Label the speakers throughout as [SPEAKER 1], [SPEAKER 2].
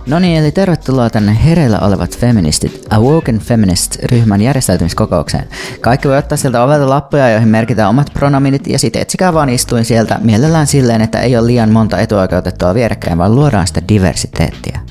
[SPEAKER 1] No niin, eli tervetuloa tänne hereillä olevat feministit Awoken Feminist-ryhmän järjestäytymiskokoukseen. Kaikki voi ottaa sieltä ovelta lappuja, joihin merkitään omat pronominit, ja sitten etsikää vaan istuin sieltä mielellään silleen, että ei ole liian monta etuoikeutettua vierekkäin, vaan luodaan sitä diversiteettiä.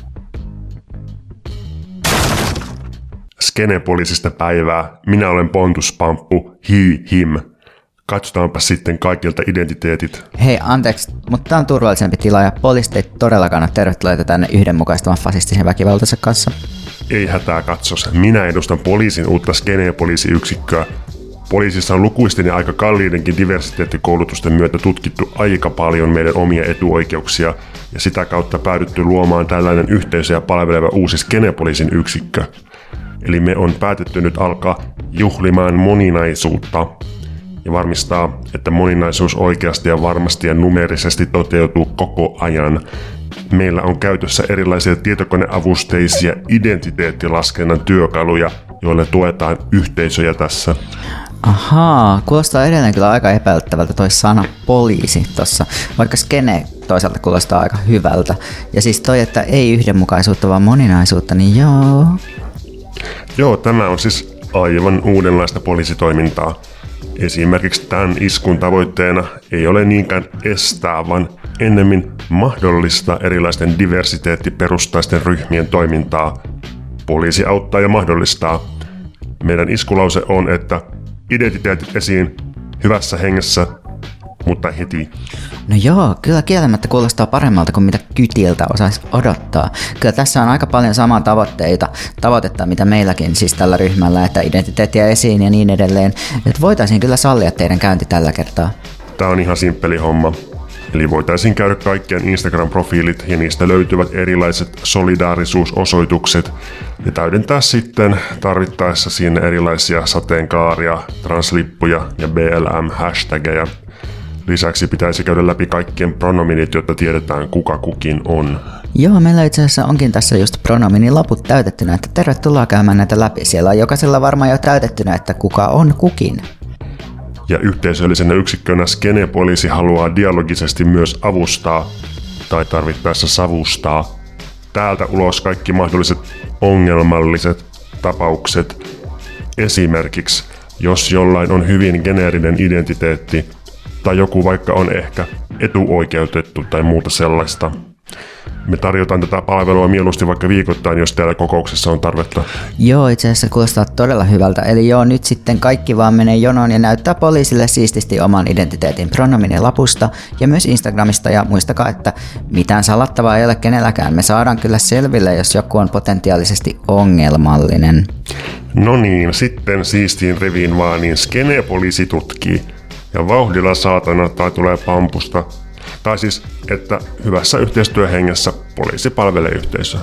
[SPEAKER 2] Skenepoliisista päivää. Minä olen Pontus Pamppu, he, him. Katsotaanpa sitten kaikilta identiteetit.
[SPEAKER 1] Hei, anteeksi, mutta tämä on turvallisempi tila ja poliisit ei todellakaan ole tervetulleita tänne yhdenmukaistamaan fasistisen väkivaltansa kanssa.
[SPEAKER 2] Ei hätää katsos. Minä edustan poliisin uutta skenepoliisiyksikköä. Poliisissa on lukuisten ja aika kalliidenkin diversiteettikoulutusten myötä tutkittu aika paljon meidän omia etuoikeuksia ja sitä kautta päädytty luomaan tällainen yhteisöä palveleva uusi skenepoliisin yksikkö. Eli me on päätetty nyt alkaa juhlimaan moninaisuutta ja varmistaa, että moninaisuus oikeasti ja varmasti ja numerisesti toteutuu koko ajan. Meillä on käytössä erilaisia tietokoneavusteisia identiteettilaskennan työkaluja, joille tuetaan yhteisöjä tässä.
[SPEAKER 1] Ahaa, kuulostaa edelleen kyllä aika epäilyttävältä toi sana poliisi tossa, vaikka skene toisaalta kuulostaa aika hyvältä. Ja siis toi, että ei yhdenmukaisuutta vaan moninaisuutta, niin joo.
[SPEAKER 2] Joo, tämä on siis aivan uudenlaista poliisitoimintaa. Esimerkiksi tämän iskun tavoitteena ei ole niinkään estää, vaan ennemmin mahdollistaa erilaisten diversiteettiperustaisten ryhmien toimintaa. Poliisi auttaa ja mahdollistaa. Meidän iskulause on, että identiteetit esiin hyvässä hengessä, mutta heti.
[SPEAKER 1] No joo, kyllä kieltämättä kuulostaa paremmalta kuin mitä kytiltä osaisi odottaa. Kyllä tässä on aika paljon samaa tavoitetta, mitä meilläkin siis tällä ryhmällä, että identiteettiä esiin ja niin edelleen. Että voitaisiin kyllä sallia teidän käynti tällä kertaa.
[SPEAKER 2] Tämä on ihan simppeli homma. Eli voitaisiin käydä kaikkien Instagram-profiilit ja niistä löytyvät erilaiset solidaarisuusosoitukset ja täydentää sitten tarvittaessa sinne erilaisia sateenkaaria, translippuja ja BLM-hashtageja. Lisäksi pitäisi käydä läpi kaikkien pronominit, jotta tiedetään kuka kukin on.
[SPEAKER 1] Joo, meillä itse asiassa onkin tässä just pronominilaput täytettynä, että tervetuloa käymään näitä läpi. Siellä on jokaisella varmaan jo täytettynä, että kuka on kukin.
[SPEAKER 2] Ja yhteisöllisenä yksikkönä skenepoliisi haluaa dialogisesti myös avustaa tai tarvittaessa savustaa täältä ulos kaikki mahdolliset ongelmalliset tapaukset. Esimerkiksi, jos jollain on hyvin geneerinen identiteetti tai joku vaikka on ehkä etuoikeutettu tai muuta sellaista. Me tarjotaan tätä palvelua mieluusti vaikka viikoittain, jos täällä kokouksessa on tarvetta.
[SPEAKER 1] Joo, itse asiassa kuulostaa todella hyvältä. Eli joo, nyt sitten kaikki vaan menee jonoon ja näyttää poliisille siististi oman identiteetin pronominilapusta ja myös Instagramista. Ja muistakaa, että mitään salattavaa ei ole kenelläkään. Me saadaan kyllä selville, jos joku on potentiaalisesti ongelmallinen.
[SPEAKER 2] No niin, sitten siistiin riviin vaan, niin skenepoliisi tutkii. Ja vauhdilla saatana tai tulee pampusta. Tai siis, että hyvässä yhteistyöhengessä poliisi palvelee yhteisöä.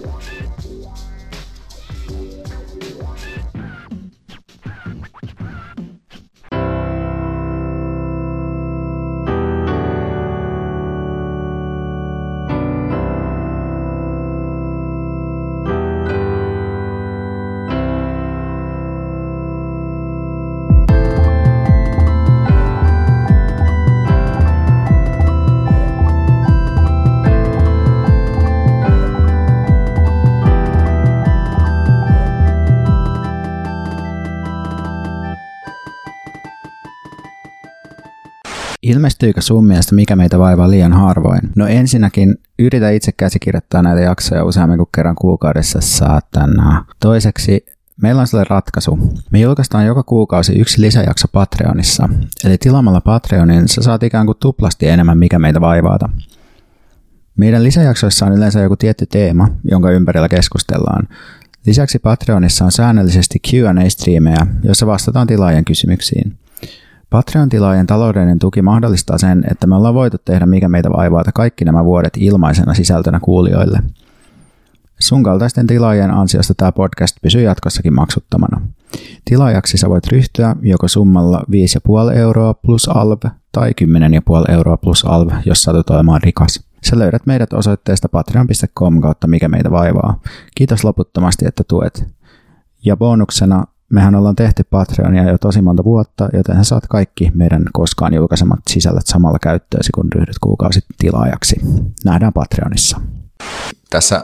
[SPEAKER 1] Ilmestyykö sun mielestä mikä meitä vaivaa liian harvoin? No ensinnäkin yritä itse käsikirjoittaa näitä jaksoja useammin kuin kerran kuukaudessa, saatana. Toiseksi meillä on sellainen ratkaisu. Me julkaistaan joka kuukausi yksi lisäjakso Patreonissa. Eli tilaamalla Patreonin sä saat ikään kuin tuplasti enemmän mikä meitä vaivaata. Meidän lisäjaksoissa on yleensä joku tietty teema, jonka ympärillä keskustellaan. Lisäksi Patreonissa on säännöllisesti Q&A-striimejä, joissa vastataan tilaajien kysymyksiin. Patreon-tilaajien taloudellinen tuki mahdollistaa sen, että me ollaan voitu tehdä mikä meitä vaivaata kaikki nämä vuodet ilmaisena sisältönä kuulijoille. Sun kaltaisten tilaajien ansiosta tämä podcast pysyy jatkossakin maksuttomana. Tilaajaksi sä voit ryhtyä joko summalla 5,5 € plus alv tai 10,5 € plus alv, jos satut olemaan rikas. Sä löydät meidät osoitteesta patreon.com kautta mikä meitä vaivaa. Kiitos loputtomasti, että tuet. Ja bonuksena mehän ollaan tehty Patreonia jo tosi monta vuotta, joten sä saat kaikki meidän koskaan julkaisemat sisällöt samalla käyttöösi, kun ryhdyt kuukausi tilaajaksi. Nähdään Patreonissa.
[SPEAKER 3] Tässä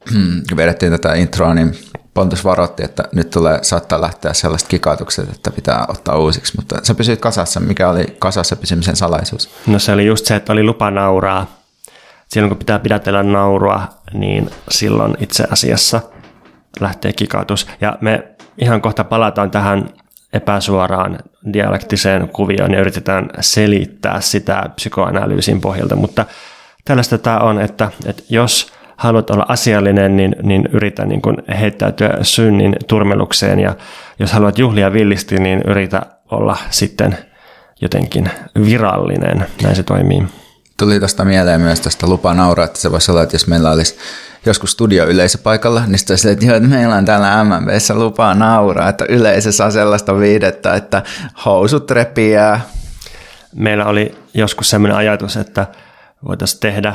[SPEAKER 1] vedettiin tätä introa, niin Pontus varoitti, että nyt saattaa lähteä sellaiset kikautukset, että pitää ottaa uusiksi, mutta sä pysyit kasassa. Mikä oli kasassa pysymisen salaisuus?
[SPEAKER 3] No se oli just se, että oli lupa nauraa. Silloin kun pitää pidätellä naurua, niin silloin itse asiassa lähtee kikautus. Ja me ihan kohta palataan tähän epäsuoraan dialektiseen kuvioon ja yritetään selittää sitä psykoanalyysin pohjalta, mutta tällaista tämä on, että jos haluat olla asiallinen, niin yritä niin kuin heittäytyä synnin turmelukseen, ja jos haluat juhlia villisti, niin yritä olla sitten jotenkin virallinen. Näin se toimii.
[SPEAKER 1] Tuli tuosta mieleen myös tuosta lupa nauraa, että se voisi olla, että jos meillä olisi joskus studioyleisö paikalla, niin sitten olisi, että meillä on täällä MMV:ssä lupaa nauraa, että yleisö saa sellaista viidettä, että housut repiää.
[SPEAKER 3] Meillä oli joskus sellainen ajatus, että voitaisiin tehdä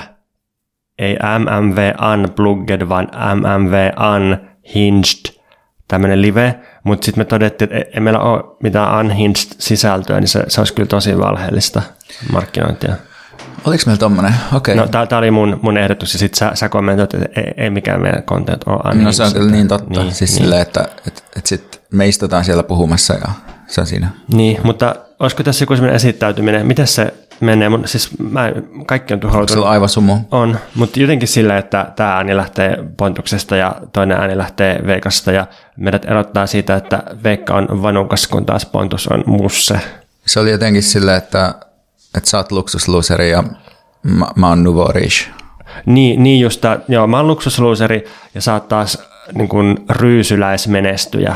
[SPEAKER 3] ei MMV Unplugged, vaan MMV Unhinged, tämmöinen live, mutta sitten me todettiin, että ei meillä ole mitään unhinged sisältöä, niin se olisi kyllä tosi valheellista markkinointia.
[SPEAKER 1] Oliko meillä tommoinen? Okei.
[SPEAKER 3] No tämä oli mun ehdotus, ja sitten sä kommentoit, että ei mikään meidän content ole unhinged.
[SPEAKER 1] No se on kyllä niin totta, niin, siis niin. Silleen, että sitten me istutaan siellä puhumassa ja se on siinä.
[SPEAKER 3] Niin, mutta olisiko tässä joku sellainen esittäytyminen, miten se menee? Siis kaikki on tuhoutunut.
[SPEAKER 1] Se on aivan sumu.
[SPEAKER 3] On, mutta jotenkin sillä, että tämä ääni lähtee Pontuksesta ja toinen ääni lähtee Veikasta, ja meidät erottaa siitä, että Veikka on vanukas, kun taas Pontus on musse.
[SPEAKER 1] Se oli jotenkin silleen, että sä oot luksusluuseri ja mä oon nouveau riche.
[SPEAKER 3] Niin just, joo, mä oon luksusluuseri ja sä oot taas niin kuin ryysyläismenestyjä.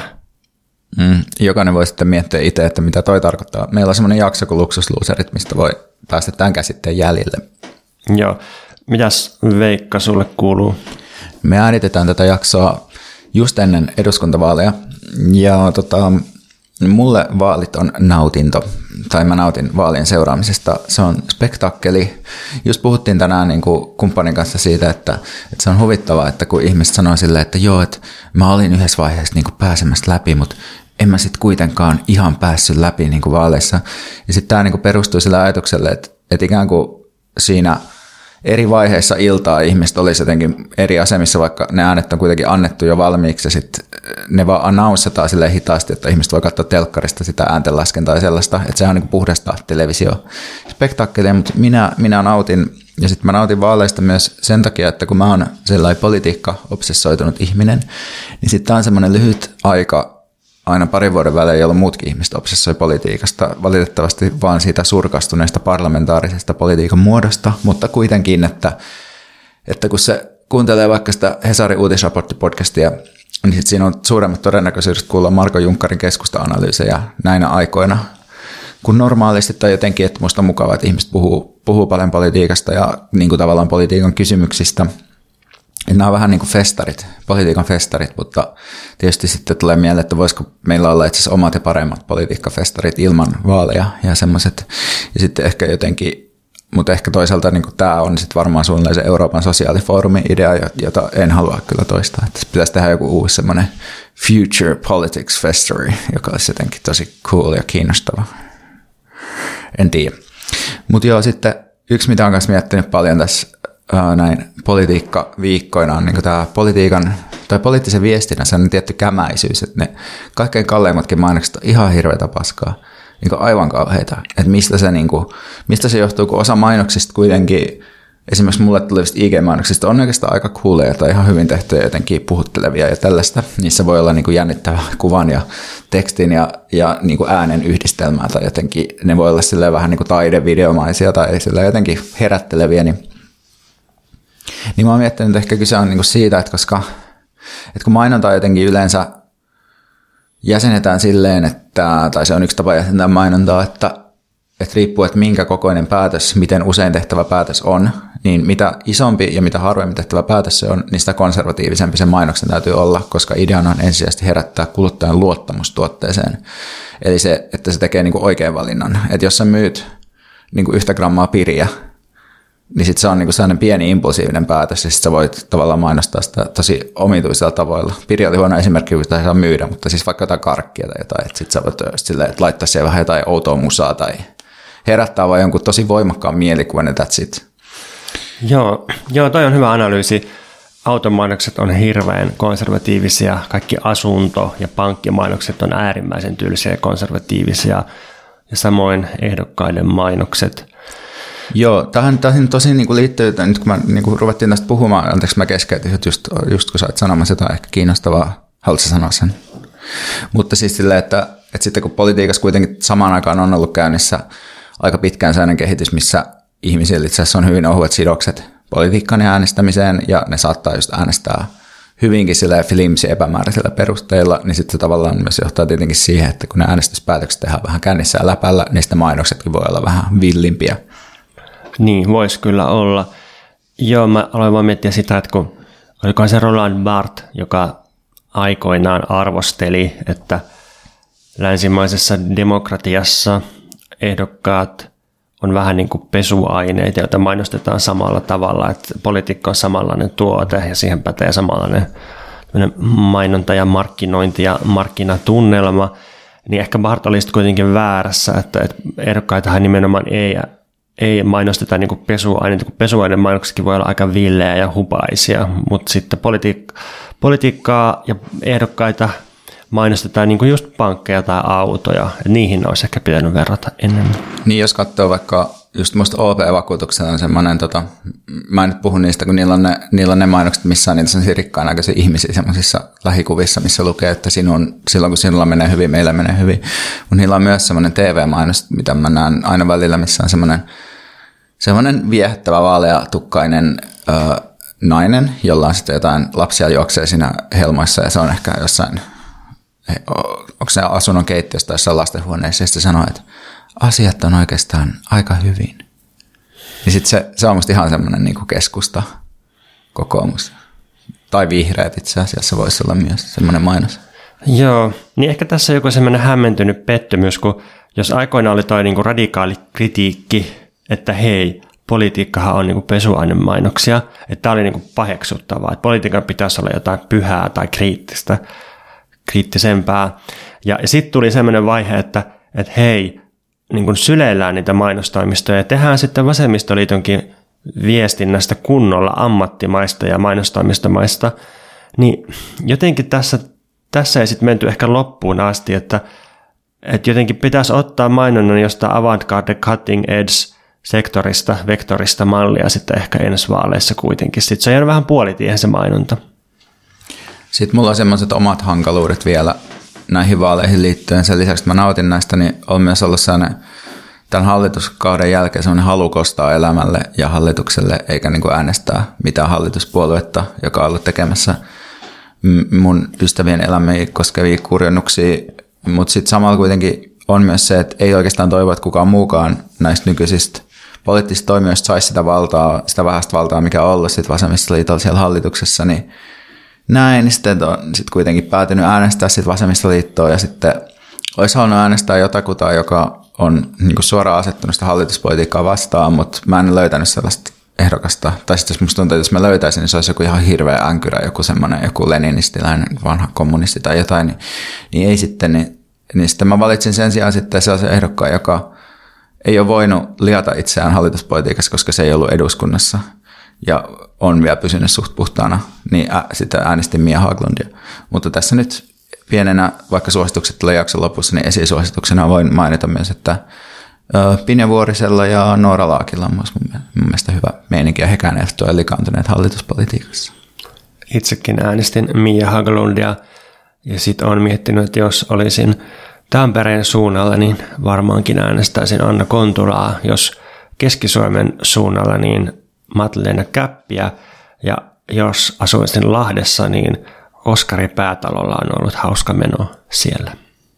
[SPEAKER 1] Jokainen voi sitten miettiä itse, että mitä toi tarkoittaa. Meillä on semmoinen jakso kuin luksusluuserit, mistä voi päästä tämän käsitteen jäljille.
[SPEAKER 3] Joo. Mitäs Veikka sulle kuuluu?
[SPEAKER 1] Me äänitetään tätä jaksoa just ennen eduskuntavaaleja. Ja mulle vaalit on nautinto, tai mä nautin vaalien seuraamisesta. Se on spektaakkeli. Just puhuttiin tänään niin kuin kumppanin kanssa siitä, että se on huvittavaa, että kun ihmiset sanoo silleen, että joo, että mä olin yhdessä vaiheessa niin kuin pääsemässä läpi, mutta en mä sitten kuitenkaan ihan päässyt läpi niin kuin vaaleissa. Ja sitten tämä niin kuin perustuu sille ajatukselle, että ikään kuin siinä eri vaiheissa iltaa ihmiset olisi jotenkin eri asemissa, vaikka ne äänet on kuitenkin annettu jo valmiiksi, ja sitten ne vaan announcetaan silleen hitaasti, että ihmiset voi katsoa telkkarista sitä ääntenlaskentaa ja sellaista, että se on niin kuin puhdasta televisiospektaakkelia, mutta minä nautin, ja sitten mä nautin vaaleista myös sen takia, että kun mä oon sellainen politiikka-obsessoitunut ihminen, niin sitten tämä on semmoinen lyhyt aika, aina parin vuoden välein, jolloin muutkin ihmiset obsessoi politiikasta, valitettavasti vaan siitä surkastuneesta parlamentaarisesta politiikan muodosta, mutta kuitenkin, että kun se kuuntelee vaikka sitä Hesarin uutisraporttipodcastia, niin sit siinä on suuremmat todennäköisyydet kuulla Marko Junkkarin keskusta-analyysejä näinä aikoina kuin normaalisti, tai jotenkin, että musta on mukavaa, että ihmiset puhuu paljon politiikasta ja niin kuin tavallaan politiikan kysymyksistä. Nämä on vähän niin kuin festarit, politiikan festarit, mutta tietysti sitten tulee mieleen, että voisiko meillä olla itse asiassa omat ja paremmat politiikkafestarit ilman vaaleja ja semmoiset. Ja sitten ehkä jotenkin, mutta ehkä toisaalta niin kuin tämä on sitten varmaan suunnilleen se Euroopan sosiaalifoorumin idea, jota en halua kyllä toistaa. Että pitäisi tehdä joku uusi semmoinen Future Politics Festival, joka olisi jotenkin tosi cool ja kiinnostava. En tiedä. Mutta joo, sitten yksi, mitä olen kanssa miettinyt paljon tässä näin politiikkaviikkoina on niin tämä politiikan tai poliittisen viestinnän sellainen tietty kämäisyys, että ne kaikkein kalleimmatkin mainokset on ihan hirveätä paskaa, niin aivan kauheita. Että mistä se johtuu, kun osa mainoksista kuitenkin, esimerkiksi mulle tulevista IG-mainoksista on oikeastaan aika cooleja tai ihan hyvin tehtyjä jotenkin puhuttelevia ja tällaista. Niissä voi olla niin kuin jännittävä kuvan ja tekstin ja niin kuin äänen yhdistelmää tai jotenkin ne voi olla silleen vähän niin kuin taidevideomaisia tai silleen jotenkin herätteleviä, niin mä oon miettinyt, että ehkä kyse on niinku siitä, että kun mainontaa jotenkin yleensä jäsenetään silleen, tai se on yksi tapa jäsentää mainontaa, että riippuu, että minkä kokoinen päätös, miten usein tehtävä päätös on, niin mitä isompi ja mitä harvemmin tehtävä päätös se on, niin sitä konservatiivisempi sen mainoksen täytyy olla, koska ideana on ensisijaisesti herättää kuluttajan luottamus tuotteeseen. Eli se, että se tekee niinku oikean valinnan. Että jos sä myyt niinku 1 grammaa piriä, niin sitten se on niinku sellainen pieni impulsiivinen päätös, ja sitten sä voit tavallaan mainostaa sitä tosi omituisilla tavoilla. Piri oli huono esimerkki, kun sitä saa myydä, mutta siis vaikka jotain karkkia tai jotain, että sitten sä voit silleen, että laittaa siihen vähän jotain outoa musaa tai herättää vaan jonkun tosi voimakkaan mielikuvan, ja that's it.
[SPEAKER 3] Joo, toi on hyvä analyysi. automainokset on hirveän konservatiivisia, kaikki asunto- ja pankkimainokset on äärimmäisen tylsiä ja konservatiivisia, ja samoin ehdokkaiden mainokset.
[SPEAKER 1] Joo, tähän tosi niin kuin liittyy, nyt kun mä niin kuin ruvettiin tästä puhumaan, anteeksi mä keskeytin, just kun sä oot sanomassa jotain ehkä kiinnostavaa, haluatko sanoa sen? Mutta siis silleen, että sitten kun politiikassa kuitenkin samaan aikaan on ollut käynnissä aika pitkään sellainen kehitys, missä ihmisillä itse asiassa on hyvin ohuet sidokset politiikkaan ja äänestämiseen, ja ne saattaa just äänestää hyvinkin sillä flimsi epämääräisillä perusteilla, niin sitten se tavallaan myös johtaa tietenkin siihen, että kun ne äänestyspäätökset tehdään vähän kännissä ja läpällä, niin sitten mainoksetkin voi olla vähän villimpiä.
[SPEAKER 3] Niin, voisi kyllä olla. Joo, mä aloin vaan miettiä sitä, että olikohan se Roland Barthes, joka aikoinaan arvosteli, että länsimaisessa demokratiassa ehdokkaat on vähän niin kuin pesuaineita, joita mainostetaan samalla tavalla, että politiikka on samanlainen tuote ja siihen pätee samanlainen mainonta ja markkinointi ja markkinatunnelma, niin ehkä Barthes oli kuitenkin väärässä, että ehdokkaitahan nimenomaan ei mainosteta niin kuin pesuaineita, kun pesuaineen mainoksetkin voi olla aika villeä ja hupaisia, mutta sitten politiikkaa ja ehdokkaita mainostetaan niin kuin just pankkeja tai autoja, ja niihin olisi ehkä pitänyt verrata enemmän.
[SPEAKER 1] Niin, jos katsoo vaikka, just musta OP-vakuutuksella on semmoinen, mä en nyt puhu niistä, kun niillä on ne mainokset, missä on niitä sellaisia rikkaan näköisiä ihmisiä semmoisissa lähikuvissa, missä lukee, että silloin kun sinulla menee hyvin, meillä menee hyvin. Mutta niillä on myös semmoinen TV-mainos, mitä mä näen aina välillä, missä on semmoinen viehättävä vaaleatukkainen nainen, jolla on sitten jotain lapsia juoksee siinä helmoissa, ja se on ehkä jossain, onko se asunnon keittiössä tai jossain lastenhuoneessa, ja sitten sanoo, että asiat on oikeastaan aika hyvin. Ja sitten se on musta ihan semmoinen niin kuin keskusta, kokoomus. Tai vihreät itse asiassa voisi olla myös semmoinen mainos.
[SPEAKER 3] Joo, niin ehkä tässä on joku semmoinen hämmentynyt pettymys, kun jos aikoina oli toi niin kuin radikaali kritiikki, että hei, politiikkahan on niin kuin pesuainemainoksia, että tämä oli niin kuin paheksuttavaa, että politiikan pitäisi olla jotain pyhää tai kriittisempää. Ja sitten tuli semmoinen vaihe, että hei, niin kuin syleillään niitä mainostoimistoja ja tehdään sitten vasemmistoliitonkin viestinnästä kunnolla ammattimaista ja mainostoimistomaista, niin jotenkin tässä ei sitten menty ehkä loppuun asti, että jotenkin pitäisi ottaa mainonnan jostain avantgarde cutting edge sektorista, vektorista mallia sitten ehkä ensi vaaleissa kuitenkin. Sitten se on jäänyt vähän puolitiehen se mainonta.
[SPEAKER 1] Sitten mulla on semmoiset omat hankaluudet vielä näihin vaaleihin liittyen. Sen lisäksi, että mä nautin näistä, niin on myös ollut sellainen tämän hallituskauden jälkeen sellainen halu kostaa elämälle ja hallitukselle, eikä niin kuin äänestää mitään hallituspuoluetta, joka on ollut tekemässä mun ystävien elämiä koskevia kurjennuksia. Mutta sitten samalla kuitenkin on myös se, että ei oikeastaan toivo, että kukaan muukaan näistä nykyisistä poliittisista toimijoista saisi sitä vähäistä valtaa, mikä on ollut sitten vasemmistoliitolla siellä hallituksessa, niin näin, niin sitten on kuitenkin päätynyt äänestää sitten vasemmistoliittoa ja sitten olisi halunnut äänestää jotakuta, joka on niin kuin suoraan asettunut sitä hallituspolitiikkaa vastaan, mutta mä en löytänyt sellaista ehdokasta. Tai sitten jos musta tuntuu, että jos mä löytäisin, niin se olisi joku ihan hirveä änkyrä, joku leninistiläinen vanha kommunisti tai jotain, niin ei sitten, niin sitten mä valitsin sen sijaan sitten sellaisen ehdokkaan, joka ei ole voinut liata itseään hallituspolitiikassa, koska se ei ollut eduskunnassa ja on vielä pysynyt suht puhtaana, niin sitä äänestin Mia Haglundia. Mutta tässä nyt pienenä, vaikka suositukset tulee jakson lopussa, niin esisuosituksena voin mainita myös, että Pinja Vuorisella ja Noora Laakilla on myös mun mielestä hyvä meininki, ja hekään eivät ole likaantuneet hallituspolitiikassa.
[SPEAKER 3] Itsekin äänestin Mia Haglundia, ja sitten olen miettinyt, että jos olisin Tampereen suunnalla, niin varmaankin äänestäisin Anna Kontulaa, jos Keski-Suomen suunnalla, niin Madeleine Käppiä, ja jos asuisin Lahdessa, niin Oskari Päätalolla on ollut hauska meno siellä.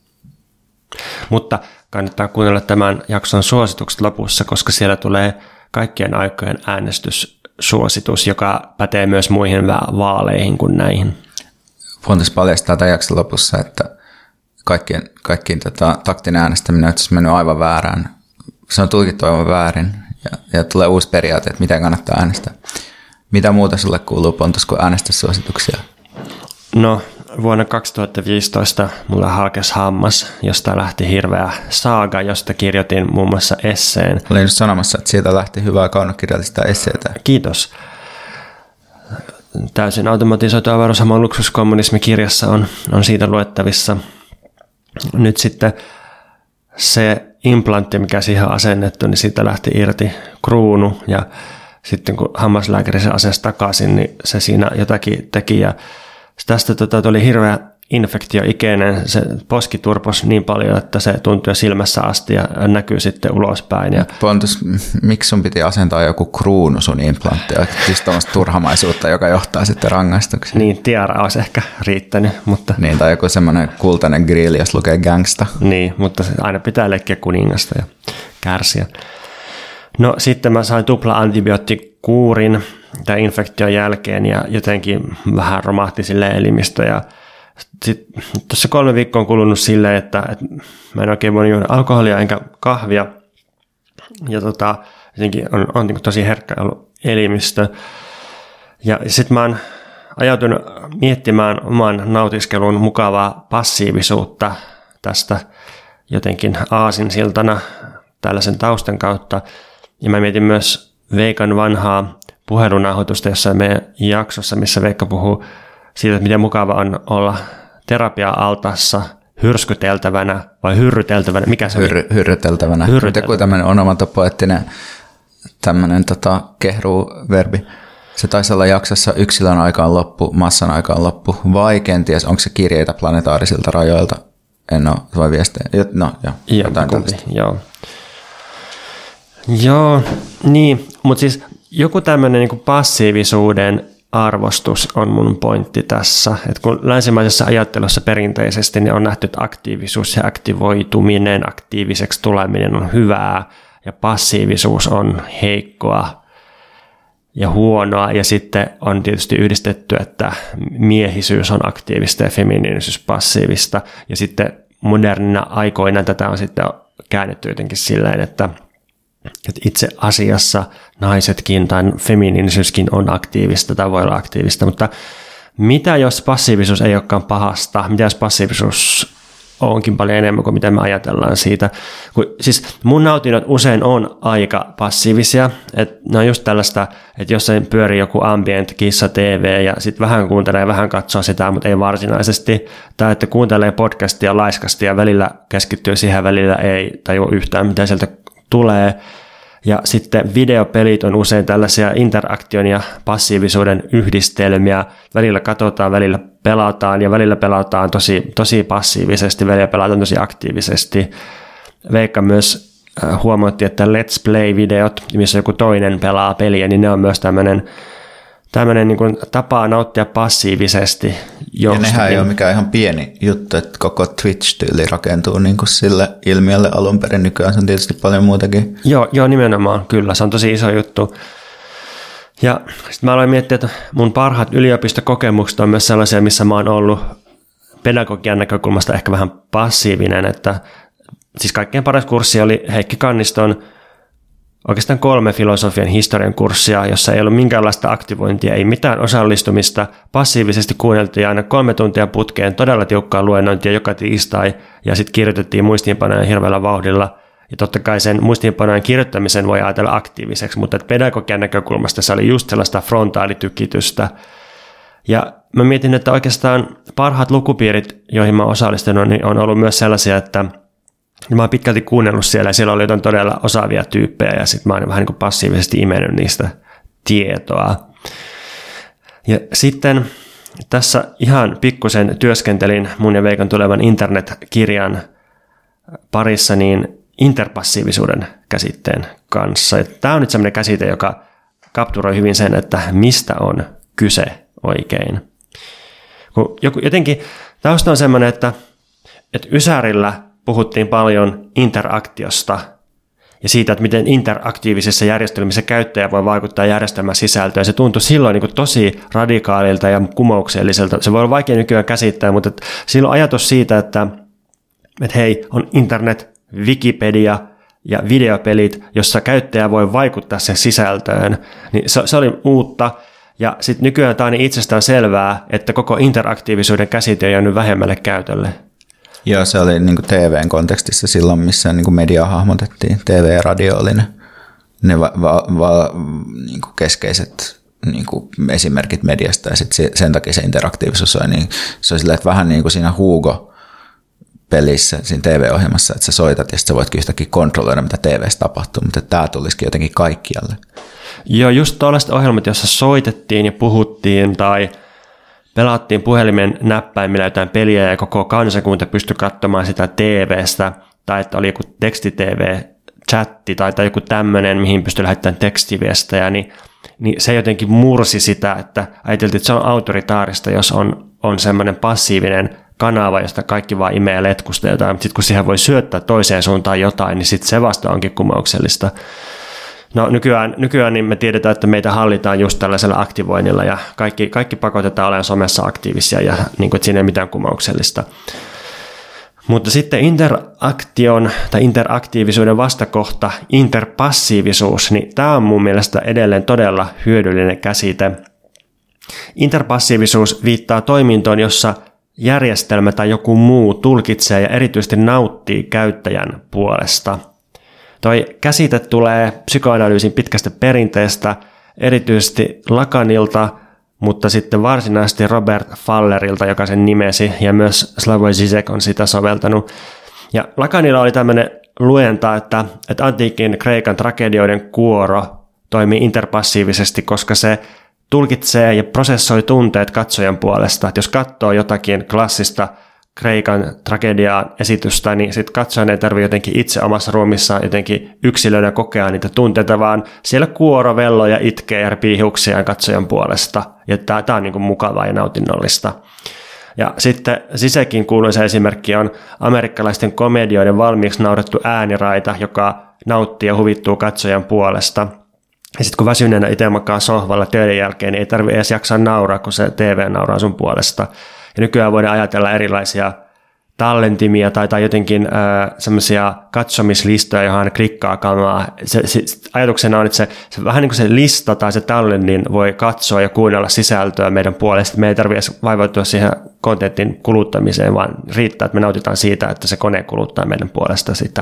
[SPEAKER 3] Mutta kannattaa kuunnella tämän jakson suositukset lopussa, koska siellä tulee kaikkien aikojen äänestyssuositus, joka pätee myös muihin vaaleihin kuin näihin.
[SPEAKER 1] Voin tässä paljastaa tämän jakson lopussa, että kaikkien taktinen äänestäminen on mennyt aivan väärään. Se on tulkittu aivan väärin ja tulee uusi periaate, että miten kannattaa äänestää. Mitä muuta sulle kuuluu, Pontus, kuin äänestyssuosituksia?
[SPEAKER 3] No, vuonna 2015 mulla halkesi hammas, josta lähti hirveä saaga, josta kirjoitin muun muassa esseen.
[SPEAKER 1] Olin just sanomassa, että siitä lähti hyvää kaunokirjallista esseetä.
[SPEAKER 3] Kiitos. täysin automatisoitu avaruushahmon luksuskommunismi-kirjassa on siitä luettavissa. Nyt sitten se implantti, mikä siihen on asennettu, niin siitä lähti irti kruunu ja sitten kun hammaslääkäri se asensi takaisin, niin se siinä jotakin teki ja tästä tuli hirveä infektio ikeinen, se poski turposi niin paljon, että se tuntui silmässä asti ja näkyy sitten ulospäin. Ja
[SPEAKER 1] Pontus, miksi sun piti asentaa joku kruunu sun implanttia? Siis tuommoista turhamaisuutta, joka johtaa sitten rangaistuksiin.
[SPEAKER 3] Niin, tiara olisi ehkä riittänyt. Mutta
[SPEAKER 1] niin, tai joku semmoinen kultainen grilli, jos lukee gangsta.
[SPEAKER 3] Niin, mutta aina pitää leikkiä kuningasta ja kärsiä. No sitten mä sain tupla-antibioottikuurin tämän infektion jälkeen ja jotenkin vähän romahti silleen elimistö ja sitten tuossa 3 viikkoa on kulunut silleen, että mä en oikein voinut juoda alkoholia enkä kahvia ja jotenkin on niin tosi herkkä ollut elimistö. Ja sitten mä oon ajautunut miettimään oman nautiskelun mukavaa passiivisuutta tästä jotenkin aasinsiltana tällaisen taustan kautta. Ja mä mietin myös Veikan vanhaa puhelunauhoitusta jossain meidän jaksossa, missä Veikka puhuu siitä, että miten mukava on olla terapia-altassa hyrskyteltävänä vai hyrryteltävänä. Mikä se on?
[SPEAKER 1] Hyrryteltävänä. Joku tämmöinen onomatopoeettinen tämmöinen kehruu-verbi. Se taisi olla jaksossa yksilön aikaan loppu, massan aikaan loppu, vai kenties onko se kirjeitä planetaarisilta rajoilta? En ole, vai viestejä? No, joo. Jotain tällaista.
[SPEAKER 3] Joo, niin, mutta siis joku tämmöinen niin kuin passiivisuuden arvostus on mun pointti tässä, että kun länsimaisessa ajattelussa perinteisesti niin on nähty, että aktiivisuus ja aktivoituminen, aktiiviseksi tuleminen on hyvää ja passiivisuus on heikkoa ja huonoa ja sitten on tietysti yhdistetty, että miehisyys on aktiivista ja feminiinisyys passiivista ja sitten modernina aikoina tätä on sitten käännetty jotenkin silleen, että itse asiassa naisetkin tai feminiinisyyskin on aktiivista tai voi olla aktiivista, mutta mitä jos passiivisuus ei olekaan pahasta? Mitä jos passiivisuus onkin paljon enemmän kuin mitä me ajatellaan siitä? Siis mun nautinnot usein on aika passiivisia, että ne on just tällaista, että jossain pyörii joku ambient kissa TV ja sitten vähän kuuntelee ja vähän katsoo sitä, mutta ei varsinaisesti, tai että kuuntelee podcastia laiskasti ja välillä keskittyy siihen, välillä ei tajua yhtään mitä sieltä tulee. Ja sitten videopelit on usein tällaisia interaktion ja passiivisuuden yhdistelmiä. Välillä katsotaan, välillä pelataan ja välillä pelataan tosi passiivisesti, välillä pelataan tosi aktiivisesti. Veikka myös huomautti, että Let's Play-videot, missä joku toinen pelaa peliä, niin ne on myös tämmöinen niin kuin tapa nauttia passiivisesti.
[SPEAKER 1] Ja nehän ei ole mikään ihan pieni juttu, että koko Twitch-tyyli rakentuu niin kuin sille ilmiölle alun perin. Nykyään se on tietysti paljon muutakin.
[SPEAKER 3] Joo, nimenomaan, kyllä. Se on tosi iso juttu. Ja sitten mä aloin miettiä, että mun parhaat yliopistokokemukset on myös sellaisia, missä mä oon ollut pedagogian näkökulmasta ehkä vähän passiivinen. Että siis kaikkein paras kurssi oli Heikki Kanniston oikeastaan 3 filosofian historian kurssia, jossa ei ollut minkäänlaista aktivointia, ei mitään osallistumista, passiivisesti kuunneltiin aina 3 tuntia putkeen, todella tiukkaa luennointia joka tiistai, ja sitten kirjoitettiin muistiinpanoja hirveällä vauhdilla. Ja totta kai sen muistiinpanojen kirjoittamisen voi ajatella aktiiviseksi, mutta pedagogian näkökulmasta se oli just sellaista frontaalitykitystä. Ja mä mietin, että oikeastaan parhaat lukupiirit, joihin mä oon osallistunut, niin on ollut myös sellaisia, että mä oon pitkälti kuunnellut siellä ja siellä oli jotain todella osaavia tyyppejä ja sitten mä oon vähän niin kuin passiivisesti imennyt niistä tietoa. Ja sitten tässä ihan pikkusen työskentelin mun ja Veikan tulevan internetkirjan parissa niin interpassiivisuuden käsitteen kanssa. Tämä on nyt sellainen käsite, joka kapturoi hyvin sen, että mistä on kyse oikein. Jotenkin tausta on sellainen, että Ysärillä puhuttiin paljon interaktiosta ja siitä, että miten interaktiivisissa järjestelmissä käyttäjä voi vaikuttaa järjestelmän sisältöön. Se tuntui silloin niin kuin tosi radikaalilta ja kumoukselliselta. Se voi olla vaikea nykyään käsittää, mutta silloin ajatus siitä, että hei, on internet, Wikipedia ja videopelit, jossa käyttäjä voi vaikuttaa sen sisältöön, niin se oli uutta. Ja sitten nykyään tämä on niin itsestään selvää, että koko interaktiivisuuden käsite on jäänyt vähemmälle käytölle.
[SPEAKER 1] Joo, se oli niin kuin TVn kontekstissa silloin, missä niin kuin mediaa hahmotettiin. TV ja radio oli ne niin kuin keskeiset niin kuin esimerkit mediasta ja sitten sen takia se interaktiivisuus on, niin se on sillä, että vähän niin kuin siinä Hugo-pelissä, siinä TV-ohjelmassa, että sä soitat ja sitten sä voit yhtäkkiä kontrolloida, mitä TV:ssä tapahtuu, mutta tämä tulisikin jotenkin kaikkialle.
[SPEAKER 3] Joo, just tällaiset ohjelmat, joissa soitettiin ja puhuttiin tai pelattiin puhelimen näppäimillä jotain peliä ja koko kansakunta pystyi katsomaan sitä TV:stä, tai että oli joku teksti-TV-chatti tai joku tämmöinen, mihin pystyi lähettämään tekstiviestejä, niin se jotenkin mursi sitä, että ajateltiin, että se on autoritaarista, jos on semmoinen passiivinen kanava, josta kaikki vaan imee letkusta jotain, mutta sitten kun siihen voi syöttää toiseen suuntaan jotain, niin sitten se vasta onkin kumouksellista. No nykyään niin me tiedetään, että meitä hallitaan just tällaisella aktivoinnilla ja kaikki pakotetaan olemaan somessa aktiivisia ja niin kuin, että siinä ei mitään kumouksellista. Mutta sitten interaktion tai interaktiivisuuden vastakohta, interpassiivisuus, niin tämä on mun mielestä edelleen todella hyödyllinen käsite. Interpassiivisuus viittaa toimintoon, jossa järjestelmä tai joku muu tulkitsee ja erityisesti nauttii käyttäjän puolesta. Toi käsite tulee psykoanalyysin pitkästä perinteestä, erityisesti Lacanilta, mutta sitten varsinaisesti Robert Fallerilta, joka sen nimesi, ja myös Slavoj Žižek on sitä soveltanut. Ja Lacanilla oli tämmöinen luenta, että antiikin Kreikan tragedioiden kuoro toimii interpassiivisesti, koska se tulkitsee ja prosessoi tunteet katsojan puolesta. Että jos katsoo jotakin klassista Kreikan tragediaa esitystä, niin sitten katsojan ei tarvitse jotenkin itse omassa ruumissaan jotenkin yksilönä kokea niitä tunteita, vaan siellä kuoro velloo ja itkee ja repii hiuksiaan katsojan puolesta. Ja tämä on niin kuin mukavaa ja nautinnollista. Ja sitten Žižekin kuuluisa esimerkki on amerikkalaisten komedioiden valmiiksi naurettu ääniraita, joka nauttii ja huvittuu katsojan puolesta. Ja sitten kun väsyneenä itse makaa sohvalla töiden jälkeen, niin ei tarvitse edes jaksaa nauraa, kun se TV nauraa sun puolesta. Ja nykyään voidaan ajatella erilaisia tallentimia tai jotenkin semmoisia katsomislistoja, johon klikkaa kamaa. Ajatuksena on, että se vähän niin kuin se lista tai se tallennin voi katsoa ja kuunnella sisältöä meidän puolesta. Me ei tarvitse vaivautua siihen kontentin kuluttamiseen, vaan riittää, että me nautitaan siitä, että se kone kuluttaa meidän puolesta sitä.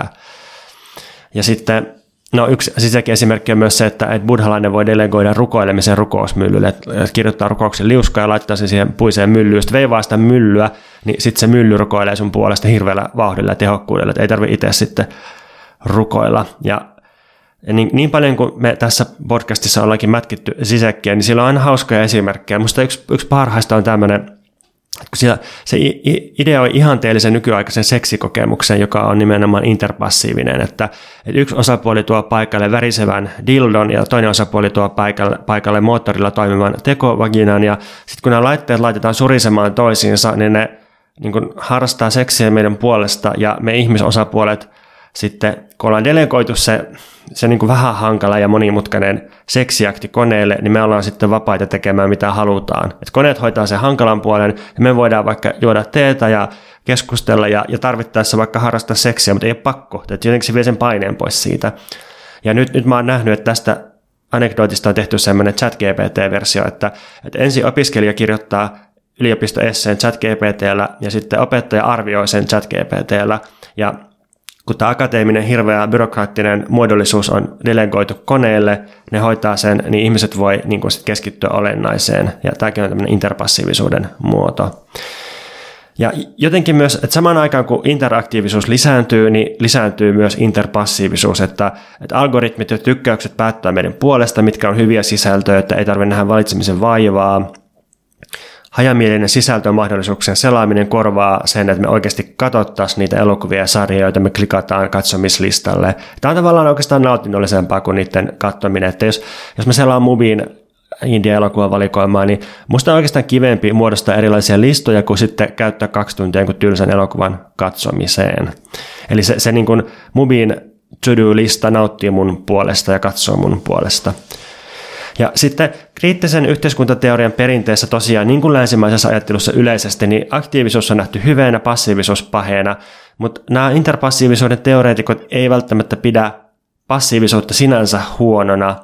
[SPEAKER 3] Ja sitten yksi sisäkin esimerkki on myös se, että buddhalainen voi delegoida rukoilemisen rukousmyllylle, että kirjoittaa rukouksen liuskaa ja laittaa sen siihen puiseen myllyyn, sitten veivaa sitä myllyä, niin sitten se mylly rukoilee sun puolesta hirveällä vauhdilla ja tehokkuudella, että ei tarvitse itse sitten rukoilla. Ja niin paljon kuin me tässä podcastissa ollaankin mätkitty Žižekkiä, niin sillä on aina hauskoja esimerkkejä. Minusta yksi parhaista on tämmöinen, kun se ideoi ihanteellisen nykyaikaisen seksikokemuksen, joka on nimenomaan interpassiivinen, että yksi osapuoli tuo paikalle värisevän dildon ja toinen osapuoli tuo paikalle moottorilla toimivan tekovaginan, ja sitten kun nämä laitteet laitetaan surisemaan toisiinsa, niin ne niin kuin harrastaa seksiä meidän puolesta ja me ihmisosapuolet sitten, kun ollaan delegoitu se niin kuin vähän hankala ja monimutkainen seksiakti koneelle, niin me ollaan sitten vapaita tekemään mitä halutaan. Et koneet hoitaa sen hankalan puolen ja me voidaan vaikka juoda teetä ja keskustella ja tarvittaessa vaikka harrastaa seksiä, mutta ei ole pakko. Et jotenkin se vie sen paineen pois siitä. Ja nyt mä oon nähnyt, että tästä anekdootista on tehty semmoinen ChatGPT-versio, että ensin opiskelija kirjoittaa yliopistoesseen ChatGPT:llä ja sitten opettaja arvioi sen ChatGPT:llä ja kun tämä akateeminen hirveä byrokraattinen muodollisuus on delegoitu koneelle, ne hoitaa sen, niin ihmiset voi niin kuin sit keskittyä olennaiseen. Ja tämäkin on tämmöinen interpassiivisuuden muoto. Ja jotenkin myös, että samaan aikaan kun interaktiivisuus lisääntyy, niin lisääntyy myös interpassiivisuus, että algoritmit ja tykkäykset päättää meidän puolesta, mitkä on hyviä sisältöjä, että ei tarvitse nähdä valitsemisen vaivaa. Hajamielinen sisältömahdollisuuksien selaaminen korvaa sen, että me oikeasti katsottaisiin niitä elokuvia ja sarjoja, joita me klikataan katsomislistalle. Tämä on tavallaan oikeastaan nautinnollisempaa kuin niiden katsominen. Että jos mä selaan Mubin indie-elokuvan valikoimaan, niin musta on oikeastaan kivempi muodostaa erilaisia listoja kuin sitten käyttää 2 tuntia jonkun tylsän elokuvan katsomiseen. Eli se niin kuin Mubin to-do-lista nauttii mun puolesta ja katsoo mun puolesta. Ja sitten kriittisen yhteiskuntateorian perinteessä tosiaan, niin kuin länsimaisessa ajattelussa yleisesti, niin aktiivisuus on nähty hyveenä, passiivisuus paheena, mutta nämä interpassiivisuuden teoreetikot ei välttämättä pidä passiivisuutta sinänsä huonona.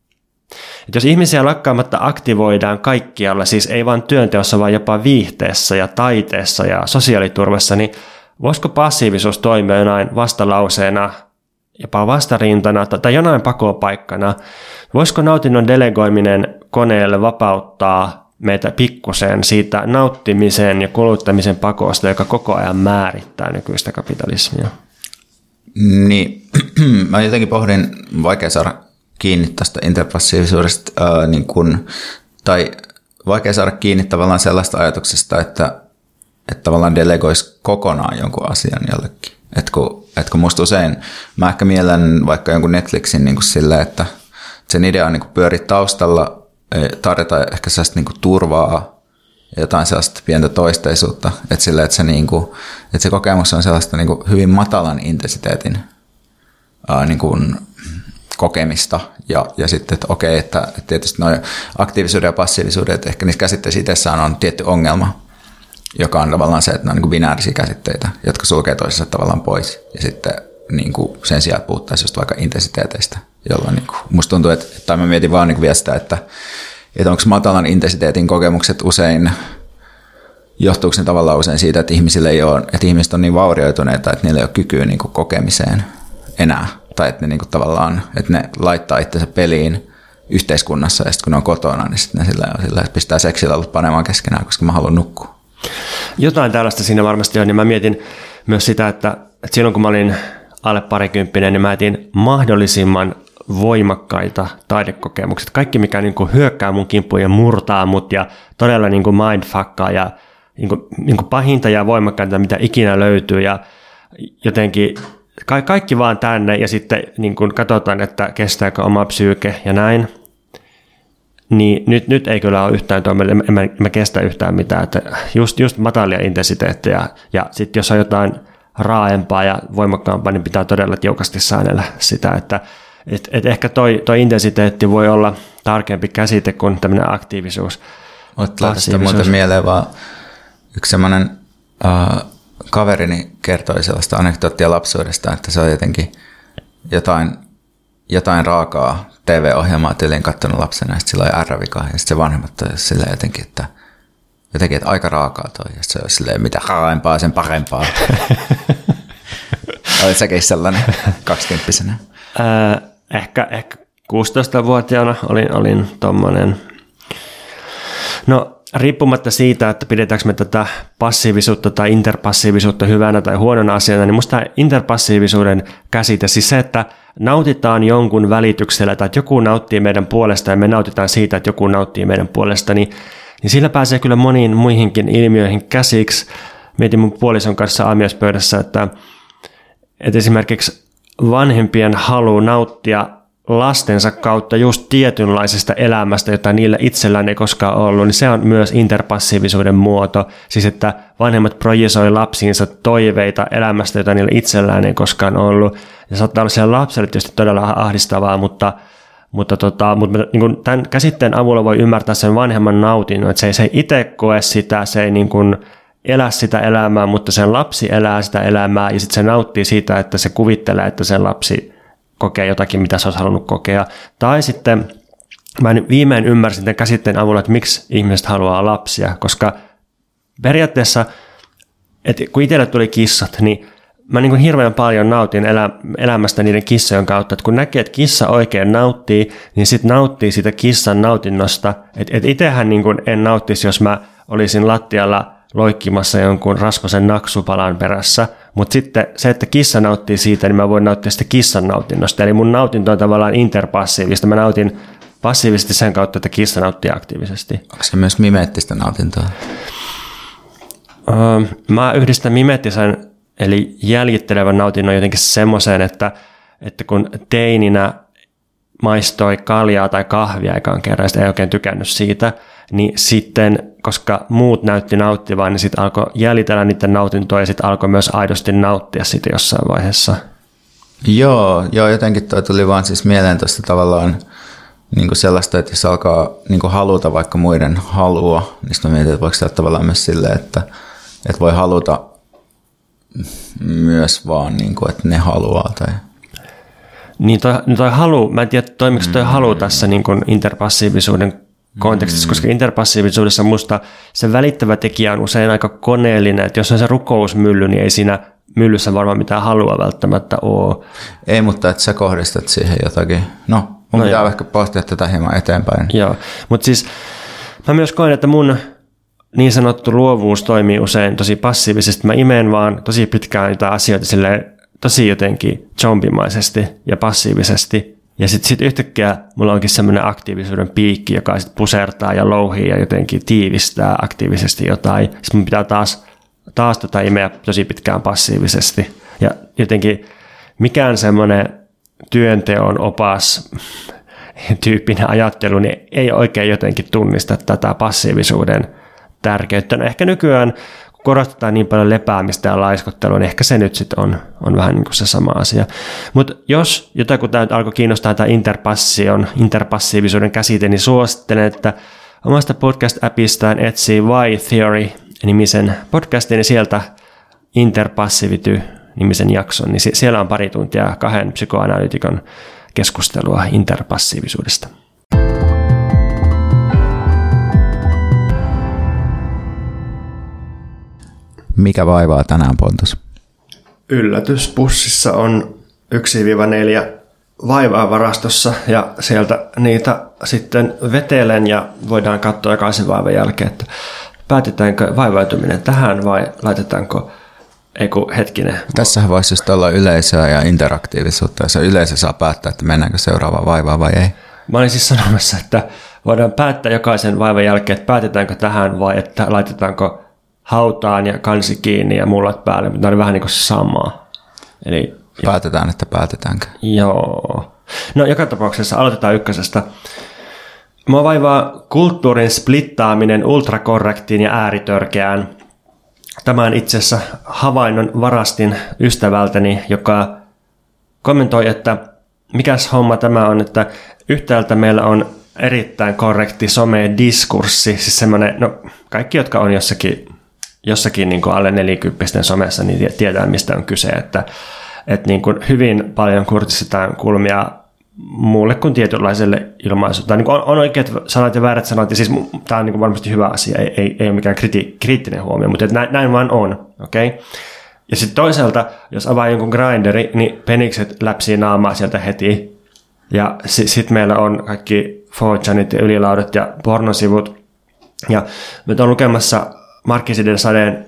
[SPEAKER 3] Et jos ihmisiä lakkaamatta aktivoidaan kaikkialla, siis ei vain työnteossa, vaan jopa viihteessä ja taiteessa ja sosiaaliturvassa, niin voisiko passiivisuus toimia jonain vastalauseena jopa vastarintana tai jonain pakopaikkana. Voisiko nautinnon delegoiminen koneelle vapauttaa meitä pikkusen siitä nauttimisen ja kuluttamisen pakosta, joka koko ajan määrittää nykyistä kapitalismia?
[SPEAKER 1] Niin, mä jotenkin pohdin, vaikea saada kiinni tästä interpassiivisuudesta, tai vaikea saada kiinni tavallaan sellaista ajatuksesta, että tavallaan delegoisi kokonaan jonkun asian jollekin. Että kun musta usein, mä ehkä miellän vaikka jonkun Netflixin niin kuin silleen, että sen idea on niin kuin pyöriä taustalla, tarjota ehkä sellaista niin kuin turvaa ja jotain sellaista pientä toisteisuutta, että se kokemus on sellaista niin kuin hyvin matalan intensiteetin niin kuin kokemista ja sitten, että okei, että tietysti nuo aktiivisuuden ja passiivisuuden, että ehkä niissä käsitteissä itsessään on tietty ongelma, joka on tavallaan se, että ne on niin kuin binäärisiä käsitteitä, jotka sulkee toisensa tavallaan pois. Ja sitten niin kuin sen sijaan puhuttaisiin just vaikka intensiteeteistä, jolloin niin kuin, musta tuntuu, tai mä mietin vaan niin kuin vielä sitä, että onko matalan intensiteetin kokemukset usein, johtuuko ne tavallaan usein siitä, että ihmisille ei ole, että ihmiset on niin vaurioituneita, että niillä ei ole kykyä niin kuin kokemiseen enää. Tai että ne niin kuin tavallaan, että ne laittaa itsensä peliin yhteiskunnassa, ja sitten kun ne on kotona, niin sitten ne sillä pistää seksillä panemaan keskenään, koska mä haluan nukkua.
[SPEAKER 3] Jotain tällaista siinä varmasti on, niin mä mietin myös sitä, että silloin kun mä olin alle parikymppinen, niin mä etin mahdollisimman voimakkaita taidekokemukset. Kaikki, mikä niin kuin hyökkää mun kimppuun ja murtaa mut ja todella niin kuin mindfuckaa ja niin kuin pahinta ja voimakkainta, mitä ikinä löytyy ja jotenkin kaikki vaan tänne ja sitten niin kuin katsotaan, että kestääkö oma psyyke ja näin. Niin nyt ei kyllä ole yhtään tuommoinen, en mä kestä yhtään mitään, että just matalia intensiteettejä ja sitten jos on jotain raaempaa ja voimakkaampaa, niin pitää todella tiukasti säännellä sitä, että ehkä toi intensiteetti voi olla tarkempi käsite kuin tämmöinen aktiivisuus.
[SPEAKER 1] Olet sitä muuten mieleen vaan yksi semmoinen kaverini kertoi sellaista anekdoottia lapsuudesta, että se on jotenkin jotain raakaa TV-ohjelmaa tyyliin katsonut lapsena, ja sitten sillä oli R-vika, ja sitten se vanhemmat toi silleen jotenkin, että aika raakaa toi, ja se oli silleen, mitä raaempaa, sen parempaa. Olit säkin sellainen 20-vuotiaana?
[SPEAKER 3] Ehkä 16-vuotiaana olin tommonen. No, riippumatta siitä, että pidetäänkö me tätä passiivisuutta tai interpassiivisuutta hyvänä tai huonona asiana, niin musta interpassiivisuuden käsite, siis se, että nautitaan jonkun välityksellä tai että joku nauttii meidän puolesta ja me nautitaan siitä, että joku nauttii meidän puolesta, niin sillä pääsee kyllä moniin muihinkin ilmiöihin käsiksi. Mietin mun puolison kanssa aamiaispöydässä, että esimerkiksi vanhempien halu nauttia lastensa kautta just tietynlaisesta elämästä, jota niillä itsellään ei koskaan ollut, niin se on myös interpassiivisuuden muoto. Siis että vanhemmat projisoi lapsiinsa toiveita elämästä, jota niillä itsellään ei koskaan ollut. Ja saattaa olla siellä lapselle tietysti todella ahdistavaa, mutta niin tämän käsitteen avulla voi ymmärtää sen vanhemman nautinnon, että se ei itse koe sitä, se ei niin kuin elä sitä elämää, mutta sen lapsi elää sitä elämää ja sitten se nauttii siitä, että se kuvittelee, että sen lapsi kokee jotakin, mitä se olisi halunnut kokea. Tai sitten mä viimein ymmärsin tämän käsitteen avulla, että miksi ihmiset haluaa lapsia, koska periaatteessa, että kun itselle tuli kissat, niin mä niin kuin hirveän paljon nautin elämästä niiden kissojen kautta, että kun näkee, että kissa oikein nauttii, niin sitten nauttii siitä kissan nautinnosta. Että itsehän niin kuin en nauttisi, jos mä olisin lattialla loikkimassa jonkun raskosen naksupalan perässä, mutta sitten se, että kissa nauttii siitä, niin mä voin nauttia sitä kissan nautinnosta. Eli mun nautinto on tavallaan interpassiivista. Mä nautin passiivisesti sen kautta, että kissa nauttii aktiivisesti.
[SPEAKER 1] Onko se myös mimeettistä nautintoa?
[SPEAKER 3] Mä yhdistän mimeettisen, eli jäljittelevän nautinnon jotenkin semmoiseen, että kun teininä maistoi kaljaa tai kahvia ekaan kerran, ja ei oikein tykännyt siitä, niin sitten, koska muut näytti nauttivan, niin sitten alkoi jäljitellä niiden nautintoa ja sitten alkoi myös aidosti nauttia siitä jossain vaiheessa.
[SPEAKER 1] Joo, jotenkin toi tuli vaan siis mieleen tuosta tavallaan niin kuin sellaista, että jos alkaa niin kuin haluta vaikka muiden halua, niin sitten mä mietin, että voiko se olla tavallaan myös silleen, että voi haluta myös vaan, niin kuin, että ne haluaa. Tai...
[SPEAKER 3] Niin toi halu, mä en tiedä, toimiko toi halu tässä niin kuin interpassiivisuuden kontekstissa, koska interpassiivisuudessa musta se välittävä tekijä on usein aika koneellinen, että jos on se rukousmylly, niin ei siinä myllyssä varmaan mitään halua välttämättä ole.
[SPEAKER 1] Ei, mutta että sä kohdistat siihen jotakin. Mun pitää ehkä pohtia tätä hieman eteenpäin.
[SPEAKER 3] Joo, mutta siis mä myös koen, että mun niin sanottu luovuus toimii usein tosi passiivisesti. Mä imeen vaan tosi pitkään niitä asioita silleen tosi jotenkin zombimaisesti ja passiivisesti. Ja sitten yhtäkkiä mulla onkin semmoinen aktiivisuuden piikki, joka sitten pusertaa ja louhii ja jotenkin tiivistää aktiivisesti jotain. Sitten mun pitää taas imeä tosi pitkään passiivisesti. Ja jotenkin mikään semmoinen työnteon opas tyyppinen ajattelu niin ei oikein jotenkin tunnista tätä passiivisuuden tärkeyttä. No ehkä nykyään korostetaan niin paljon lepäämistä ja laiskottelua, niin ehkä se nyt sitten on vähän niin kuin se sama asia. Mutta jos jotakuta nyt alkoi kiinnostaa tämä interpassiivisuuden käsite, niin suosittelen, että omasta podcast-appistään etsii Why Theory-nimisen podcastin ja sieltä Interpassivity-nimisen jakson, niin siellä on pari tuntia 2 psykoanalyytikon keskustelua interpassiivisuudesta.
[SPEAKER 1] Mikä vaivaa tänään, Pontus?
[SPEAKER 3] Yllätyspussissa on 1-4 vaivaa varastossa ja sieltä niitä sitten vetelen ja voidaan katsoa jokaisen vaivan jälkeen, että päätetäänkö vaivautuminen tähän vai laitetaanko, hetkinen.
[SPEAKER 1] Tässähän voisi just olla yleisöä ja interaktiivisuutta, ja yleisö saa päättää, että mennäänkö seuraavaan vaivaan vai ei.
[SPEAKER 3] Mä olin siis sanomassa, että voidaan päättää jokaisen vaivan jälkeen, että päätetäänkö tähän vai että laitetaanko hautaan ja kansi kiinni ja mullat päälle, mutta ne oli vähän niin kuin samaa. Eli
[SPEAKER 1] päätetään, että päätetäänkö.
[SPEAKER 3] Joo. No joka tapauksessa aloitetaan ykkösestä. Mua vaivaa kulttuurin splittaaminen ultrakorrektiin ja ääritörkeään. Tämän itse asiassa havainnon varastin ystävältäni, joka kommentoi, että mikäs homma tämä on, että yhtäältä meillä on erittäin korrekti some-diskurssi, siis semmoinen, kaikki, jotka on jossakin niin kuin alle 40 somessa, niin tietää, mistä on kyse, että niin kuin hyvin paljon kurtistetaan kulmia muulle kuin tietynlaiselle ilmaisulle. Tai niin kuin on oikeat sanat ja väärät sanat, ja siis tämä on niin kuin varmasti hyvä asia, ei ole mikään kriittinen huomio, mutta näin vaan on, okei? Okay? Ja sitten toisaalta, jos avaa jonkun grinderi, niin penikset läpsii naamaa sieltä heti, ja sitten meillä on kaikki 4chanit ja ylilaudat ja pornosivut, ja me olen lukemassa Markkisiden sadeen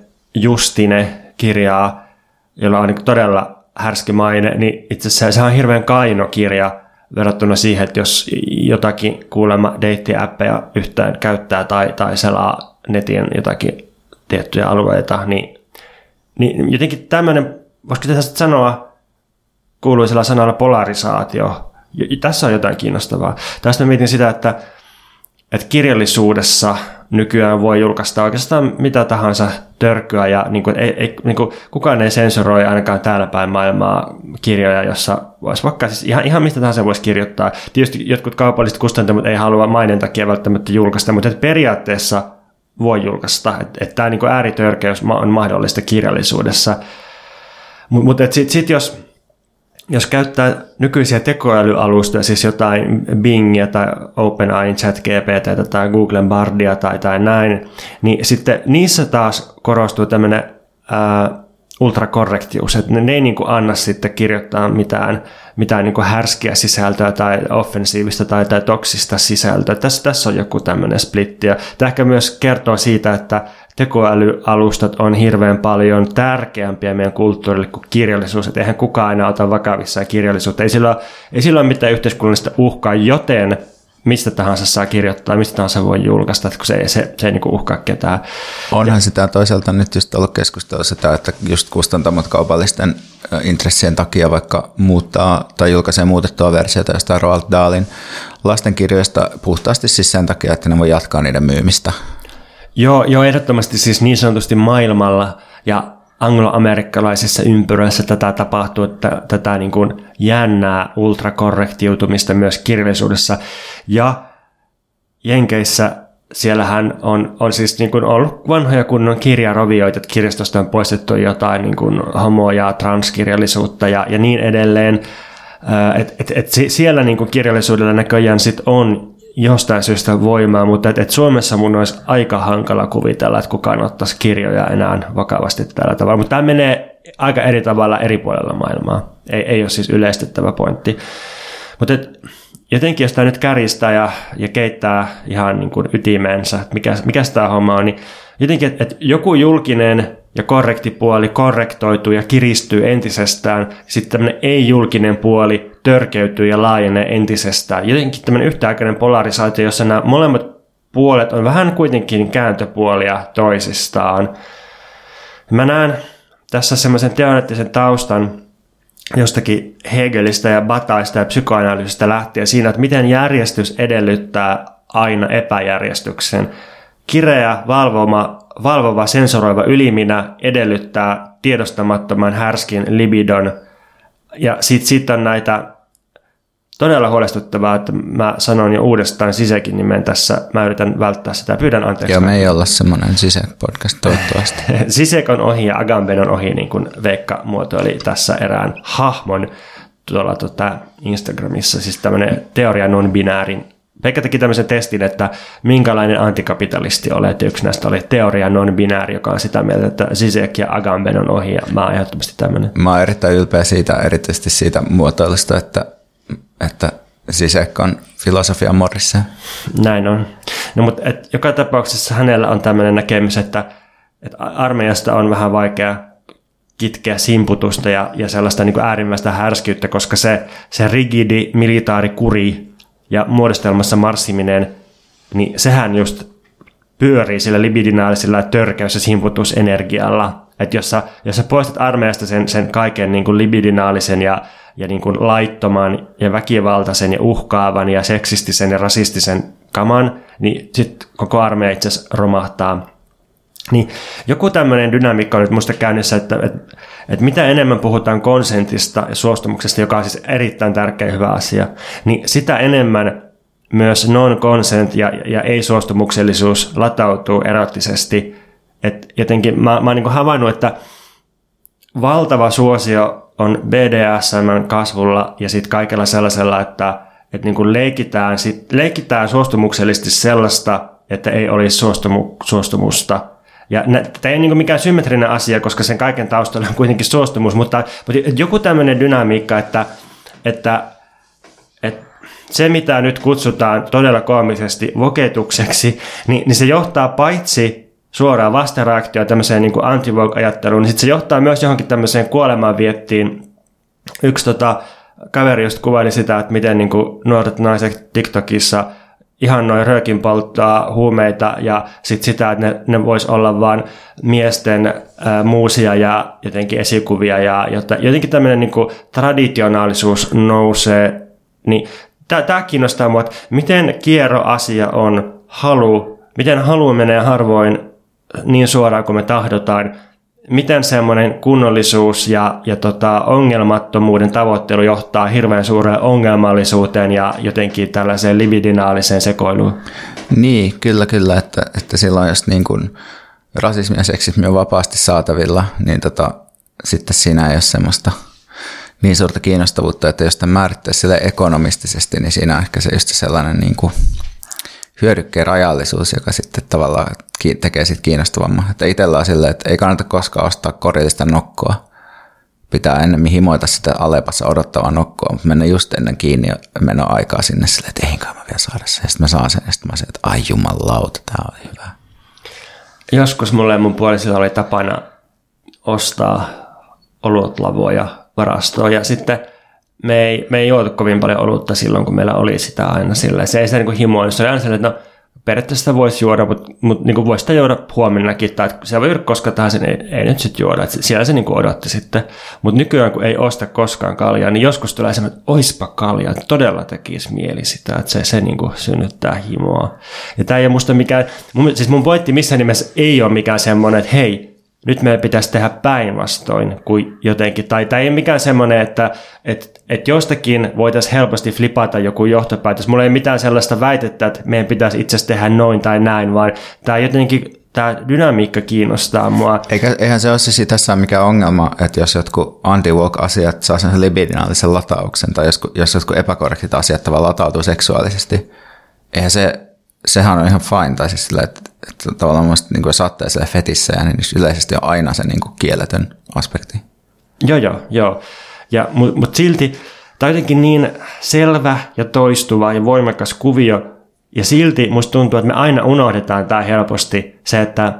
[SPEAKER 3] Justine-kirjaa, jolla on niin todella härski maine, niin itse asiassa se on hirveän kaino kirja verrattuna siihen, että jos jotakin kuulemma deittiäppejä yhtään käyttää tai selaa netin jotakin tiettyjä alueita, niin jotenkin tämmöinen, voisiko tästä sanoa kuuluisella sanalla polarisaatio. Tässä on jotain kiinnostavaa. Tästä mietin sitä, että kirjallisuudessa nykyään voi julkaista oikeastaan mitä tahansa törkyä ja kukaan ei sensuroi ainakaan täällä päin maailmaa kirjoja, jossa voisi vaikka siis ihan mistä tahansa voisi kirjoittaa. Tietysti jotkut kaupalliset kustantamot ei halua mainen takia välttämättä julkaista, mutta periaatteessa voi julkaista. Että tämä ääritörkeys on mahdollista kirjallisuudessa. Mutta sitten jos käyttää nykyisiä tekoälyalustoja, siis jotain Bingia tai OpenAI, ChatGPT tai Googlen Bardia tai näin, niin sitten niissä taas korostuu tämmöinen ultrakorrektius, että ne ei anna sitten kirjoittaa mitään härskiä sisältöä tai offensiivista tai toksista sisältöä. Tässä on joku tämmöinen splitti. Ja tämä ehkä myös kertoo siitä, että tekoälyalustat on hirveän paljon tärkeämpiä meidän kulttuurille kuin kirjallisuus. Että eihän kukaan enää ota vakavissaan kirjallisuutta. Ei sillä ole mitään yhteiskunnallista uhkaa, joten mistä tahansa saa kirjoittaa, mistä tahansa voi julkaista, kun se ei uhkaa ketään.
[SPEAKER 1] Onhan sitä toisaalta nyt just ollut keskustelussa sitä, että just kustantamot kaupallisten intressien takia vaikka muuttaa tai julkaisee muutettua versiota jostain Roald Dahlin lastenkirjoista puhtaasti siis sen takia, että ne voi jatkaa niiden myymistä.
[SPEAKER 3] Joo, ehdottomasti siis niin sanotusti maailmalla ja angloamerikkalaisissa ympyröissä tätä tapahtuu, tätä niin kuin jännää ultrakorrektiutumista myös kirjallisuudessa. Ja Jenkeissä siellähän on siis niin kuin ollut vanhoja kunnon kirjarovioita, että kirjastosta on poistettu jotain niin kuin homo- ja transkirjallisuutta ja niin edelleen. Siellä niin kuin kirjallisuudella näköjään sit on jostain syystä voimaa, mutta Suomessa mun olisi aika hankala kuvitella, että kukaan ottaisi kirjoja enää vakavasti tällä tavalla. Mutta tämä menee aika eri tavalla eri puolella maailmaa. Ei ole siis yleistettävä pointti. Mutta jotenkin, jos tämä nyt kärjistää ja keittää ihan niin kuin ytimeensä, että mikä tämä homma on, niin jotenkin, että joku julkinen ja korrekti puoli korrektoituu ja kiristyy entisestään, sitten tämmöinen ei-julkinen puoli törkeytyy ja laajenee entisestään. Jotenkin tämmöinen yhtäaikainen polarisaatio, jossa nämä molemmat puolet on vähän kuitenkin kääntöpuolia toisistaan. Mä näen tässä semmoisen teoreettisen taustan jostakin Hegelistä ja Bataista ja psykoanalyysistä lähtien siinä, että miten järjestys edellyttää aina epäjärjestyksen. Kireä, valvova, sensoroiva yliminä edellyttää tiedostamattoman härskin libidon. Ja sitten on näitä todella huolestuttavaa, että mä sanon jo uudestaan Sisekin nimen tässä. Mä yritän välttää sitä. Pyydän anteeksi.
[SPEAKER 1] Joo, me ei olla semmoinen Sisek-podcast toivottavasti.
[SPEAKER 3] Sisek on ohi ja Agamben on ohi, niin kuin Veikka muotoili tässä erään hahmon tuolla Instagramissa. Siis tämmöinen teoria non-binäärin. Veikka teki tämmöisen testin, että minkälainen antikapitalisti olet. Yksi näistä oli teoria non-binääri, joka on sitä mieltä, että Zizek ja Agamben on ohi. Ja mä oon ehdottomasti tämmöinen.
[SPEAKER 1] Mä oon erittäin ylpeä siitä, erityisesti siitä muotoilusta, että Zizek on filosofia morissa.
[SPEAKER 3] Näin on. No, mutta joka tapauksessa hänellä on tämmöinen näkemys, että armeijasta on vähän vaikea kitkeä simputusta ja sellaista niin kuin äärimmäistä härskyyttä, koska se rigidi militaarikuri ja muodostelmassa marssiminen, niin sehän just pyörii sillä libidinaalisella törkeys- ja simputusenergialla. Että jos sä poistat armeijasta sen kaiken niin kuin libidinaalisen ja niin kuin laittoman ja väkivaltaisen ja uhkaavan ja seksistisen ja rasistisen kaman, niin sitten koko armeija itse asiassa romahtaa. Niin joku tämmöinen dynamiikka on nyt musta käynnissä, että mitä enemmän puhutaan konsentista ja suostumuksesta, joka on siis erittäin tärkeä ja hyvä asia, niin sitä enemmän myös non-consent ja ei-suostumuksellisuus latautuu erottisesti. Et jotenkin mä oon niin kuin havainnut, että valtava suosio on BDSM:n kasvulla ja sitten kaikella sellaisella, että niin kuin leikitään suostumuksellisesti sellaista, että ei olisi suostumusta. Ja tämä ei ole niin mikään symmetrinen asia, koska sen kaiken taustalla on kuitenkin suostumus, mutta joku tämmöinen dynamiikka, että se, mitä nyt kutsutaan todella koomisesti voketukseksi, niin se johtaa paitsi suoraan vastareaktioon tämmöiseen niin kuin anti-woke-ajatteluun, niin sitten se johtaa myös johonkin tämmöiseen kuolemanviettiin. Yksi kaveri just kuvaili sitä, että miten niin kuin nuoret naiset TikTokissa ihan noin röökin polttaa huumeita ja sitten sitä, että ne vois olla vaan miesten muusia ja jotenkin esikuvia ja jotenkin tämmöinen niin kuin traditionaalisuus nousee. Niin tämä kiinnostaa mua, että miten kiero asia on miten halu menee harvoin niin suoraan kuin me tahdotaan, miten semmoinen kunnollisuus ja ongelmattomuuden tavoittelu johtaa hirveän suureen ongelmallisuuteen ja jotenkin tällaiseen libidinaaliseen sekoiluun.
[SPEAKER 1] Niin, kyllä, että silloin jos niin kuin rasismi ja seksismi on vapaasti saatavilla, niin sitten siinä ei ole semmoista niin suurta kiinnostavuutta, että jos tämä määrittäisi sille ekonomistisesti, niin siinä on ehkä se just sellainen niin kuin hyödykkeen rajallisuus, joka sitten tavallaan tekee siitä kiinnostavamman. Että itsellä on silleen, että ei kannata koskaan ostaa korillista nokkoa. Pitää ennemmin himoita sitä Alepassa odottavaa nokkoa, mutta mennä just ennen kiinni ja mennä aikaa sinne silleen, että eihinkaan mä vielä saada sen. Ja sitten mä saan sen ja sitten mä sanon, että ai jumalauta, tää on hyvä.
[SPEAKER 3] Joskus mulle ja mun puolisilla oli tapana ostaa olutlavoja varastoon ja sitten me ei juotu kovin paljon olutta silloin, kun meillä oli sitä aina sillä. Se ei sitä niin himoa, se oli aina sellainen, että no periaatteessa sitä voisi juoda, mutta niin voisi sitä juoda huomennakin, tai se voi juoda koska tahansa, niin ei nyt sitten juoda. Että siellä se niin odotti sitten. Mutta nykyään, kun ei osta koskaan kaljaa, niin joskus tulee semmoinen, että oispa kaljaa, todella tekisi mieli sitä, että se niin synnyttää himoa. Ja tämä ei ole musta mikään, siis mun pointti missään nimessä ei ole mikään semmoinen, että hei, nyt meidän pitäisi tehdä päinvastoin kuin jotenkin. Tai tämä ei ole mikään semmoinen, että jostakin voitaisiin helposti flipata joku johtopäätös. Mulla ei ole mitään sellaista väitettä, että meidän pitäisi itse asiassa tehdä noin tai näin, vaan tämä dynamiikka kiinnostaa mua.
[SPEAKER 1] Eihän se ole siis tässä mikään ongelma, että jos jotkut anti-woke-asiat saa sen libidinaalisen latauksen, tai jos jotkut epäkorrektit asiat tavallaan latautuu seksuaalisesti, eihän sehän on ihan fine, tai siis sillä, että tavallaan musta, niin jos saattaa siellä fetissä, niin yleisesti on aina se niin kuin kielletön aspekti.
[SPEAKER 3] Joo. Mutta silti tämä on jotenkin niin selvä ja toistuva ja voimakas kuvio, ja silti musta tuntuu, että me aina unohdetaan tämä helposti, se, että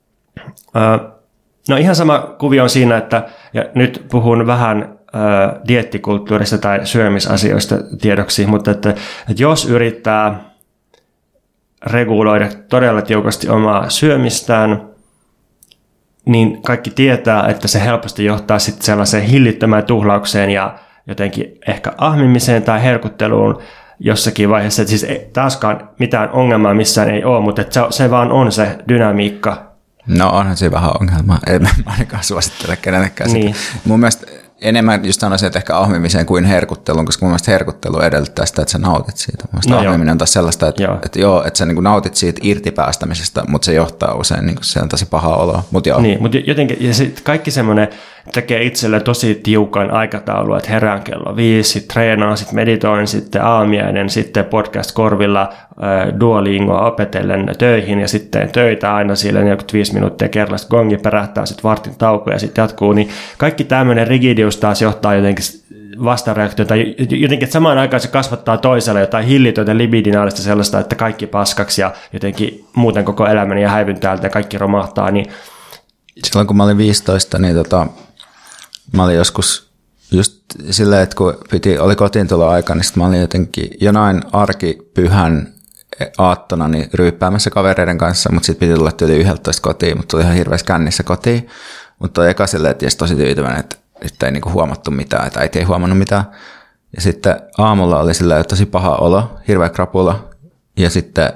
[SPEAKER 3] no ihan sama kuvio on siinä, että ja nyt puhun vähän dieettikulttuurista tai syömisasioista tiedoksi, mutta että jos yrittää reguloida todella tiukasti omaa syömistään, niin kaikki tietää, että se helposti johtaa sitten sellaiseen hillittömään tuhlaukseen ja jotenkin ehkä ahmimiseen tai herkutteluun jossakin vaiheessa. Että siis taaskaan mitään ongelmaa missään ei ole, mutta että se vaan on se dynamiikka.
[SPEAKER 1] No onhan se vähän ongelma. En mä ainakaan suosittele kenellekään niin. Sitä. Mun mielestä enemmän just sanoisin, että ehkä ahmimiseen kuin herkutteluun, koska mun mielestä herkuttelu edellyttää sitä, että sä nautit siitä. Mun mielestä ahmiminen on taas sellaista, että sä niin kuin nautit siitä irtipäästämisestä, mutta se johtaa usein niin kuin se on tosi paha oloa.
[SPEAKER 3] Niin, mutta jotenkin ja kaikki semmoinen tekee itselle tosi tiukan aikataulun, että herään kello 5, sitten treenaan, sitten meditoin, sitten aamiainen, sitten podcast korvilla, Duolingoa opetellen töihin ja sitten töitä aina siellä 45 minuuttia kerralla, gongi pärähtää, sitten vartin tauko ja sitten jatkuu, niin kaikki tämmöinen rigidius taas johtaa jotenkin vastareaktioon, tai jotenkin, että samaan aikaan se kasvattaa toiselle jotain hillitöntä libidinaalista sellaista, että kaikki paskaksi ja jotenkin muuten koko elämäni ja häivyn täältä ja kaikki romahtaa, niin
[SPEAKER 1] silloin kun mä olin 15, niin mä olin joskus just silleen, että kun oli kotiintuloaika, niin mä olin jotenkin jonain arkipyhän aattona niin ryyppäämässä kavereiden kanssa, mutta sitten piti tulla yli 11 kotiin, mutta tuli ihan hirveässä kännissä kotiin. Mutta oli eka silleen, että tosi tyytyväinen, että nyt ei niinku huomattu mitään, että äiti ei huomannut mitään. Ja sitten aamulla oli silleen tosi paha olo, hirveä krapula. Ja sitten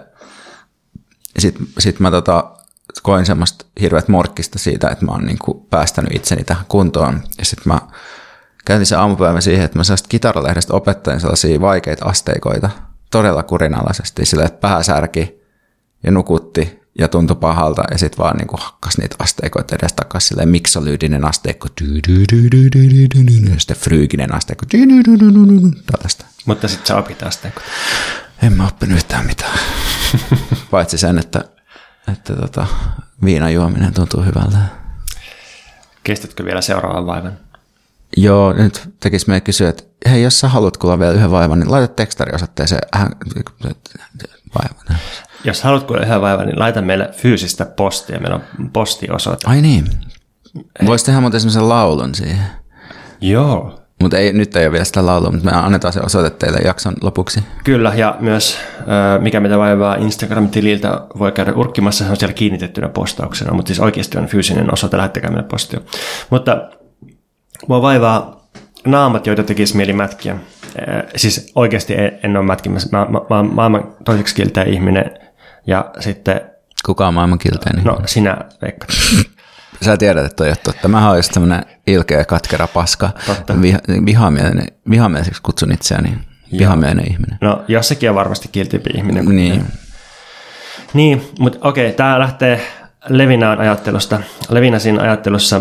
[SPEAKER 1] mä koin semmoista hirveät morkkista siitä, että mä oon niinku päästänyt itseni tähän kuntoon. Ja sitten mä käytin sen aamupäivän siihen, että mä sellaista kitaralehdestä opettelin sellaisia vaikeita asteikoita todella kurinalaisesti, silleen, että pää särki ja nukutti ja tuntui pahalta ja sitten vaan niinku hakkas niitä asteikoita edes takaisin, silleen miksolyydinen asteikko, ja sitten fryyginen asteikko, tällaista.
[SPEAKER 3] Mutta sitten sä opit asteikot.
[SPEAKER 1] En mä oppinut yhtään mitään, paitsi sen, että viinan juominen tuntuu hyvältä.
[SPEAKER 3] Kestätkö vielä seuraavan vaivan?
[SPEAKER 1] Joo, nyt tekisi meidän kysyä, että hei, jos sä haluat kuulla vielä yhden vaivan, niin laita tekstariosoitteeseen vaivan.
[SPEAKER 3] Jos haluat kuulla yhden vaivan, niin laita meille fyysistä postia. Meillä on postiosoite.
[SPEAKER 1] Ai niin. Voisi tehdä muuten semmoisen laulun siihen.
[SPEAKER 3] Joo.
[SPEAKER 1] Mutta nyt ei ole vielä sitä laulua, mutta me annetaan se osoite teille jakson lopuksi.
[SPEAKER 3] Kyllä, ja myös mikä meitä vaivaa Instagram-tililtä voi käydä urkkimassa, se on siellä kiinnitettynä postauksena, mutta siis oikeasti on fyysinen osoite, lähettäkää meille postia. Mutta mua vaivaa naamat, joita tekisi mieli mätkiä. Siis oikeasti en ole mätkimässä. Mä oon maailman toiseksi kilteä ihminen, ja sitten...
[SPEAKER 1] Kuka on maailman kilteä?
[SPEAKER 3] No, sinä, Veikka.
[SPEAKER 1] Sä tiedät, että toi on totta. Mä oon just tämmönen ilkeä, katkera paska. Vihamieliseksi kutsun itseäni. Vihamielinen ihminen.
[SPEAKER 3] No, jossakin on varmasti kiltimpi ihminen.
[SPEAKER 1] Niin,
[SPEAKER 3] mutta okei, tää lähtee Levinan ajattelusta. Levinasin ajattelussa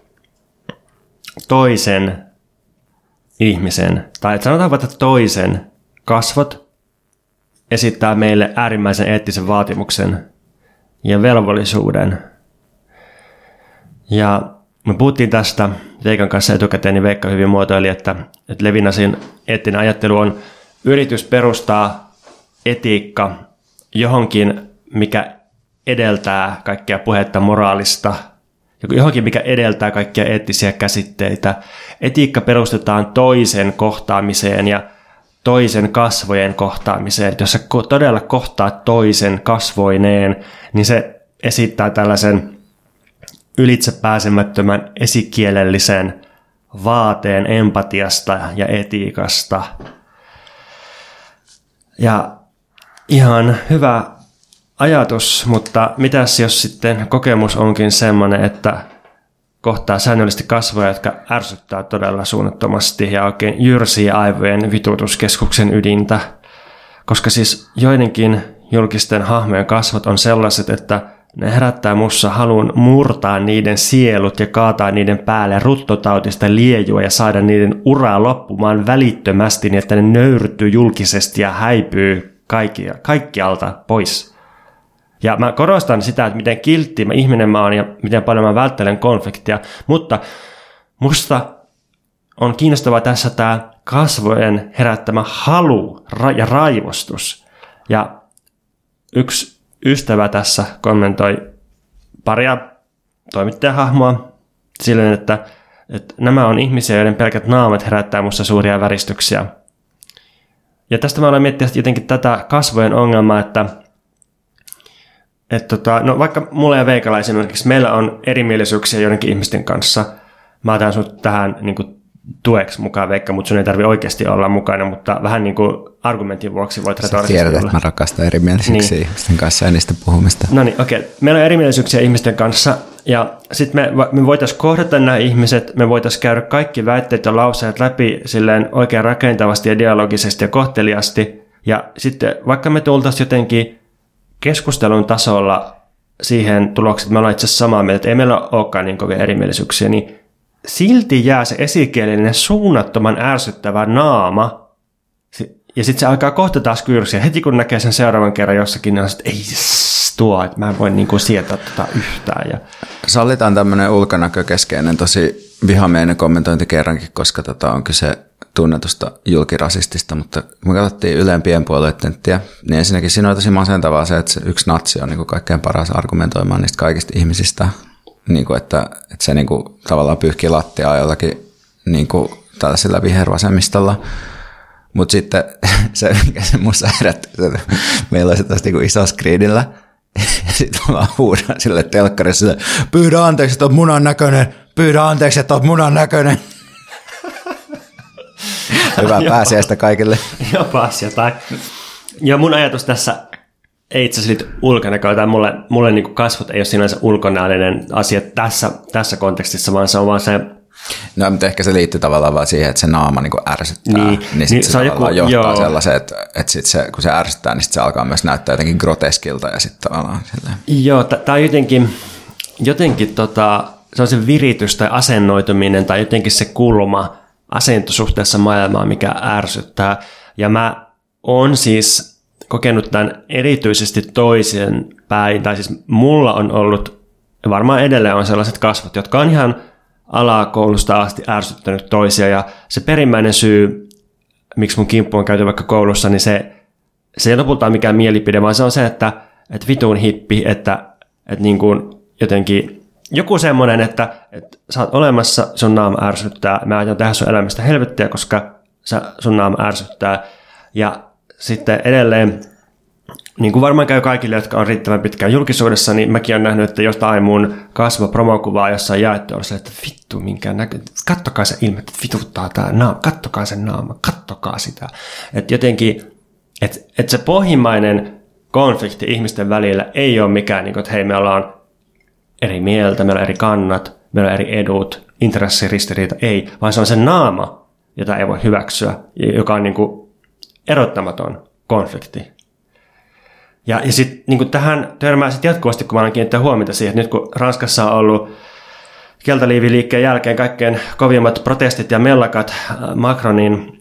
[SPEAKER 3] toisen ihmisen, tai sanotaan vaikka toisen kasvot esittää meille äärimmäisen eettisen vaatimuksen ja velvollisuuden. Ja me puhuttiin tästä Veikan kanssa etukäteen, niin Veikka hyvin muotoili, että Levinasin eettinen ajattelu on yritys perustaa etiikka johonkin, mikä edeltää kaikkea puhetta moraalista, johonkin, mikä edeltää kaikkia eettisiä käsitteitä. Etiikka perustetaan toisen kohtaamiseen ja toisen kasvojen kohtaamiseen. Jos sä todella kohtaat toisen kasvoineen, niin se esittää tällaisen ylitsepääsemättömän esikielellisen vaateen empatiasta ja etiikasta. Ja ihan hyvä ajatus, mutta mitäs jos sitten kokemus onkin semmoinen, että kohtaa säännöllisesti kasvoja, jotka ärsyttää todella suunnattomasti ja oikein jyrsii aivojen vitutuskeskuksen ydintä. Koska siis joidenkin julkisten hahmojen kasvot on sellaiset, että ne herättää mussa halun murtaa niiden sielut ja kaataa niiden päälle ruttotautista liejua ja saada niiden uraa loppumaan välittömästi niin, että ne nöyrtyy julkisesti ja häipyy kaikkialta pois. Ja mä korostan sitä, että miten kiltti ihminen mä oon ja miten paljon mä välttelen konfliktia, mutta musta on kiinnostavaa tässä tämä kasvojen herättämä halu ja raivostus. Ja yksi ystävä tässä kommentoi paria toimittajahahmoa silleen, että nämä on ihmisiä, joiden pelkät naamat herättää musta suuria väristyksiä. Ja tästä mä olen miettinyt jotenkin tätä kasvojen ongelmaa, että no vaikka mulla ja Veikalla esimerkiksi meillä on erimielisyyksiä joidenkin ihmisten kanssa. Mä otan sut tähän niin kuin tueksi mukaan, Veikka, mutta sun ei tarvitse oikeasti olla mukana, mutta vähän niin kuin argumentin vuoksi voit retorisesti
[SPEAKER 1] tiedät, että mä rakastan erimielisyyksiä ihmisten kanssa ja niistä puhumista.
[SPEAKER 3] No niin, okei. Meillä on erimielisyyksiä ihmisten kanssa, ja sitten me voitaisiin kohdata nämä ihmiset, me voitaisiin käydä kaikki väitteet ja lauseet läpi silleen oikein rakentavasti ja dialogisesti ja kohteliasti, ja sitten vaikka me tultaisiin jotenkin keskustelun tasolla siihen tulokseen, että me ollaan itse asiassa samaa mieltä, että ei meillä olekaan niin kovin erimielisyyksiä, niin silti jää se esikielinen suunnattoman ärsyttävä naama, ja sitten se alkaa kohta taas kyrsiä. Heti kun näkee sen seuraavan kerran jossakin, niin on että ei tuo, että mä en voi niin kuin sietää tätä yhtään. Ja
[SPEAKER 1] sallitaan tämmöinen ulkonäkökeskeinen, tosi vihamielinen kommentointi kerrankin, koska on kyse tunnetusta julkirasistista, mutta kun me katsottiin Ylen pienpuoluetenttiä, niin ensinnäkin siinä on tosi masentavaa se, että se yksi natsi on niin kuin kaikkein paras argumentoimaan niistä kaikista ihmisistä, niin kuin, että se niin kuin, tavallaan pyyhkii lattiaa jollakin niin kuin, tällaisella vihervasemmistolla. Mutta sitten se, mikä se musta herätti, meillä oli se taas niin iso screenillä, ja sitten vaan huudaan sille telkkarissa, pyydä anteeksi, että oot munan näköinen, pyydä anteeksi, että oot munan näköinen. Hyvää pääsiäistä kaikille.
[SPEAKER 3] Jopa asia. Ja mun ajatus tässä ei itse asiassa liity ulkonäköön, tai mulle niin kuin kasvot ei ole sinänsä ulkonäöllinen asia tässä kontekstissa, vaan se on vaan se.
[SPEAKER 1] No, mutta ehkä se liittyy tavallaan vaan siihen, että se naama niin kuin ärsyttää, niin sitten se tavallaan johtaa sellaiseen, että sit se, kun se ärsyttää, niin sit se alkaa myös näyttää jotenkin groteskilta ja sitten tavallaan silleen.
[SPEAKER 3] Joo, tai jotenkin se on se viritys tai asennoituminen tai jotenkin se kulma asento suhteessa maailmaan, mikä ärsyttää. Ja mä oon siis kokenut tämän erityisesti toisen päin, tai siis mulla on ollut, varmaan edelleen on sellaiset kasvot, jotka on ihan alakoulusta asti ärsyttänyt toisia, ja se perimmäinen syy, miksi mun kimppu on käyty vaikka koulussa, niin se ei lopulta ole mikään mielipide, vaan se on se, että vitun hippi, että niin kuin jotenkin joku semmoinen, että sä oot olemassa, sun naama ärsyttää, mä aion tehdä sun elämästä helvettiä, koska sun naama ärsyttää, ja sitten edelleen, niin kuin varmaan käy kaikille, jotka on riittävän pitkään julkisuudessa, niin mäkin olen nähnyt, että jotain mun kasvopromokuvaa jossain jaettu on se, että vittu minkään näkö, kattokaa se ilme, että vituttaa tää naama, kattokaa sen naama, kattokaa sitä. Että jotenkin, että se pohjimmainen konflikti ihmisten välillä ei ole mikään, niin kuin, että hei, me ollaan eri mieltä, meillä on eri kannat, meillä on eri edut, intressiristiriita, ei, vaan se on se naama, jota ei voi hyväksyä, joka on niin kuin erottamaton konflikti. Ja sitten niin tähän törmää sitten jatkuvasti, kun mä olen kiinnittänyt huomiota siihen, että nyt kun Ranskassa on ollut keltaliiviliikkeen jälkeen kaikkein kovimmat protestit ja mellakat Macronin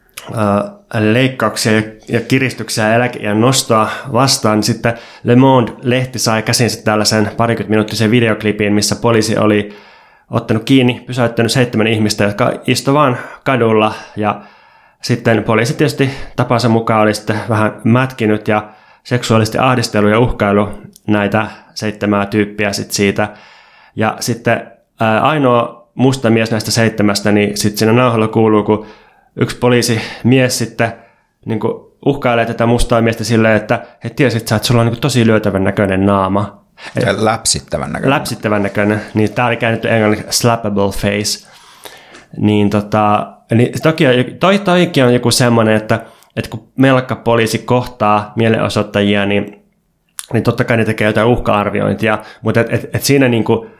[SPEAKER 3] leikkauksia ja kiristyksiä ja eläkeiän nostoa vastaan, niin sitten Le Monde-lehti sai käsinsä tällaisen 20-minuuttisen videoklipin, missä poliisi oli ottanut kiinni, pysäyttänyt 7 ihmistä, jotka istuivat kadulla, ja sitten poliisi tietysti tapansa mukaan oli sitten vähän mätkinyt ja seksuaalisesti ahdistelu ja uhkailu näitä 7 tyyppiä sit siitä. Ja sitten ainoa musta mies näistä 7, niin sitten siinä nauhalla kuuluu, kun yksi poliisimies sitten niin uhkailee tätä mustaa miestä silleen, että he tiesit sä, että sulla on niin tosi lyötävän näköinen naama.
[SPEAKER 1] Läpsittävän näköinen.
[SPEAKER 3] Läpsittävän näköinen. Niin tää oli käännetty englanniksi slappable face. Niin toikin on joku semmoinen, että kun melkka poliisi kohtaa mielenosoittajia, niin totta kai ne tekee jotain uhka-arviointia, mutta siinä niin kuin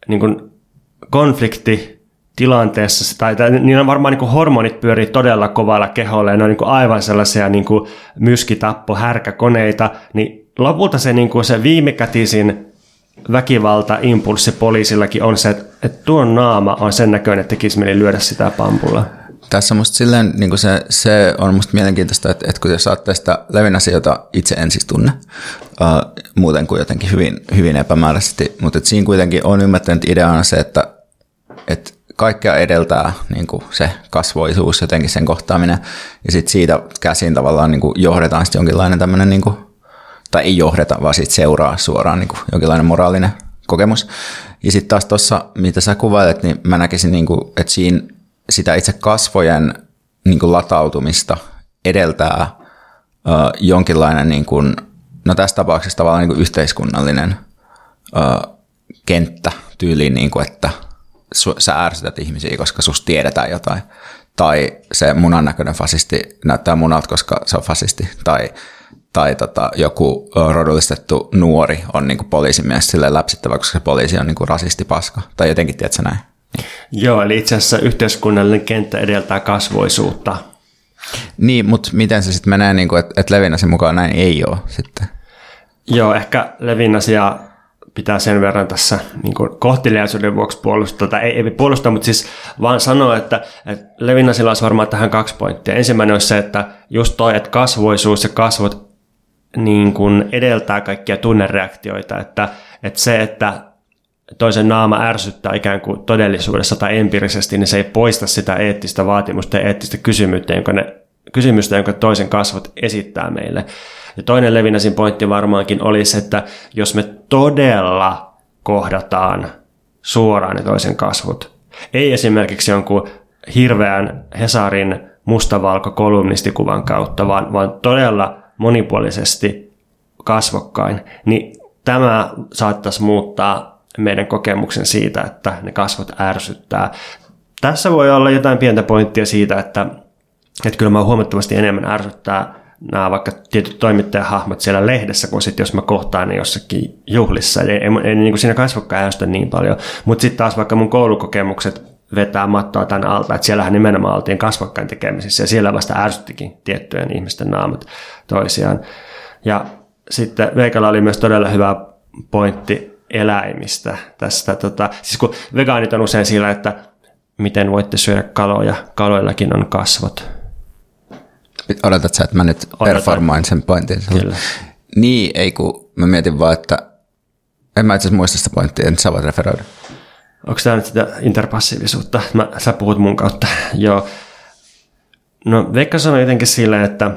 [SPEAKER 3] konfliktitilanteessa, tai niin on varmaan niin kuin hormonit pyörii todella kovalla keholla, ja ne on niin kuin aivan sellaisia niin kuin myskitappo-härkäkoneita, niin lopulta se, niin kuin se viimekätisin väkivalta-impulssi poliisillakin on se, että tuon naama on sen näköinen, että tekisi mieli lyödä sitä pampulla.
[SPEAKER 1] Tässä on musta silleen, niin kuin se on musta mielenkiintoista, että kun jos ajattelee sitä Levin asiaa, jota itse en siis tunne, muuten kuin jotenkin hyvin, hyvin epämääräisesti, mutta siinä kuitenkin on ymmärtänyt ideana se, että kaikkea edeltää niin kuin se kasvoisuus, jotenkin sen kohtaaminen, ja sitten siitä käsin tavallaan niin kuin johdetaan sitten jonkinlainen tämmöinen, niin kuin, tai ei johdeta, vaan sitten seuraa suoraan niin kuin jonkinlainen moraalinen kokemus. Ja sitten taas tuossa, mitä sä kuvailet, niin mä näkisin, niin kuin, että siinä sitä itse kasvojen niin kuin latautumista edeltää jonkinlainen, niin kuin, no tässä tapauksessa tavallaan niin kuin yhteiskunnallinen kenttä tyyliin, niin kuin, että sä ärsytät ihmisiä, koska susta tiedetään jotain. Tai se munan näköinen fasisti näyttää munalta, koska se on fasisti. Tai joku rodullistettu nuori on niin kuin poliisin mielestä silleen läpsittävä, koska se poliisi on niin kuin rasistipaska. Tai jotenkin, tiedätkö näin?
[SPEAKER 3] Joo, eli itse asiassa yhteiskunnallinen kenttä edeltää kasvoisuutta.
[SPEAKER 1] Niin, mutta miten se sitten menee, niin että Levinasin mukaan näin ei ole sitten?
[SPEAKER 3] Joo, ehkä Levinasia pitää sen verran tässä niin kohteliaisuuden vuoksi puolustaa, tai ei puolustaa, mutta siis vaan sanoa, että Levinasilla olisi varmaan tähän 2 pointtia. Ensimmäinen olisi se, että just toi, että kasvoisuus ja kasvot niin kuin edeltää kaikkia tunnereaktioita, että se, että toisen naama ärsyttää ikään kuin todellisuudessa tai empiirisesti, niin se ei poista sitä eettistä vaatimusta ja eettistä kysymystä, jonka toisen kasvot esittää meille. Ja toinen Levinasin pointti varmaankin olisi, että jos me todella kohdataan suoraan ne toisen kasvot, ei esimerkiksi jonkun hirveän Hesarin mustavalko-kolumnistikuvan kautta, vaan todella monipuolisesti kasvokkain, niin tämä saattaisi muuttaa meidän kokemuksen siitä, että ne kasvot ärsyttää. Tässä voi olla jotain pientä pointtia siitä, että kyllä mä huomattavasti enemmän ärsyttää nämä vaikka tietyt toimittajahahmot siellä lehdessä, kuin sitten jos mä kohtaan ne jossakin juhlissa. Ei niin kuin siinä kasvokkaan ärsytä niin paljon. Mutta sitten taas vaikka mun koulukokemukset vetää mattoa tämän alta, että siellähän nimenomaan oltiin kasvokkain tekemisissä ja siellä vasta ärsyttikin tiettyjen ihmisten naamat toisiaan. Ja sitten Veikalla oli myös todella hyvä pointti eläimistä tästä. Siis kun vegaanit on usein sillä, että miten voitte syödä kaloja, kaloillakin on kasvot.
[SPEAKER 1] Odotat sä, että mä nyt performaan sen pointin?
[SPEAKER 3] Kyllä.
[SPEAKER 1] Niin, ei kun mä mietin vaan, että en mä itse asiassa muista sitä pointtia, että sä voit referoida.
[SPEAKER 3] Onko tämä nyt sitä interpassiivisuutta? Sä puhut mun kautta. Joo. No Veikka sanoi jotenkin silleen, että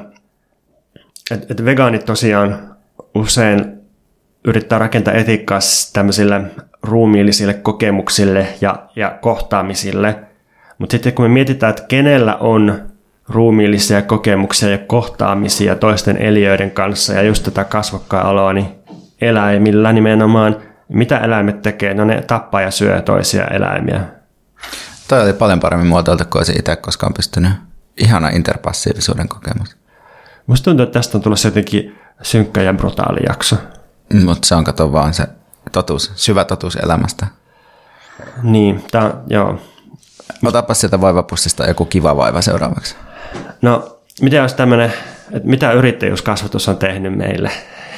[SPEAKER 3] vegaanit tosiaan usein yrittää rakentaa etiikkaa tämmöisille ruumiillisille kokemuksille ja kohtaamisille. Mutta sitten kun me mietitään, että kenellä on ruumiillisia kokemuksia ja kohtaamisia toisten eliöiden kanssa ja just tätä kasvokkain-oloa, niin eläimillä nimenomaan. Mitä eläimet tekee? No ne tappaa ja syö toisia eläimiä.
[SPEAKER 1] Toi oli paljon paremmin muotoiltu kuin olisin itse koskaan pystynyt. Ihana interpassiivisuuden kokemus.
[SPEAKER 3] Musta tuntuu, että tästä on tullut jotenkin synkkä ja brutaali jakso.
[SPEAKER 1] Mutta se on kato vaan se totuus, syvä totuus elämästä.
[SPEAKER 3] Niin, joo.
[SPEAKER 1] Otapa sieltä vaivapussista joku kiva vaiva seuraavaksi.
[SPEAKER 3] No, mitä olisi tämmöinen, että mitä yrittäjyyskasvatus on tehnyt meille?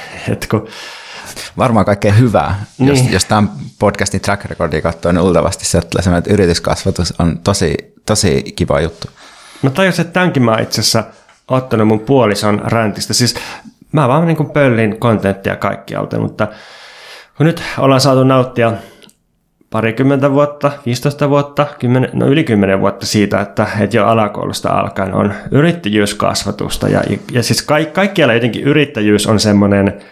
[SPEAKER 1] Varmaan kaikkea hyvää.
[SPEAKER 3] Niin.
[SPEAKER 1] Jos tämän podcastin track recordia katsoo, niin luultavasti sieltä tulee sellainen, että yrityskasvatus on tosi kiva juttu.
[SPEAKER 3] Mä tajusin, että tämänkin mä itse asiassa ottanut mun puolison räntistä. Siis mä vaan niin kuin pöllin kontenttia kaikkialta, mutta kun nyt ollaan saatu nauttia parikymmentä vuotta, 15 vuotta, yli 10 vuotta siitä, että jo alakoulusta alkaen on yrittäjyyskasvatusta. Ja siis kaikkialla jotenkin yrittäjyys on semmoinen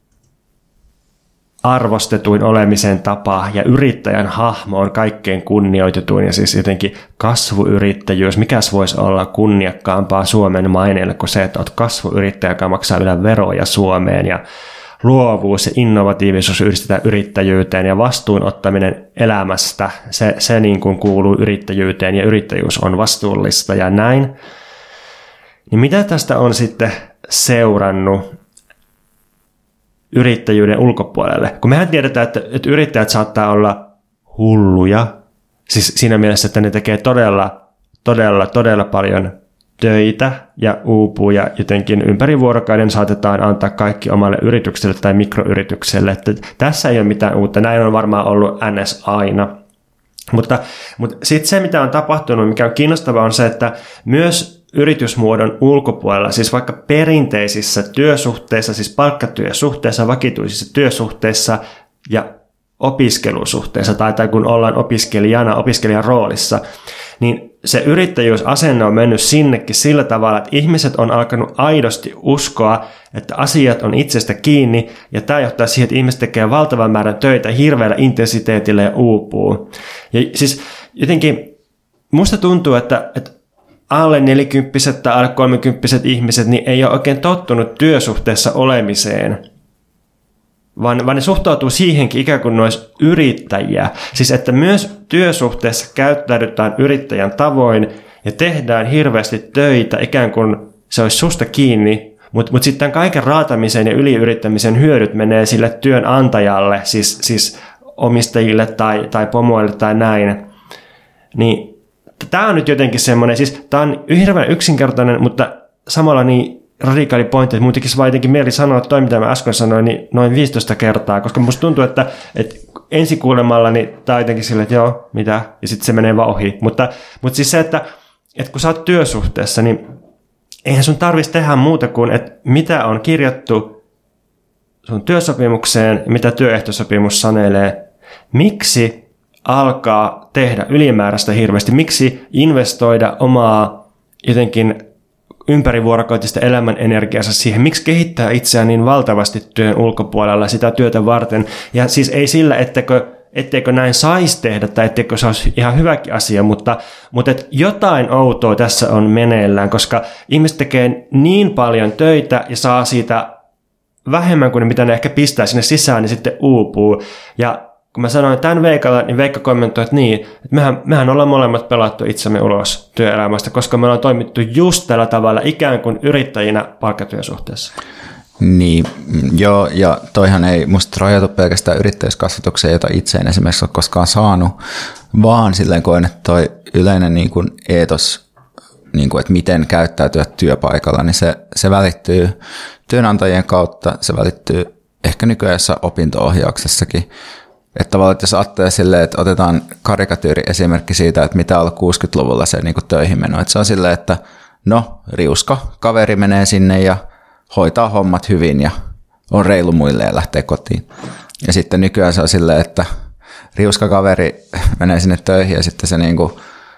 [SPEAKER 3] arvostetuin olemisen tapa ja yrittäjän hahmo on kaikkein kunnioitetuin ja siis jotenkin kasvuyrittäjyys. Mikäs voisi olla kunniakkaampaa Suomen maineelle kuin se, että olet kasvuyrittäjä, joka maksaa vielä veroja Suomeen ja luovuus ja innovatiivisuus yhdistetään yrittäjyyteen ja vastuun ottaminen elämästä, se niin kuin kuuluu yrittäjyyteen ja yrittäjyys on vastuullista ja näin. Niin mitä tästä on sitten seurannut yrittäjyyden ulkopuolelle? Kun mehän tiedetään, että yrittäjät saattaa olla hulluja, siis siinä mielessä, että ne tekee todella paljon töitä ja uupuu ja jotenkin ympäri vuorokauden saatetaan antaa kaikki omalle yritykselle tai mikroyritykselle. Että tässä ei ole mitään uutta, näin on varmaan ollut NS aina. Mutta sitten se, mitä on tapahtunut, mikä on kiinnostavaa, on se, että myös yritysmuodon ulkopuolella, siis vaikka perinteisissä työsuhteissa, siis palkkatyösuhteissa, vakituisissa työsuhteissa ja opiskelusuhteessa tai kun ollaan opiskelijan roolissa, niin se yrittäjyysasenne on mennyt sinnekin sillä tavalla, että ihmiset on alkanut aidosti uskoa, että asiat on itsestä kiinni, ja tämä johtaa siihen, että ihmiset tekee valtavan määrän töitä hirveällä intensiteetillä ja uupuu. Ja siis jotenkin musta tuntuu, että alle 40 tai alle 30 ihmiset niin ei ole oikein tottunut työsuhteessa olemiseen, vaan ne suhtautuu siihenkin ikään kuin ne olisi yrittäjiä. Siis että myös työsuhteessa käyttäydytään yrittäjän tavoin ja tehdään hirveästi töitä ikään kuin se olisi susta kiinni, mutta sitten kaiken raatamisen ja yliyrittämisen hyödyt menee sille työnantajalle, siis omistajille tai pomoille tai näin. Niin tämä on nyt jotenkin semmoinen, siis tämä on hirveän yksinkertainen, mutta samalla niin radikaali pointti, että mun tekisi vaan jotenkin mieli sanoa toi, mitä mä äsken sanoin, niin noin 15 kertaa, koska musta tuntuu, että ensi kuulemalla niin tämä on jotenkin silleen, että joo, mitä, ja sitten se menee vaan ohi. Mutta siis se, että kun sä oot työsuhteessa, niin eihän sun tarvitsisi tehdä muuta kuin, että mitä on kirjattu sun työsopimukseen, mitä työehtosopimus sanelee. Miksi alkaa tehdä ylimääräistä hirveästi? Miksi investoida omaa jotenkin ympärivuorokautista elämän energiansa siihen? Miksi kehittää itseään niin valtavasti työn ulkopuolella sitä työtä varten? Ja siis ei sillä, etteikö näin saisi tehdä tai etteikö se olisi ihan hyväkin asia, mutta et jotain outoa tässä on meneillään, koska ihmiset tekee niin paljon töitä ja saa siitä vähemmän kuin mitä ne ehkä pistää sinne sisään, niin sitten uupuu. Ja kun mä sanoin tämän Veikalle, niin Veikka kommentoi, että niin, että mehän ollaan molemmat pelattu itsemme ulos työelämästä, koska me ollaan toimittu just tällä tavalla ikään kuin yrittäjinä palkkatyösuhteessa.
[SPEAKER 1] Niin, joo, ja toihan ei musta rajoitu pelkästään yrittäjyyskasvatukseen, jota itse en esimerkiksi ole koskaan saanut, vaan silleen koen, että toi yleinen niin kuin eetos, niin kuin, että miten käyttäytyä työpaikalla, niin se välittyy työnantajien kautta, se välittyy ehkä nykyään opinto-ohjauksessakin. Että tavallaan, että jos ajattelee silleen, että otetaan karikatyyri-esimerkki siitä, että mitä on 60-luvulla se niin kuin töihin meno. Että se on silleen, että no, riuska kaveri menee sinne ja hoitaa hommat hyvin ja on reilu muille ja lähtee kotiin. Ja sitten nykyään se on silleen, että riuska kaveri menee sinne töihin ja sitten se niin kuin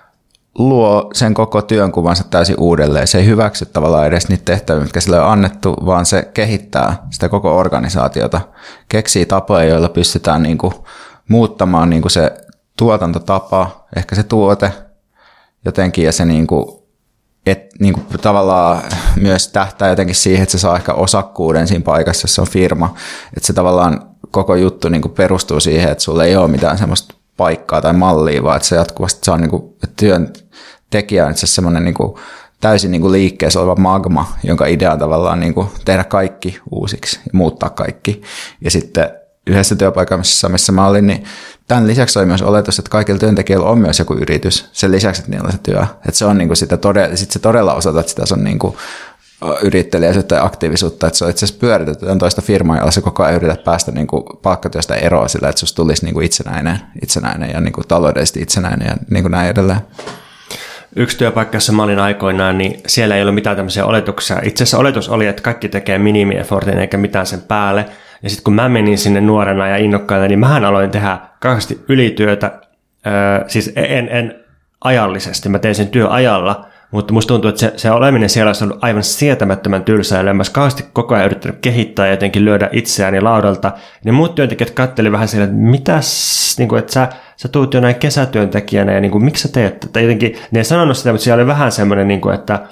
[SPEAKER 1] luo sen koko työnkuvansa täysin uudelleen. Se ei hyväksy tavallaan edes niitä tehtäviä, mitkä sille on annettu, vaan se kehittää sitä koko organisaatiota. Keksii tapoja, joilla pystytään niinku muuttamaan niinku se tuotantotapa, ehkä se tuote jotenkin, ja se niinku tavallaan myös tähtää jotenkin siihen, että se saa ehkä osakkuuden siinä paikassa, jos se on firma. Että se tavallaan koko juttu niinku perustuu siihen, että sulla ei ole mitään semmoista paikkaa tai mallia, vaan että se jatkuvasti saa niinku työntekijä on itse asiassa semmoinen niinku täysin niinku liikkeessä oleva magma, jonka idea on tavallaan niinku tehdä kaikki uusiksi ja muuttaa kaikki. Ja sitten yhdessä työpaikassa, missä mä olin, niin tämän lisäksi oli myös oletus, että kaikilla työntekijöillä on myös joku yritys. Sen lisäksi, että niillä on se työ. Että se on niinku sitä sit se todella osoittaa, että sitä on niinku yrittelijäisyyttä ja aktiivisuutta, että se on itse asiassa pyöritetään toista firmaa, jolla se koko ajan yrität päästä niinku palkkatyöstä eroa sillä, että susta tulisi niinku itsenäinen ja niinku taloudellisesti itsenäinen ja niinku näin edelleen.
[SPEAKER 3] Yksi työpaikka, jossa mä olin aikoinaan, niin siellä ei ollut mitään tämmöisiä oletuksia. Itse asiassa oletus oli, että kaikki tekee minimi-effortin eikä mitään sen päälle. Ja sitten kun mä menin sinne nuorena ja innokkaana, niin mähän aloin tehdä kauheasti ylityötä, siis en ajallisesti, mä tein sen työajalla, mutta musta tuntuu, että se oleminen siellä olisi ollut aivan sietämättömän tylsää, ja mä kauheasti koko ajan yrittänyt kehittää ja jotenkin lyödä itseäni laudalta. Ja muut työntekijät katseli vähän siellä, että mitäs, niin kuin, että sä tuut jo näin kesätyöntekijänä, ja niin kuin, miksi sä teet? Tai jotenkin, ne ei sanonut sitä, mutta siellä oli vähän semmoinen, niin kuin, että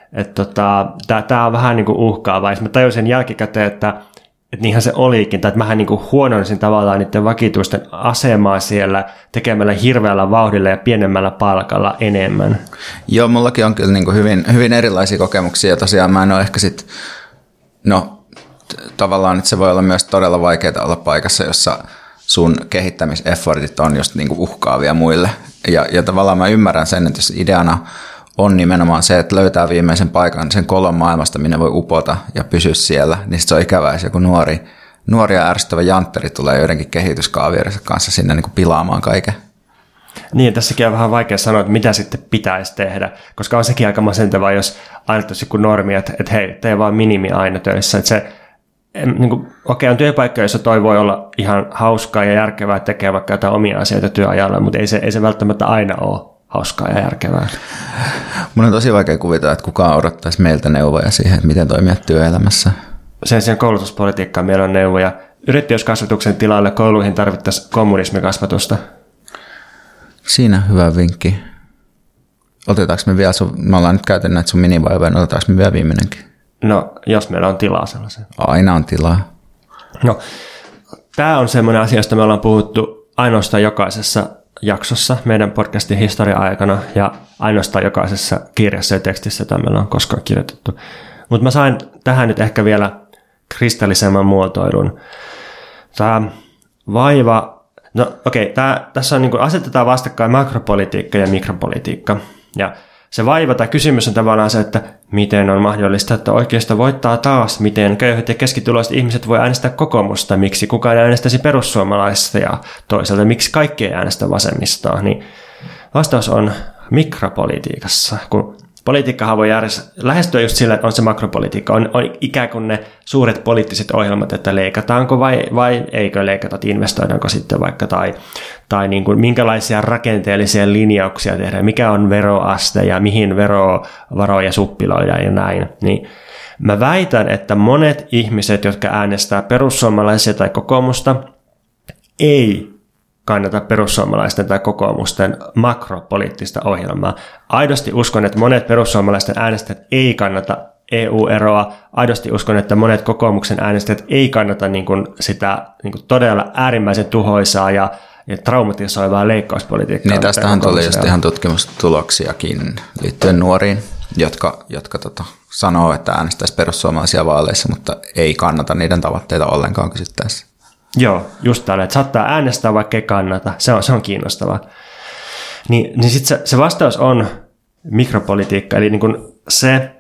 [SPEAKER 3] tämä on vähän niin kuin uhkaavaa. Ja mä tajusin jälkikäteen, että niinhän se olikin, tai että mähän niin kuin huononsin tavallaan niiden vakituisten asemaa siellä tekemällä hirveällä vauhdilla ja pienemmällä palkalla enemmän.
[SPEAKER 1] Joo, mullakin on kyllä niin kuin hyvin erilaisia kokemuksia, ja tosiaan mä en ole ehkä sit, tavallaan, että se voi olla myös todella vaikeaa olla paikassa, jossa sun kehittämiseffortit on just niin kuin uhkaavia muille, ja tavallaan mä ymmärrän sen, että jos ideana on nimenomaan se, että löytää viimeisen paikan sen kolon maailmasta, minne voi upota ja pysyä siellä, niin se on ikävää, jos joku nuori ja ärsyttävä jantteri tulee joidenkin kehityskaavioidensa kanssa sinne niin kuin pilaamaan kaiken.
[SPEAKER 3] Niin, tässäkin on vähän vaikea sanoa, että mitä sitten pitäisi tehdä, koska on sekin aika masentavaa, jos annettaisiin joku normi, että hei, tee vaan minimi aina töissä, että on työpaikkoja, joissa toi voi olla ihan hauskaa ja järkevää, tekee vaikka jotain omia asioita työajalla, mutta ei se välttämättä aina ole hauskaa ja järkevää.
[SPEAKER 1] Mun on tosi vaikea kuvitella, että kukaan odottaisi meiltä neuvoja siihen, että miten toimia työelämässä.
[SPEAKER 3] Sen sijaan koulutuspolitiikkaan meillä on neuvoja. Yrittäjyyskasvatuksen tilalle kouluihin tarvittaisiin kommunismikasvatusta.
[SPEAKER 1] Siinä hyvä vinkki. Otetaanko me vielä me ollaan nyt käyty näitä sun minivaivoja, niin otetaanko me vielä viimeinenkin?
[SPEAKER 3] No, jos meillä on tilaa sellaisen.
[SPEAKER 1] Aina on tilaa.
[SPEAKER 3] No, tämä on semmoinen asia, josta me ollaan puhuttu ainoastaan jokaisessa jaksossa meidän podcastin historia-aikana ja ainoastaan jokaisessa kirjassa ja tekstissä, jota meillä on koskaan kirjoitettu. Mutta mä sain tähän nyt ehkä vielä kristallisemman muotoilun. Tämä vaiva, no okei, tässä on niin kuin asetetaan vastakkain makropolitiikka ja mikropolitiikka. Ja se vaiva tai kysymys on tavallaan se, että miten on mahdollista, että oikeisto voittaa taas, miten köyhät ja keskituloiset ihmiset voi äänestää kokoomusta, miksi kukaan äänestäisi perussuomalaista ja toisaalta miksi kaikki ei äänestä vasemmistoa. Niin vastaus on mikropolitiikassa, kun politiikkahan voi lähestyä just sillä, että on se makropolitiikka, on ikään kuin ne suuret poliittiset ohjelmat, että leikataanko vai eikö leikata, investoidaanko sitten vaikka, tai niin kuin minkälaisia rakenteellisia linjauksia tehdään, mikä on veroaste ja mihin verovaroja suppiloidaan ja näin. Niin mä väitän, että monet ihmiset, jotka äänestää perussuomalaisia tai kokoomusta, ei kannata perussuomalaisten tai kokoomusten makropoliittista ohjelmaa. Aidosti uskon, että monet perussuomalaisten äänestäjät ei kannata EU-eroa. Aidosti uskon, että monet kokoomuksen äänestäjät ei kannata sitä todella äärimmäisen tuhoisaa ja traumatisoivaa leikkauspolitiikkaa.
[SPEAKER 1] Niin tästähän tuli just ihan tutkimustuloksiakin liittyen nuoriin, jotka sanoo, että äänestäisi perussuomalaisia vaaleissa, mutta ei kannata niiden tavoitteita ollenkaan kysyttäessä.
[SPEAKER 3] Joo, just tällä, että saattaa äänestää, vaikka ei kannata. Se on kiinnostavaa. Niin sitten se vastaus on mikropolitiikka, eli niin kuin se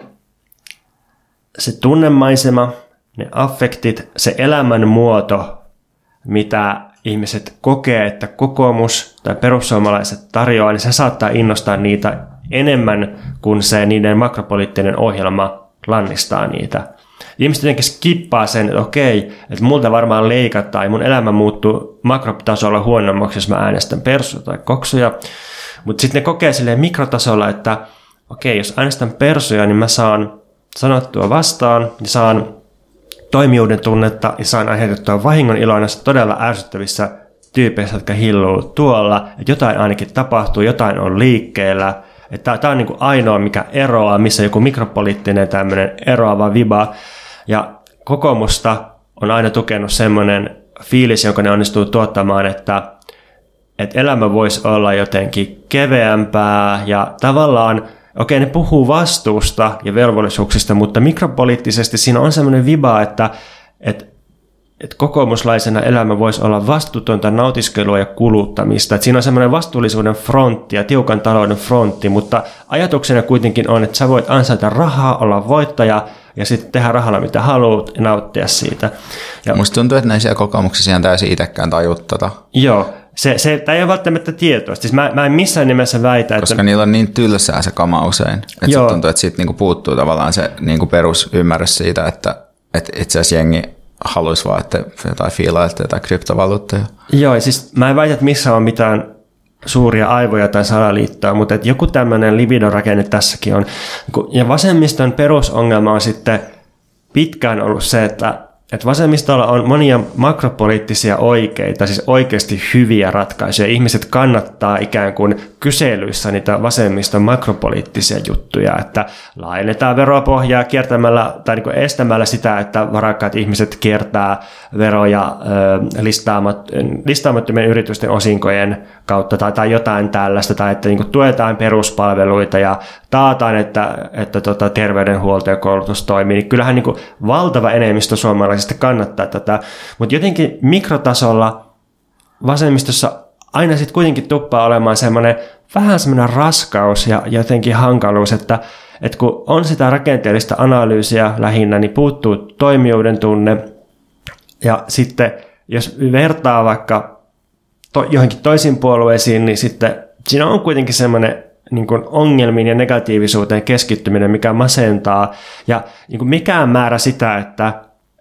[SPEAKER 3] tunnemaisema, ne affektit, se elämänmuoto, mitä ihmiset kokee, että kokoomus tai perussuomalaiset tarjoaa, niin se saattaa innostaa niitä enemmän kuin se niiden makropoliittinen ohjelma lannistaa niitä. Ihmiset jotenkin skippaa sen, että okei, että multa varmaan leikataan ja mun elämä muuttuu makrotasolla huonommaksi, jos mä äänestän persuja tai koksuja. Mutta sitten ne kokee silleen mikrotasolla, että okei, jos äänestän persuja, niin mä saan sanottua vastaan ja saan toimijuuden tunnetta ja saan aiheutettua vahingon iloa näissä todella ärsyttävissä tyypeissä, jotka hilluu tuolla, että jotain ainakin tapahtuu, jotain on liikkeellä. Tämä on niin kuin ainoa, mikä eroaa, missä joku mikropoliittinen tämmöinen eroava viba. Ja kokoomusta on aina tukenut semmoinen fiilis, jonka ne onnistuu tuottamaan, että elämä voisi olla jotenkin keveämpää ja tavallaan, okei, ne puhuu vastuusta ja velvollisuuksista, mutta mikropoliittisesti siinä on semmoinen viba, että kokoomuslaisena elämä voisi olla vastuutonta nautiskelua ja kuluttamista. Että siinä on semmoinen vastuullisuuden frontti ja tiukan talouden frontti, mutta ajatuksena kuitenkin on, että sä voit ansaita rahaa, olla voittaja ja sitten tehdä rahalla mitä haluat ja nauttia siitä. Ja
[SPEAKER 1] musta tuntuu, että näissä kokoomuksissa ihan täysin itsekään tajut tota.
[SPEAKER 3] Joo, tämä ei ole välttämättä tietoista. Siis mä en missään nimessä väitä,
[SPEAKER 1] koska niillä on niin tylsää se kama usein. Että se tuntuu, että siitä niinku puuttuu tavallaan se niinku perusymmärrys siitä, että itse asiassa jengi haluaisi vaan, että jotain fiilailta jotain kryptovaluutteja.
[SPEAKER 3] Joo, siis mä en väitä, että missä on mitään suuria aivoja tai salaliittoa, mutta että joku tämmöinen libidorakenne tässäkin on. Ja vasemmiston perusongelma on sitten pitkään ollut se, että vasemmistolla on monia makropoliittisia oikeita, siis oikeasti hyviä ratkaisuja. Ihmiset kannattaa ikään kuin kyselyissä niitä vasemmiston makropoliittisia juttuja, että laajennetaan veropohjaa kiertämällä tai niin kuin estämällä sitä, että varakkaat ihmiset kiertää veroja listaamattomien yritysten osinkojen kautta tai jotain tällaista, tai että niin kuin tuetaan peruspalveluita ja taataan, että terveydenhuolto ja koulutus toimii. Niin kyllähän niin kuin valtava enemmistö suomalaisista kannattaa tätä, mutta jotenkin mikrotasolla vasemmistossa aina sitten kuitenkin tuppaa olemaan vähän semmoinen raskaus ja jotenkin hankaluus, että kun on sitä rakenteellista analyysiä lähinnä, niin puuttuu toimijuuden tunne ja sitten jos vertaa vaikka johonkin toisiin puolueisiin, niin sitten siinä on kuitenkin semmoinen niin kuin ongelmiin ja negatiivisuuteen keskittyminen, mikä masentaa ja niin kuin mikään määrä sitä, että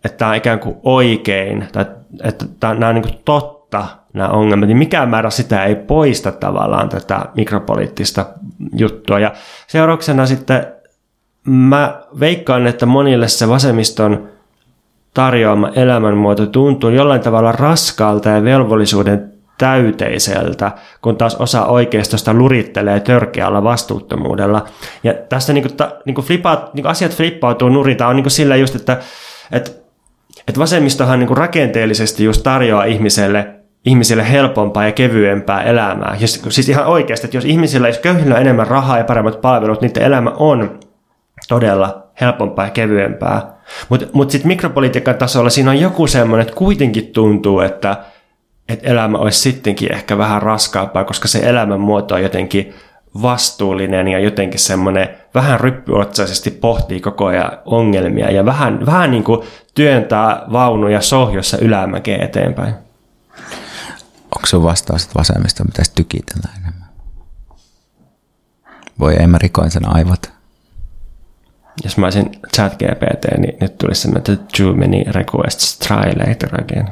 [SPEAKER 3] että tämä on ikään kuin oikein, tai että nämä on niin kuin totta, nämä ongelmat, niin mikään määrä sitä ei poista tavallaan tätä mikropoliittista juttua. Ja seurauksena sitten mä veikkaan, että monille se vasemmiston tarjoama elämänmuoto tuntuu jollain tavalla raskaalta ja velvollisuuden täyteiseltä, kun taas osa oikeistosta lurittelee törkeällä vastuuttomuudella. Ja tässä asiat flippautuu nurinta on sillä just, että vasemmistohan rakenteellisesti just tarjoaa ihmisille helpompaa ja kevyempää elämää. Siis ihan oikeasti, että jos köyhillä on enemmän rahaa ja paremmat palvelut, niin elämä on todella helpompaa ja kevyempää. Mutta sitten mikropolitiikan tasolla siinä on joku semmoinen, että kuitenkin tuntuu, että elämä olisi sittenkin ehkä vähän raskaampaa, koska se elämänmuoto on jotenkin vastuullinen ja jotenkin semmoinen vähän ryppyotsaisesti pohtii koko ajan ongelmia ja vähän niin kuin työntää vaunuja sohjossa ylämäkeen eteenpäin.
[SPEAKER 1] Onko sun vastaus, että vasemmista pitäisi tykitellä enemmän? Voi ei, mä rikoin sen aivot.
[SPEAKER 3] Jos mä olisin ChatGPT, niin nyt tulisi semmoinen too many requests, try later again.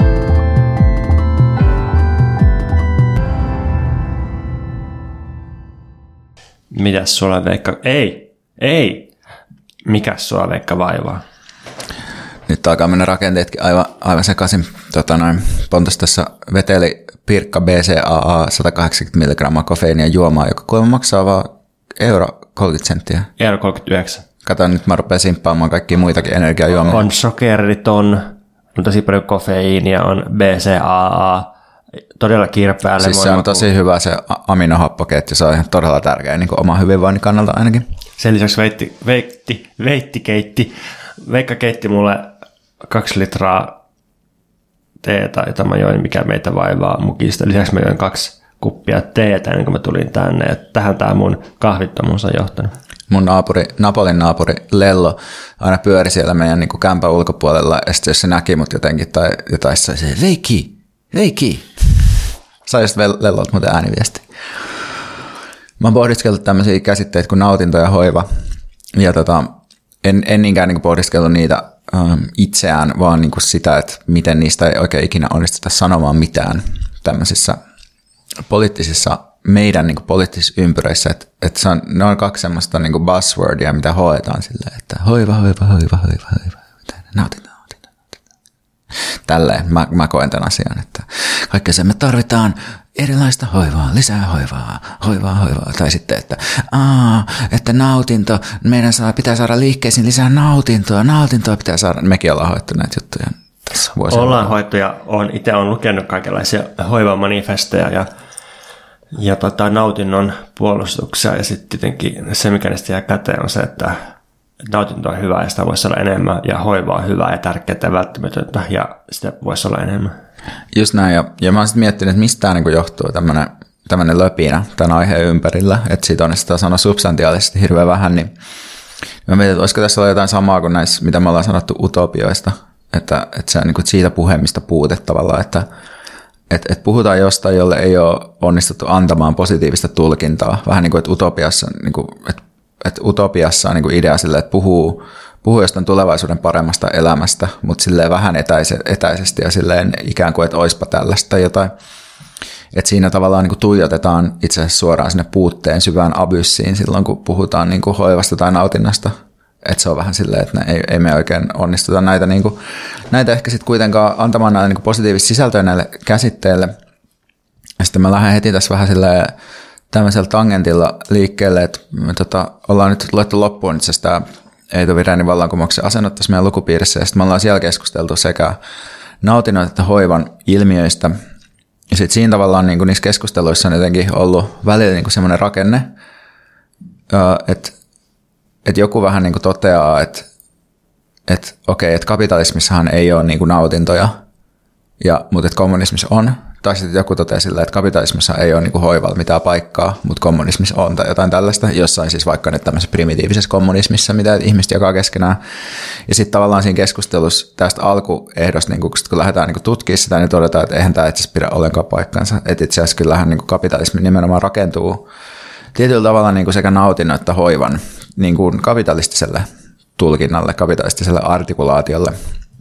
[SPEAKER 3] Mitäs sulla Veikka? Ei! Mikäs sulla Veikka vaivaa?
[SPEAKER 1] Nyt alkaa mennä rakenteetkin aivan sekaisin. Pontus tässä veteli Pirkka BCAA 180 mg kofeiinia juomaa, joka kuulemma maksaa vaan €1,30.
[SPEAKER 3] €1,39.
[SPEAKER 1] Kato, nyt mä rupean simppaamaan kaikkia muitakin energiajuomia.
[SPEAKER 3] On sokeriton, on tosi paljon kofeiinia, on BCAA, todella kirpeälle.
[SPEAKER 1] Siis se on tosi hyvä se aminohappoketju, se on ihan todella tärkeä niin kuin oman hyvinvoinnin kannalta ainakin.
[SPEAKER 3] Sen lisäksi Veikka keitti mulle 2 litraa teetä, jota mä join, mikä meitä vaivaa mukista. Lisäksi mä join 2 kuppia teetä ennen kuin mä tulin tänne. Ja tähän tää mun kahvittomuus on johtanut.
[SPEAKER 1] Mun Napolin naapuri Lello aina pyöri siellä meidän niin kuin kämpän ulkopuolella, ja sitten jos se näki mut jotenkin tai jotain, se Veikki. Sai just Lellolta muuten ääniviesti. Mä oon pohdiskellut tämmöisiä käsitteitä kuin nautinto ja hoiva, ja en niinkään niin kuin pohdiskellut niitä itseään, vaan niin kuin sitä, että miten niistä ei oikein ikinä onnistuta sanomaan mitään tämmöisissä poliittisissa meidän niin kuin poliittisissa ympyröissä, että ne on 2 semmoista niin kuin buzzwordia, mitä hoetaan silleen, että hoiva, nautinto. Tälleen mä koen tämän asian, että kaikkea se me tarvitaan erilaista hoivaa, lisää hoivaa. Tai sitten, että nautinto, meidän pitää saada liikkeisiin lisää nautintoa pitää saada. Mekin ollaan hoettu näitä juttuja tässä vuosina.
[SPEAKER 3] Ollaan hoettu ja itse olen lukenut kaikenlaisia hoivamanifesteja ja nautinnon puolustuksia. Ja sitten tietenkin se, mikä niistä jää käteen, on se, että nautinto on hyvä ja sitä voisi olla enemmän ja hoiva on hyvää ja tärkeää ja välttämätöntä ja sitä voisi olla enemmän.
[SPEAKER 1] Just näin, ja mä oon sitten miettinyt, että mistä tämä niin johtuu tämmöinen löpinä tämän aiheen ympärillä, että siitä on sitä sanoa substantiaalisesti hirveän vähän, niin mä mietin, että olisiko tässä olla jotain samaa kuin näissä, mitä me ollaan sanottu utopioista, että se on niin kuin siitä puhemista puute tavallaan, että puhutaan jostain, jolle ei ole onnistuttu antamaan positiivista tulkintaa, vähän niin kuin, että utopiassa on niin kuin idea silleen, että puhuu jostain tulevaisuuden paremmasta elämästä, mutta silleen vähän etäisesti ja silleen ikään kuin, että oispa tällaista tai jotain. Että siinä tavallaan niin kuin tuijotetaan itse asiassa suoraan sinne puutteen syvään abyssiin silloin, kun puhutaan niin kuin hoivasta tai nautinnasta. Että se on vähän silleen, että ei me oikein onnistuta näitä ehkä sitten kuitenkaan antamaan näille niin kuin positiivista sisältöä näille käsitteille. Ja sitten mä lähden heti tässä vähän silleen tämmöisellä tangentilla liikkeelle, että me ollaan nyt luettu loppuun itse asiassa tämä Eetu Virenin vallankumouksen asennot tässä meidän lukupiirissä, ja sitten me ollaan siellä keskusteltu sekä nautinnon että hoivan ilmiöistä, ja sitten siinä tavallaan niin kuin niissä keskusteluissa on jotenkin ollut välillä niin kuin semmoinen rakenne, että joku vähän niin kuin toteaa, että okei, että kapitalismissahan ei ole niin kuin nautintoja, mutta että kommunismissa on. Tai sitten joku toteaa sillä, että kapitalismissa ei ole niin kuin hoivalla mitään paikkaa, mutta kommunismissa on tai jotain tällaista, jossain siis vaikka nyt tämmöisessä primitiivisessä kommunismissa, mitä ihmiset jakaa keskenään. Ja sitten tavallaan siinä keskustelussa tästä alkuehdosta, niin kun lähdetään niin tutkimaan sitä, niin todetaan, että eihän tämä itse asiassa pidä ollenkaan paikkansa. Että itse asiassa kyllähän niin kapitalismi nimenomaan rakentuu tietyllä tavalla niin kuin sekä nautinnon että hoivan niin kuin kapitalistiselle tulkinnalle, kapitalistiselle artikulaatiolle.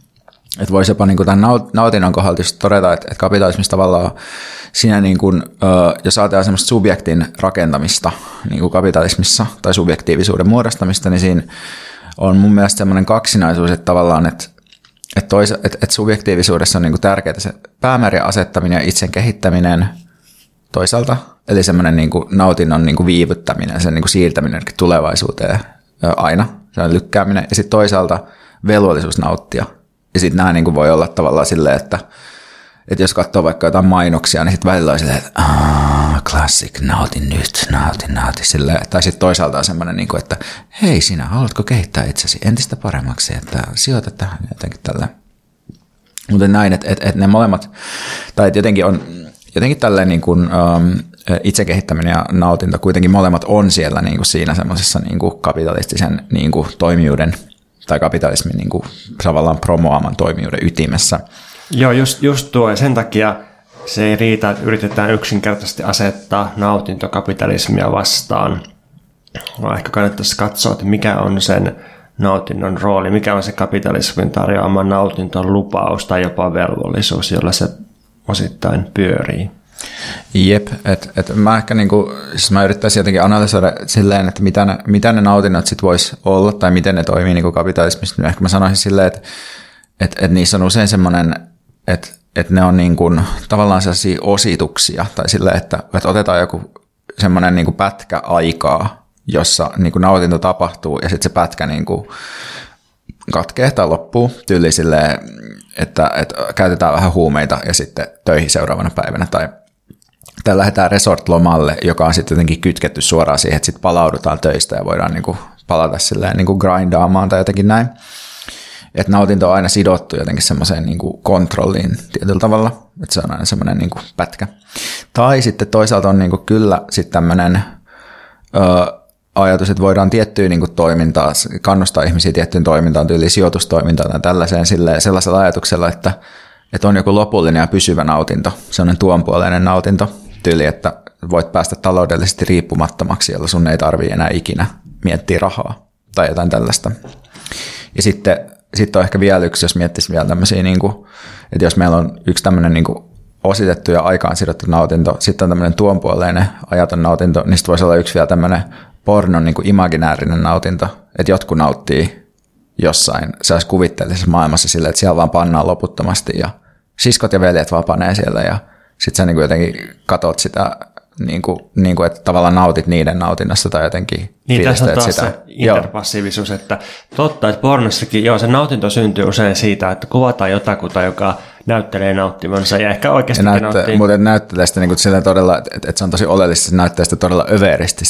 [SPEAKER 1] että voisi jopa niin kuin tämän nautinnon kohdalta just todeta, että kapitalismissa tavallaan siinä, niin kuin, jos ajatellaan semmoista subjektin rakentamista niin kuin kapitalismissa tai subjektiivisuuden muodostamista, niin siinä on mun mielestä semmoinen kaksinaisuus, että tavallaan, että subjektiivisuudessa on niin kuin tärkeää se päämäärän asettaminen ja itsen kehittäminen toisaalta, eli semmoinen niin kuin nautinnon niin kuin viivyttäminen, sen niin kuin siirtäminen tulevaisuuteen aina, se on lykkääminen, ja sitten toisaalta velvollisuus nauttia. Ja sitten nämä niin kuin voi olla tavallaan silleen, että jos katsoo vaikka jotain mainoksia, niin sitten välillä on silleen, että classic, nauti nyt, nauti silleen. Tai sitten toisaalta on semmoinen, niin kuin, että hei sinä, haluatko kehittää itsesi entistä paremmaksi, että sijoita tähän jotenkin tälleen. Mutta näin, että ne molemmat, tai että jotenkin tälleen niin kuin, itse kehittäminen ja nautinto, kuitenkin molemmat on siellä niin kuin siinä semmoisessa niin kuin kapitalistisen niin kuin toimijuuden tai kapitalismin niin kuin tavallaan promoaman toimijuuden ytimessä.
[SPEAKER 3] Joo, just tuo. Ja sen takia se ei riitä, että yritetään yksinkertaisesti asettaa nautintokapitalismia vastaan. Vaan ehkä kannattaisi katsoa, että mikä on sen nautinnon rooli, mikä on se kapitalismin tarjoama nautinton lupaus tai jopa velvollisuus, jolla se osittain pyörii.
[SPEAKER 1] Jep, että mä ehkä niinku, siis mä yrittäisin jotenkin analysoida silleen, että mitä ne nautinnot sit vois olla tai miten ne toimii niinku kapitalismissa. Ehkä mä sanoisin silleen, että niissä on usein semmoinen, että ne on niinku tavallaan sellaisia osituksia tai silleen, että otetaan joku semmoinen niinku pätkä aikaa, jossa niinku nautinto tapahtuu ja sitten se pätkä niinku katkee tai loppuu tyyli silleen, että käytetään vähän huumeita ja sitten töihin seuraavana päivänä tai lähdetään resort-lomalle, joka on sitten jotenkin kytketty suoraan siihen, että sitten palaudutaan töistä ja voidaan niinku palata silleen niinku grindaamaan tai jotenkin näin. Että nautinto on aina sidottu jotenkin semmoiseen niinku kontrolliin tietyllä tavalla, että se on aina semmoinen niinku pätkä. Tai sitten toisaalta on niinku kyllä sitten tämmöinen ajatus, että voidaan tiettyä niinku toimintaa, kannustaa ihmisiä tiettyyn toimintaan, tyyliin sijoitustoimintaan tai tällaiseen sellaisella ajatuksella, että on joku lopullinen ja pysyvä nautinto, sellainen tuonpuoleinen nautinto, tyyli, että voit päästä taloudellisesti riippumattomaksi, jolla sun ei tarvitse enää ikinä miettiä rahaa tai jotain tällaista. Ja sitten on ehkä vielä yksi, jos miettisi vielä tämmöisiä, niinku, että jos meillä on yksi tämmöinen niinku ositettu ja aikaan sidottu nautinto, sitten on tämmöinen tuonpuoleinen ajaton nautinto, niin sitten voisi olla yksi vielä tämmöinen pornon niinku imaginäärinen nautinto, että jotkut nauttii jossain sellaisessa kuvitteellisessa maailmassa silleen, että siellä vaan pannaan loputtomasti ja siskot ja veljet vaan panee siellä ja sitten sä niinku jotenkin katot sitä, niinku, että tavallaan nautit niiden nautinnosta tai jotenkin
[SPEAKER 3] niin, tässä on taas
[SPEAKER 1] sitä.
[SPEAKER 3] Se interpassiivisuus, että totta, että pornossakin, se nautinto syntyy usein siitä, että kuvataan jotakuta, joka näyttelee nauttimansa ja ehkä oikeastikin nauttii.
[SPEAKER 1] Mutta näyttelee sitä niin sillä todella, että se on tosi oleellista, se näyttää sitä todella överisti.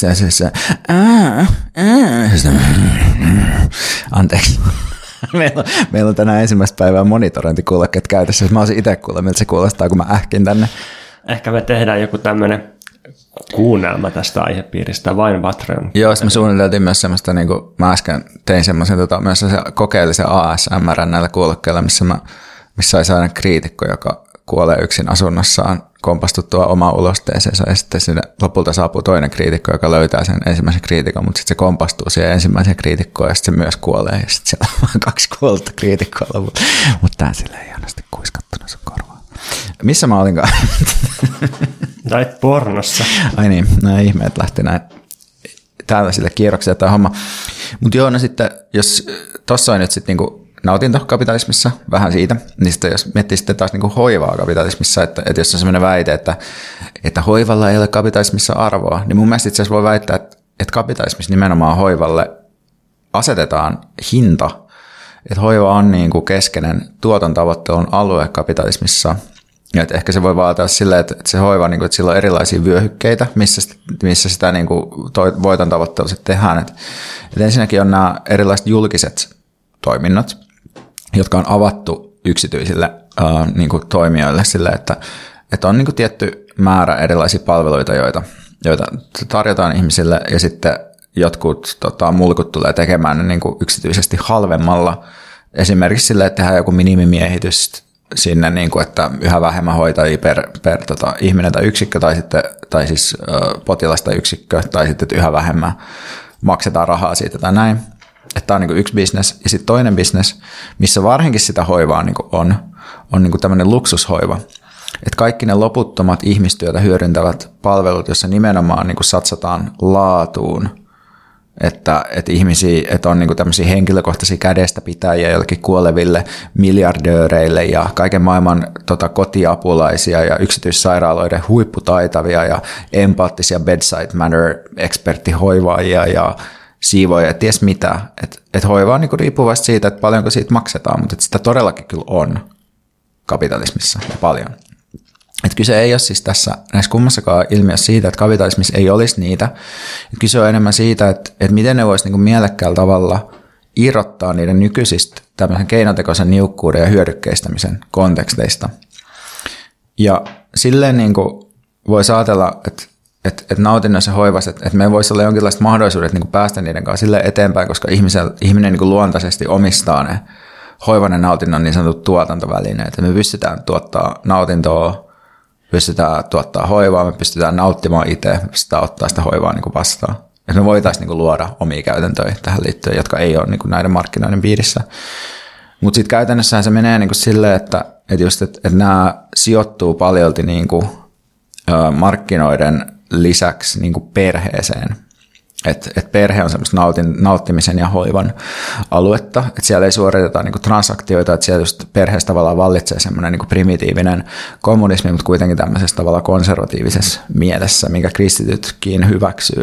[SPEAKER 1] Anteeksi. Meillä on tänään ensimmäistä päivää monitorointikuulokkeet käytössä. Mä olisin itse kuulla, miltä se kuulostaa, kun mä ähkin tänne.
[SPEAKER 3] Ehkä me tehdään joku tämmöinen kuunnelma tästä aihepiiristä vain Patreon.
[SPEAKER 1] Joo, me suunniteltiin myös semmoista, niin kuin mä äsken tein semmoisen myös kokeellisen ASMR näillä kuulokkeilla, missä olisi aina kriitikko, joka kuolee yksin asunnossaan kompastuttua omaan ulosteeseensa ja sitten sinne lopulta saapuu toinen kriitikko, joka löytää sen ensimmäisen kriitikon, mutta sitten se kompastuu siihen ensimmäiseen kriitikkoon ja sitten se myös kuolee ja sitten siellä on vaan 2 kuollutta kriitikkoa lopulta. Mutta tämä silleen hienosti kuiskattuna sun korvaan. Missä mä olinkaan?
[SPEAKER 3] Tai pornossa.
[SPEAKER 1] Ai niin, nämä ihmeet lähti näin tällaisille kierroksille tämä homma. Mutta joo, no sitten jos tuossa on nyt sitten niinku nautinto kapitalismissa, vähän siitä, niin sitten jos miettii sitten taas niinku hoivaa kapitalismissa, että jos on sellainen väite, että hoivalla ei ole kapitalismissa arvoa, niin mun mielestä itse asiassa voi väittää, että kapitalismissa nimenomaan hoivalle asetetaan hinta, että hoiva on niinku keskeinen tuoton tavoittelun alue kapitalismissa. Ja että ehkä se voi vaatia silleen, että se hoiva, niin kuin, että sillä on erilaisia vyöhykkeitä, missä sitä niin kuin, voiton tavoittelua sitten tehdään. Että ensinnäkin on nämä erilaiset julkiset toiminnot, jotka on avattu yksityisille niin kuin toimijoille silleen, että on niin kuin tietty määrä erilaisia palveluita, joita tarjotaan ihmisille, ja sitten jotkut mulkut tulee tekemään ne niin kuin yksityisesti halvemmalla. Esimerkiksi silleen, että tehdään joku minimimiehitys sinne, niin kuin, että yhä vähemmän hoitajia per ihminen tai yksikkö, tai siis potilas tai yksikkö, tai sitten, että yhä vähemmän maksetaan rahaa siitä tai näin. että tämä on niin kuin yksi business. Ja sitten toinen business, missä varsinkin sitä hoivaa niin kuin on niin kuin tämmöinen luksushoiva. Että kaikki ne loputtomat ihmistyötä hyödyntävät palvelut, joissa nimenomaan niin kuin satsataan laatuun, että on niin kuin tämmöisiä henkilökohtaisia kädestäpitäjiä jollekin kuoleville miljardööreille ja kaiken maailman kotiapulaisia ja yksityissairaaloiden huipputaitavia ja empaattisia bedside manner experttihoivaajia ja siivoja ja ties mitä. Että hoiva on niin kuin riippuvasti siitä, että paljonko siitä maksetaan, mutta sitä todellakin kyllä on kapitalismissa ja paljon. Että kyse ei ole siis näissä kummassakaan ilmiössä siitä, että kapitalismissa ei olisi niitä. Kyse on enemmän siitä, että miten ne voisi niinku mielekkäällä tavalla irrottaa niiden nykyisistä tämmöisen keinotekoisen niukkuuden ja hyödykkeistämisen konteksteista. Ja silleen niinku voisi ajatella, että nautinnossa hoivassa, että meillä voisi olla jonkinlaiset mahdollisuudet niinku päästä niiden kanssa silleen eteenpäin, koska ihminen niinku luontaisesti omistaa ne hoivan ja nautinnon niin sanotut tuotantovälineet. Me pystytään tuottaa nautintoa, pystytään tuottaa hoivaa, me pystytään nauttimaan itse, me pystytään ottaa sitä hoivaa niin kuin vastaan. Et me voitaisiin niin kuin luoda omia käytäntöjä tähän liittyen, jotka ei ole niin kuin näiden markkinoiden piirissä. Mutta sitten käytännössähän se menee niin kuin silleen, että nämä sijoittuu paljolti niin kuin markkinoiden lisäksi niin kuin perheeseen. Että perhe on semmoista nauttimisen ja hoivan aluetta, että siellä ei suoriteta niinku transaktioita, että siellä just perheessä tavallaan vallitsee semmoinen niinku primitiivinen kommunismi, mutta kuitenkin tämmöisessä tavallaan konservatiivisessa mielessä, minkä kristitytkin hyväksyy,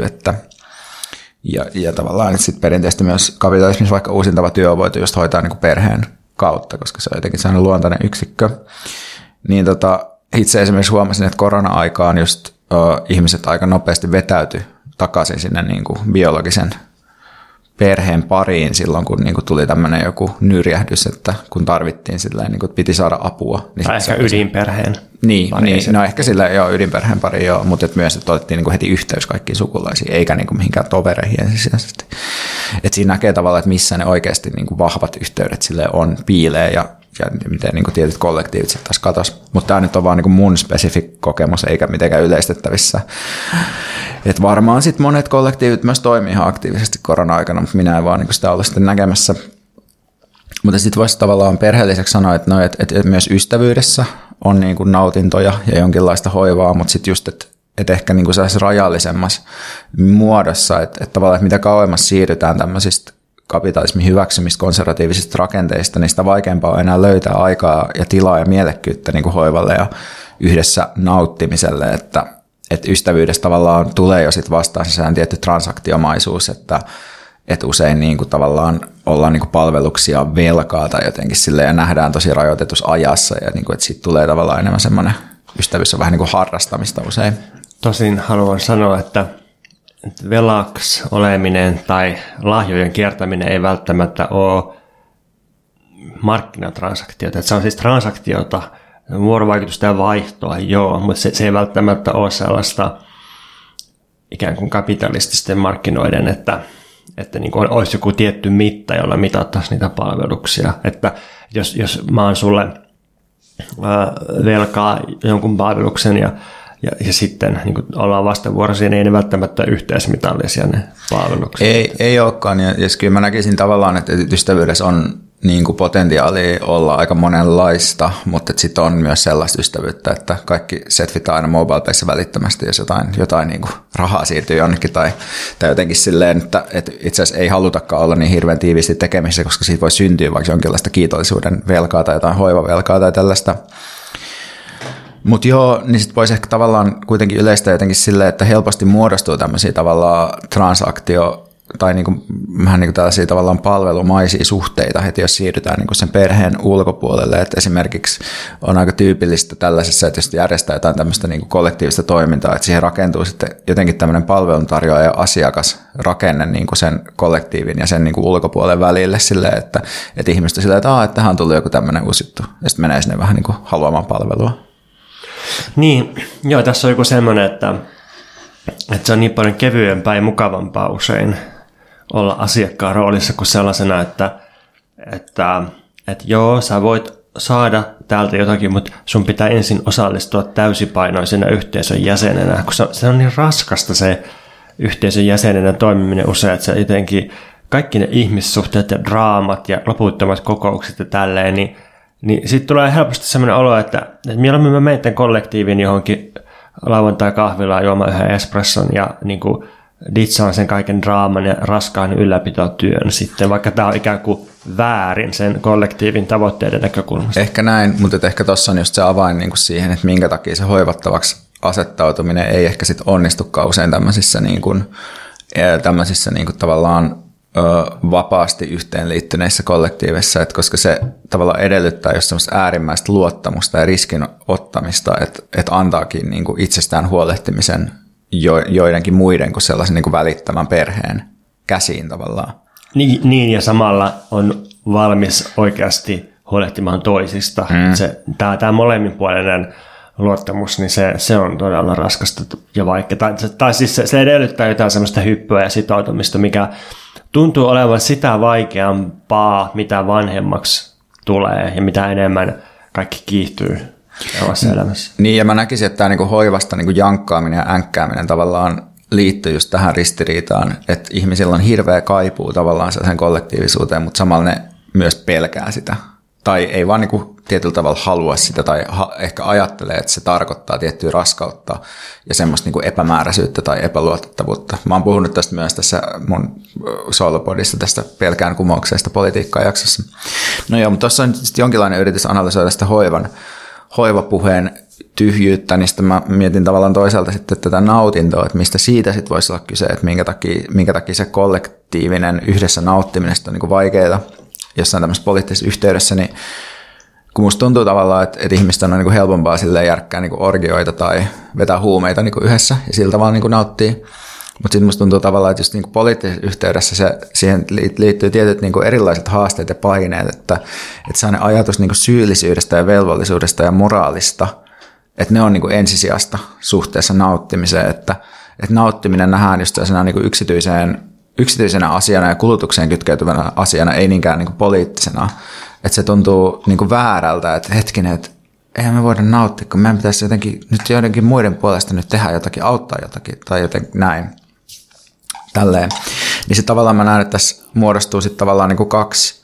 [SPEAKER 1] ja tavallaan että sitten perinteisesti myös kapitalismissa vaikka uusintava työ on voitu just hoitaa niinku perheen kautta, koska se on jotenkin sellainen luontainen yksikkö. Niin itse esimerkiksi huomasin, että korona-aikaan just ihmiset aika nopeasti vetäytyi takaisin sinne niin kuin biologisen perheen pariin silloin, kun niin kuin tuli tämmöinen joku nyrjähdys, että kun tarvittiin silleen, niin kuin, että piti saada apua. Niin
[SPEAKER 3] tai ehkä ydinperheen.
[SPEAKER 1] Niin, no ehkä silleen ydinperheen pari joo, mutta että myös, että otettiin niin kuin heti yhteys kaikkiin sukulaisiin, eikä niin kuin mihinkään tovereihin ensisijaisesti. Että siinä näkee tavallaan, että missä ne oikeasti niin kuin vahvat yhteydet silleen on, piilee ja miten niin kuin tietyt kollektiivit sitten taas katosi. Mutta tämä nyt on vaan niin kuin mun spesifik kokemus, eikä mitenkään yleistettävissä. Et varmaan sitten monet kollektiivit myös toimii ihan aktiivisesti korona-aikana, mutta minä en vaan niin kuin sitä ollut sitten näkemässä. Mutta sitten voisi tavallaan perheelliseksi sanoa, että myös ystävyydessä on niin kuin nautintoja ja jonkinlaista hoivaa, mutta sitten just, että ehkä niin kuin sellaisessa rajallisemmassa muodossa, että tavallaan, että mitä kauemmas siirrytään tämmöisistä kapitalismin hyväksymistä konservatiivisista rakenteista, niin sitä vaikeampaa on enää löytää aikaa ja tilaa ja mielekkyyttä niin kuin hoivalle ja yhdessä nauttimiselle, että ystävyydessä tavallaan tulee jo sitten vastaan se tietty transaktiomaisuus, että usein niin kuin tavallaan ollaan niin kuin palveluksia velkaa tai jotenkin silleen ja nähdään tosi rajoitetussa ajassa ja niin kuin, että siitä tulee tavallaan enemmän semmoinen ystävyys on vähän niin kuin harrastamista usein.
[SPEAKER 3] Tosin haluan sanoa, että velaksi oleminen tai lahjojen kiertäminen ei välttämättä ole markkinatransaktioita. Että se on siis transaktiota, vuorovaikutusta ja vaihtoa, joo, mutta se ei välttämättä ole sellaista ikään kuin kapitalististen markkinoiden, että niin kuin olisi joku tietty mitta, jolla mitattaisiin niitä palveluksia. Että jos mä oon sulle velkaa jonkun palveluksen ja sitten niin ollaan vastavuoroisia, niin ei ne välttämättä yhteismitallisia ne palvelukset.
[SPEAKER 1] Ei olekaan, ja kyllä mä näkisin tavallaan, että ystävyydessä on niin kuin potentiaalia olla aika monenlaista, mutta sitten on myös sellaista ystävyyttä, että kaikki setvitään aina MobilePayssä välittömästi, jos jotain niin kuin rahaa siirtyy jonnekin, tai jotenkin silleen, että itse asiassa ei halutakaan olla niin hirveän tiiviisti tekemisissä, koska siitä voi syntyä vaikka jonkinlaista kiitollisuuden velkaa tai jotain hoivavelkaa tai tällaista. Mutta joo, niin sitten voisi ehkä tavallaan kuitenkin yleistä jotenkin silleen, että helposti muodostuu tämmöisiä tavallaan transaktio- tai niinku, vähän niinku tällaisia tavallaan palvelumaisia suhteita heti, jos siirrytään niinku sen perheen ulkopuolelle. Et esimerkiksi on aika tyypillistä tällaisessa, että jos järjestää jotain tämmöistä niinku kollektiivista toimintaa, että siihen rakentuu sitten jotenkin tämmöinen palveluntarjoaja ja asiakasrakenne niinku sen kollektiivin ja sen niinku ulkopuolen välille silleen, että ihmiset on silleen, että tähän on tullut joku tämmöinen uusi juttu, ja sitten menee sinne vähän niinku haluamaan palvelua.
[SPEAKER 3] Niin, joo, tässä on joku semmoinen, että se on niin paljon kevyempää ja mukavampaa usein olla asiakkaan roolissa kuin sellaisena, että joo, sä voit saada täältä jotakin, mutta sun pitää ensin osallistua täysipainoisena yhteisön jäsenenä, kun se on niin raskasta se yhteisön jäsenenä toimiminen usein, että sä jotenkin kaikki ne ihmissuhteet ja draamat ja loputtomat kokoukset ja tälleen, niin sitten tulee helposti sellainen olo, että mieluummin mä menen kollektiivin johonkin lauantai-kahvilaan juomaan yhden espresson ja niin kuin ditsaan sen kaiken draaman ja raskaan ylläpitotyön sitten, vaikka tämä on ikään kuin väärin sen kollektiivin tavoitteiden näkökulmasta.
[SPEAKER 1] Ehkä näin, mutta ehkä tuossa on just se avain niin kuin siihen, että minkä takia se hoivattavaksi asettautuminen ei ehkä sit onnistukaan usein tämmöisissä tavallaan vapaasti yhteenliittyneissä kollektiiveissa, että koska se tavallaan edellyttää just semmoista äärimmäistä luottamusta ja riskin ottamista, että antaakin niin kuin itsestään huolehtimisen joidenkin muiden kuin sellaisen niin kuin välittävän perheen käsiin tavallaan.
[SPEAKER 3] Niin, ja samalla on valmis oikeasti huolehtimaan toisista. Tämä molemminpuolinen luottamus, niin se on todella raskasta ja vaikeaa. Tai siis se edellyttää jotain semmoista hyppyä ja sitoutumista, mikä tuntuu olevan sitä vaikeampaa, mitä vanhemmaksi tulee ja mitä enemmän kaikki kiihtyy omassa elämässä.
[SPEAKER 1] Niin, ja mä näkisin, että tämä niinku hoivasta niinku jankkaaminen ja änkkääminen tavallaan liittyy just tähän ristiriitaan, että ihmisillä on hirveä kaipuu tavallaan sen kollektiivisuuteen, mutta samalla ne myös pelkää sitä. Tai ei vaan niinku tietyllä tavalla halua sitä tai ehkä ajattelee, että se tarkoittaa tiettyä raskautta ja semmoista niinku epämääräisyyttä tai epäluotettavuutta. Mä oon puhunut tästä myös tässä mun solopodissa tästä pelkään kumouksesta politiikkaa jaksossa. No joo, mutta tuossa on jonkinlainen yritys analysoida sitä hoivapuheen tyhjyyttä, niin sitten mä mietin tavallaan toisaalta sitten tätä nautintoa, että mistä siitä sitten voisi olla kyse, että minkä takia se kollektiivinen yhdessä nauttiminen on niin kuin vaikeaa jossain tämmöisessä poliittisessa yhteydessä, niin kun musta tuntuu tavallaan, että ihmisten on niin kuin helpompaa silleen järkkää niin kuin orgioita tai vetää huumeita niin kuin yhdessä ja sillä tavalla niin kuin nauttii. Mutta sitten musta tuntuu tavallaan, että just niin kuin poliittisessa yhteydessä siihen liittyy tietyt niin kuin erilaiset haasteet ja paineet, että sellainen ajatus niin kuin syyllisyydestä ja velvollisuudesta ja moraalista, että ne on niin kuin ensisijasta suhteessa nauttimiseen, että nauttiminen nähdään just sellaisena niin kuin yksityisenä asiana ja kulutukseen kytkeytyvänä asiana, ei niinkään niin kuin poliittisena. Että se tuntuu niin kuin väärältä, että hetkinen, että eihän me voida nauttia, kun meidän pitäisi jotenkin muiden puolesta nyt tehdä jotakin, auttaa jotakin tai jotenkin näin. Tälleen. Niin se tavallaan mä näen, että tässä muodostuu sitten tavallaan niin kuin kaksi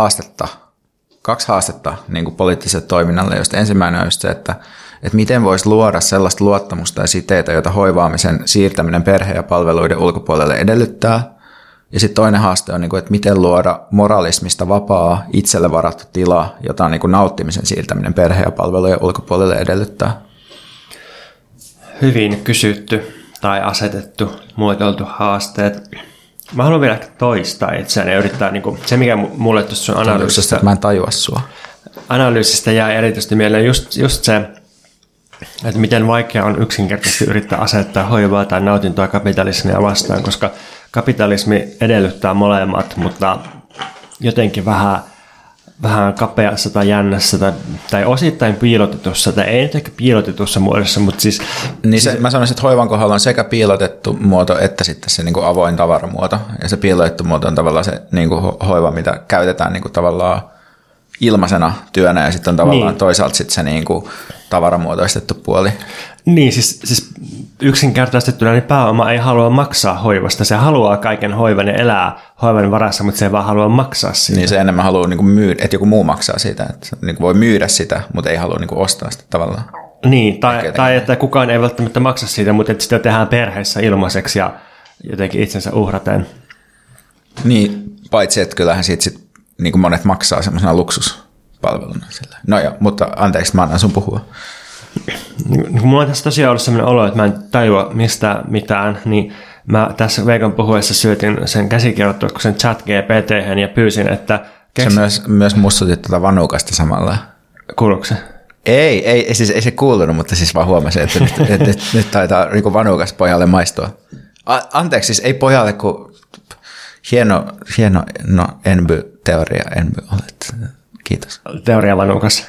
[SPEAKER 1] haastetta niin kuin poliittiselle toiminnalle, josta ensimmäinen on just se, että miten voisi luoda sellaista luottamusta ja siteitä, jota hoivaamisen siirtäminen perhe- ja palveluiden ulkopuolelle edellyttää. Ja sitten toinen haaste on, että miten luoda moralismista vapaa, itselle varattu tila, jota nauttimisen siirtäminen perhe- ja palvelujen ulkopuolelle edellyttää.
[SPEAKER 3] Hyvin kysytty tai asetettu, muotoiltu haasteet. Mä haluan vielä toistaa itseäni ja yrittää, se mikä mulle tuossa on analyysistä.
[SPEAKER 1] Mä en tajua sua.
[SPEAKER 3] Analyysistä jää erityisesti mieleen just se, että miten vaikea on yksinkertaisesti yrittää asettaa hoivaa tai nautintoa kapitalismia vastaan, koska kapitalismi edellyttää molemmat, mutta jotenkin vähän kapeassa tai jännässä tai osittain piilotetussa, tai ei nyt ehkä piilotetussa muodossa, mutta siis...
[SPEAKER 1] Niin mä sanoisin, että hoivan kohdalla on sekä piilotettu muoto että sitten se niin kuin avoin tavaramuoto, ja se piilotettu muoto on tavallaan se niin kuin hoiva, mitä käytetään niin kuin tavallaan ilmaisena työnä, ja sitten on tavallaan toisaalta sitten se niin kuin tavaramuotoistettu puoli.
[SPEAKER 3] Niin, siis yksinkertaistettuna niin pääoma ei halua maksaa hoivasta. Se haluaa kaiken hoivan ja elää hoivan varassa, mutta se ei vaan halua maksaa siitä.
[SPEAKER 1] Niin se enemmän haluaa niin kuin myydä, että joku muu maksaa sitä. Että se niin kuin voi myydä sitä, mutta ei halua niin kuin ostaa sitä tavallaan.
[SPEAKER 3] Niin, tai että kukaan ei välttämättä maksa siitä, mutta että sitä tehdään perheessä ilmaiseksi ja jotenkin itsensä uhraten.
[SPEAKER 1] Niin, paitsi että kyllähän siitä sit, niin kuin monet maksaa semmoisena luksuspalveluna. No joo, mutta anteeksi, mä annan sun puhua.
[SPEAKER 3] Mulla on tässä tosiaan ollut sellainen olo, että mä en tajua mistä mitään, niin mä tässä Veikan puhuessa syötin sen käsikirjoituksen ChatGPT:hen ja pyysin, että...
[SPEAKER 1] Se myös mussutit tätä vanukasta samalla.
[SPEAKER 3] Kuuluuko se?
[SPEAKER 1] Ei se kuulunut, mutta siis vaan huomasin, että nyt taitaa niin vanukas pojalle maistua. Anteeksi, siis ei pojalle, kun hieno teoria olet. Kiitos.
[SPEAKER 3] Teoria vanukas.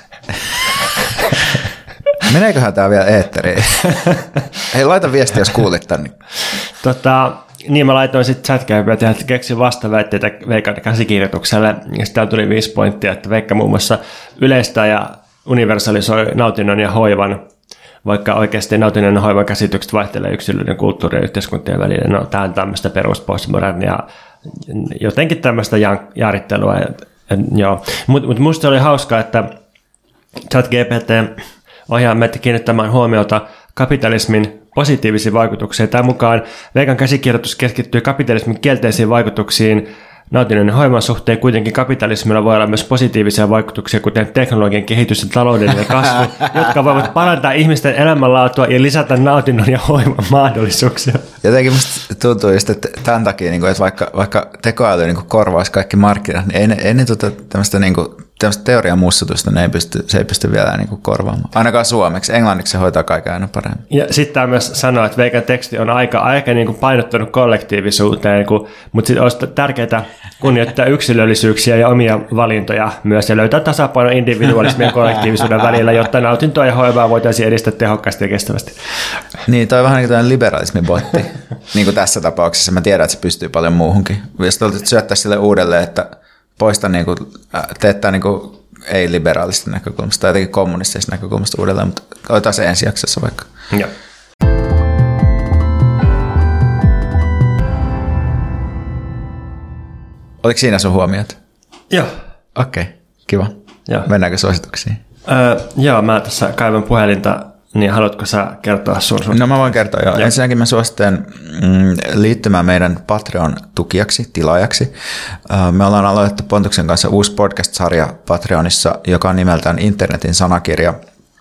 [SPEAKER 1] Meneeköhän tämä vielä eetteriin? Hei, laita viesti, jos kuulit tänne.
[SPEAKER 3] Niin mä laitoin sitten ChatGPT:hen, että keksin vastaväitteitä Veikan käsikirjoitukselle. Ja sitten tuli 5 pointtia, että Veikka muun muassa yleistää ja universalisoi nautinnon ja hoivan, vaikka oikeasti nautinnon ja hoivan käsitykset vaihtelee yksilöiden, kulttuurien ja yhteiskuntien välillä. No, tämä on tämmöistä peruspostmodernia jotenkin tämmöistä jaarittelua. Mutta musta oli hauskaa, että ChatGPT ohjaa meitä kiinnittämään huomiota kapitalismin positiivisiin vaikutuksiin. Tämän mukaan Veikan käsikirjoitus keskittyy kapitalismin kielteisiin vaikutuksiin nautinnon ja hoivan suhteen. Kuitenkin kapitalismilla voi olla myös positiivisia vaikutuksia, kuten teknologian kehitys ja taloudellinen kasvu, jotka voivat parantaa ihmisten elämänlaatua ja lisätä nautinnon ja hoivan mahdollisuuksia.
[SPEAKER 1] Jotenkin musta tuntuu just, että tämän takia, että vaikka tekoäly korvaisi kaikki markkinat, niin ei ne tämmöistä teorian mussutusta, se ei pysty vielä korvaamaan. Ainakaan suomeksi. Englanniksi se hoitaa kaiken aina paremmin.
[SPEAKER 3] Ja sitten tämä myös sanoo, että Veikan teksti on aika painottunut kollektiivisuuteen, mutta sitten olisi tärkeää kunnioittaa yksilöllisyyksiä ja omia valintoja myös ja löytää tasapaino individualismin ja kollektiivisuuden välillä, jotta nautintoa ja hoivaa voitaisiin edistää tehokkaasti ja kestävästi.
[SPEAKER 1] Niin, toi on vähän niin kuin liberalismibotti. Niin kuin tässä tapauksessa. Mä tiedän, että se pystyy paljon muuhunkin. Jos syöttäisiin sille uudelleen, että poista teettää ei-liberaalista näkökulmasta tai jotenkin kommunistisesta näkökulmasta uudelleen, mutta otetaan se ensi jaksossa vaikka.
[SPEAKER 3] Joo.
[SPEAKER 1] Oliko siinä sun huomiot?
[SPEAKER 3] Joo.
[SPEAKER 1] Okei, kiva.
[SPEAKER 3] Joo.
[SPEAKER 1] Mennäänkö suosituksiin?
[SPEAKER 3] Joo, mä tässä kaivan puhelinta, niin haluatko sä kertoa sun?
[SPEAKER 1] No mä voin kertoa, joo. Ensinnäkin mä suosittelen liittymään meidän Patreon-tukijaksi, tilaajaksi. Me ollaan aloitettu Pontuksen kanssa uusi podcast-sarja Patreonissa, joka on nimeltään Internetin sanakirja.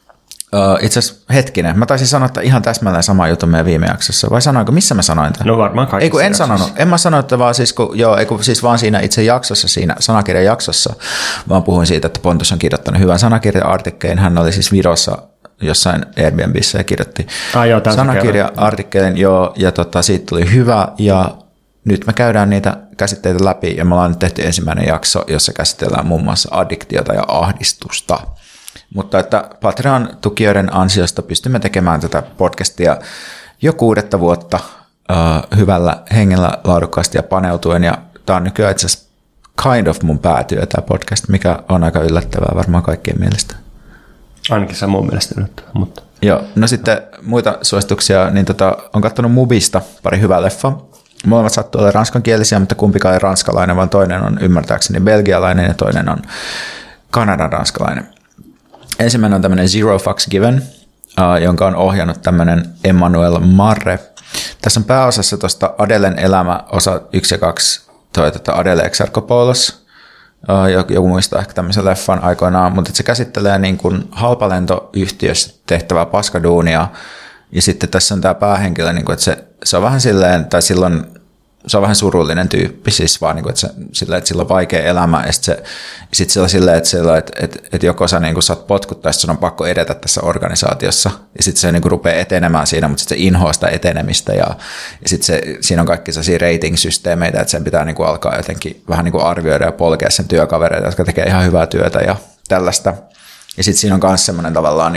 [SPEAKER 1] Itse asiassa hetkinen, mä taisin sanoa, että ihan täsmälleen sama juttu meidän viime jaksossa, vai sanoinko, missä mä sanoin tämän?
[SPEAKER 3] No varmaan kaikissa
[SPEAKER 1] en sanonut, en mä sanonut, että vaan siis vaan siinä itse jaksossa, siinä sanakirjan jaksossa, vaan puhuin siitä, että Pontus on kirjoittanut hyvän sanakirja-artikkelin, hän oli siis Virossa jossain Airbnbissä ja kirjoitti sanakirja-artikkelin, ja siitä tuli hyvä, ja nyt me käydään niitä käsitteitä läpi, ja me ollaan nyt tehty ensimmäinen jakso, jossa käsitellään muun muassa addiktiota ja ahdistusta. Mutta että Patreon-tukijoiden ansiosta pystymme tekemään tätä podcastia jo 6. vuotta hyvällä hengellä, laadukkaasti ja paneutuen, ja tämä on nykyään itse asiassa kind of mun päätyö tämä podcast, mikä on aika yllättävää varmaan kaikkien mielestä.
[SPEAKER 3] Ainakin se mun mielestä yllättävää, mutta...
[SPEAKER 1] Joo, no sitten muita suosituksia, niin on katsonut Mubista pari hyvää leffaa. Molemmat sattuu olemaan ranskankielisiä, mutta kumpikaan ei ranskalainen, vaan toinen on ymmärtääkseni belgialainen ja toinen on Kanadan ranskalainen. Ensimmäinen on tämmöinen Zero Fucks Given, jonka on ohjannut tämmöinen Emmanuel Marre. Tässä on pääosassa tuosta Adelen elämä, osa 1 ja 2, Adele Exarchopoulos. Joku muistaa ehkä tämmöisen leffan aikoinaan, mutta se käsittelee niin kuin halpalentoyhtiössä tehtävää paskaduunia. Ja sitten tässä on tämä päähenkilö, niin kuin, että se on vähän silleen, tai silloin se on vähän surullinen tyyppi, siis vaan niin kuin, että sillä on vaikea elämä, ja sitten se on silleen, että joko sä niin kuin saat potkuttaa, ja sun on pakko edetä tässä organisaatiossa, ja sitten se niin kuin rupeaa etenemään siinä, mutta sitten se inhoaa sitä etenemistä, ja sitten siinä on kaikki sellaisia rating-systeemeitä, että sen pitää niin kuin alkaa jotenkin vähän niin kuin arvioida ja polkea sen työkavereita, jotka tekee ihan hyvää työtä ja tällaista. Ja sitten siinä on myös semmoinen tavallaan,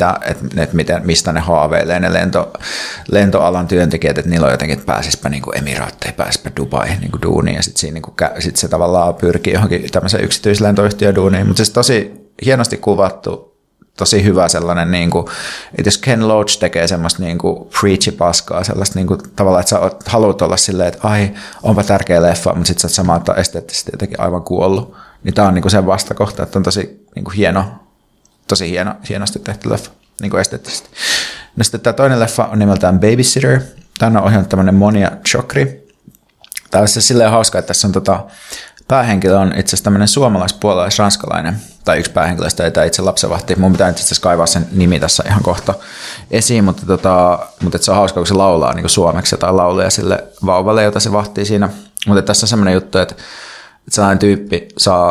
[SPEAKER 1] että mistä ne haaveilee ne lentoalan työntekijät, että niillä on jotenkin, että pääsispä niin Emiraatteihin, pääsispä Dubaihin niin duuniin, ja sitten sit se tavallaan pyrkii johonkin tämmöiseen yksityislentoyhtiöduuniin. Mutta siis tosi hienosti kuvattu, tosi hyvä sellainen, niin kuin, että jos Ken Loach tekee semmoista niin kuin preachy-paskaa, sellaista niin kuin, tavallaan, että sä haluat olla silleen, että ai, onpa tärkeä leffa, mutta sitten sä oot samaan esteettisesti jotenkin aivan kuollut. Niin tää on niin kuin sen vastakohta, että on tosi niin kuin tosi hienosti tehty leffa, niin kuin esteettisesti. No sitten tämä toinen leffa on nimeltään Babysitter. Tämä on ohjannut tämmöinen Monia Chokri. Tämä on siis silleen hauska, että tässä on päähenkilö on itse asiassa tämmöinen suomalais-puolais-ranskalainen, tai yksi päähenkilöistä, ei tämä itse lapsenvahti. Mun pitää itse asiassa kaivaa sen nimi tässä ihan kohta esiin, mutta se on hauska, kun se laulaa niin kuin suomeksi jotain lauluja sille vauvalle, jota se vahtii siinä. Mutta tässä on semmoinen juttu, että sellainen tyyppi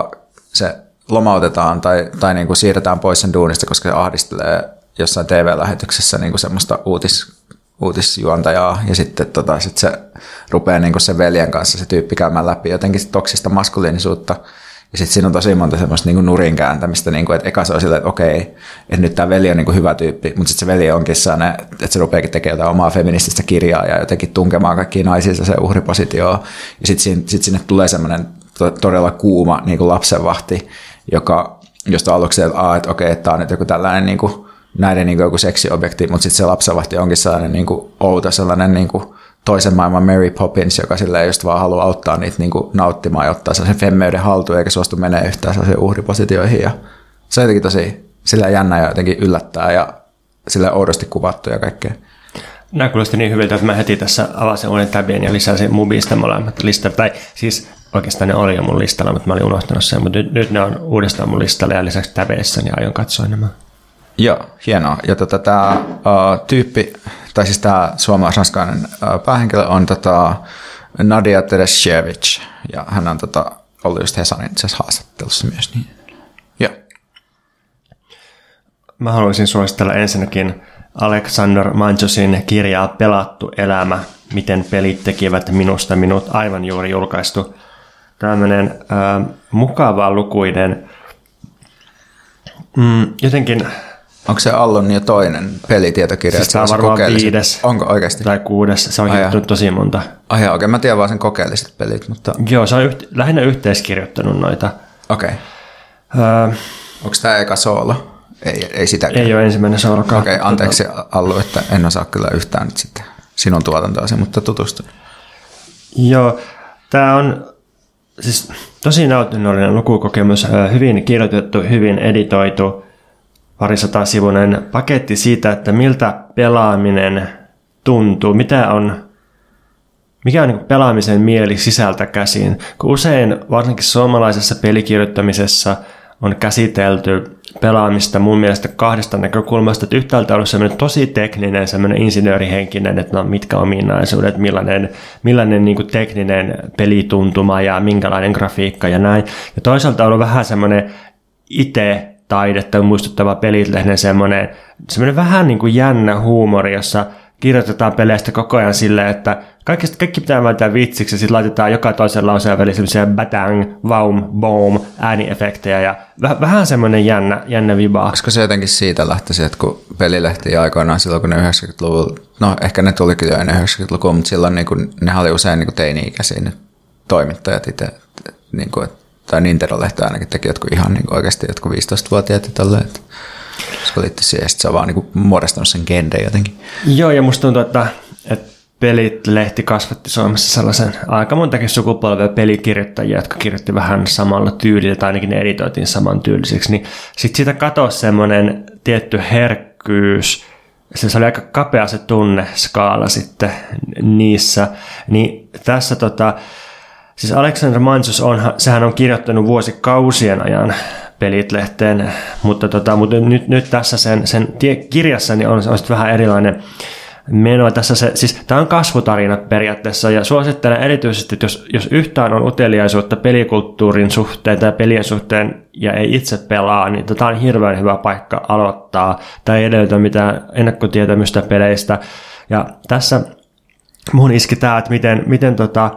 [SPEAKER 1] se lomautetaan tai niin kuin siirretään pois sen duunista, koska se ahdistelee jossain TV-lähetyksessä niin kuin semmoista uutisjuontajaa, ja sitten sit se rupeaa niin kuin sen veljen kanssa se tyyppi käymään läpi jotenkin toksista maskuliinisuutta, ja sitten siinä on tosi monta semmoista niin kuin nurin kääntämistä, niin kuin, että eka se on silleen, että okei, että nyt tämä veli on niin kuin hyvä tyyppi, mutta sitten se veli onkin sellainen, että se rupeakin tekemään jotain omaa feminististä kirjaa ja jotenkin tunkemaan kaikkia naisia se uhripositioon, ja sitten sinne tulee semmoinen todella kuuma niin kuin lapsenvahti, josta aluksi että okei, että tämä on nyt joku tällainen niin kuin, näiden niin kuin joku seksiobjekti, mutta sitten se lapsenvahti onkin sellainen niin kuin outo, sellainen niin kuin toisen maailman Mary Poppins, joka silleen just vaan haluaa auttaa niitä niin kuin nauttimaan ja ottaa sen femmeyden haltuun, eikä suostu menee yhtään sellaisiin uhripositioihin. Ja se on jotenkin tosi sillä jännä ja jotenkin yllättää ja sillä oudosti kuvattu ja kaikkea.
[SPEAKER 3] Nämä kuulosti niin hyviltä, että mä heti tässä avasin uuden tabin ja lisäsin Mubista molemmat listat. Tai siis oikeastaan ne oli jo mun listalla, mutta mä olin unohtanut sen. Mutta nyt ne on uudestaan mun listalla ja lisäksi tabeissä, niin aion katsoa nämä.
[SPEAKER 1] Joo, hienoa. Ja tämä tyyppi, tai siis tämä suomalais-ranskalainen päähenkilö on Nadia Tereshevich, ja hän on ollut just Hesarin haastattelussa myös. Niin. Joo.
[SPEAKER 3] Mä haluaisin suositella ensinnäkin Alexander Manchosin kirjaa Pelattu elämä, miten pelit tekivät minusta minut, aivan juuri julkaistu. Tämmöinen mukava lukuinen, jotenkin...
[SPEAKER 1] Onko se Allon jo toinen pelitietokirja?
[SPEAKER 3] Siis tämä on varmaan 5.
[SPEAKER 1] Onko oikeasti?
[SPEAKER 3] Tai 6. Se on kirjoittanut tosi monta.
[SPEAKER 1] Okei. Mä tiedän vaan sen kokeelliset pelit. Mutta...
[SPEAKER 3] Joo, se on lähinnä yhteiskirjoittanut noita.
[SPEAKER 1] Okei. Onko tämä eka soolo? Ei sitäkään.
[SPEAKER 3] Ei ole ensimmäinen soolo.
[SPEAKER 1] Okei, anteeksi Allu, että en osaa kyllä yhtään nyt sitten sinun tuotantoasi, mutta tutustun.
[SPEAKER 3] Joo, tämä on siis tosi nautinnollinen lukukokemus, hyvin kirjoitettu, hyvin editoitu, parisatasivuinen paketti siitä, että miltä pelaaminen tuntuu, mikä on niin pelaamisen mieli sisältä käsin. Kun usein, varsinkin suomalaisessa pelikirjoittamisessa, on käsitelty pelaamista mun mielestä 2 näkökulmasta, että yhtäältä on ollut semmoinen tosi tekninen, semmoinen insinöörihenkinen, että no, mitkä ominaisuudet, millainen niin kuin tekninen pelituntuma ja minkälainen grafiikka ja näin. Ja toisaalta on ollut vähän semmoinen taidetta muistuttava Pelit-lehden semmoinen vähän niin kuin jännä huumori, jossa kirjoitetaan peleistä koko ajan silleen, että kaikki pitää välttää vitsiksi ja sitten laitetaan joka toisen lauseen väliin semmoisia batang, vaum, boom, ääniefektejä ja vähän semmoinen jännä vibaa.
[SPEAKER 1] Koska se jotenkin siitä lähti, että kun pelilehti aikoinaan silloin, kun ne 90-luvulla, no ehkä ne tulikin jo ennen 90-lukua, mutta silloin niin kuin, ne oli usein niin kuin teini-ikäisiä ne toimittajat itse, niin kuin, tai Nintendo-lehti ainakin teki jotkut ihan niin kuin oikeasti jotkut 15-vuotiaat ja tolleen, että koska liittyy siihen, että se on vaan niin kuin muodostanut sen genren jotenkin.
[SPEAKER 3] Joo, ja musta tuntuu, että Pelit-lehti kasvatti Suomessa sellaisen aika montakin sukupolvea pelikirjoittajia, jotka kirjoitti vähän samalla tyylillä, tai ainakin ne editoitiin saman tyyliseksi, niin sitten siitä katosi semmoinen tietty herkkyys, se oli aika kapea se tunneskaala sitten niissä, niin tässä siis Alexander Manchos sehän on kirjoittanut vuosikausien ajan Pelit-lehteen, mutta nyt tässä sen kirjassa niin on sitten vähän erilainen meno. Tässä siis tämä on kasvutarina periaatteessa ja suosittelen erityisesti, että jos yhtään on uteliaisuutta pelikulttuurin suhteen tai pelien suhteen ja ei itse pelaa, niin tämä on hirveän hyvä paikka aloittaa. Tämä ei edellytä mitään ennakkotietämystä peleistä. Ja tässä mun iski tämä, että miten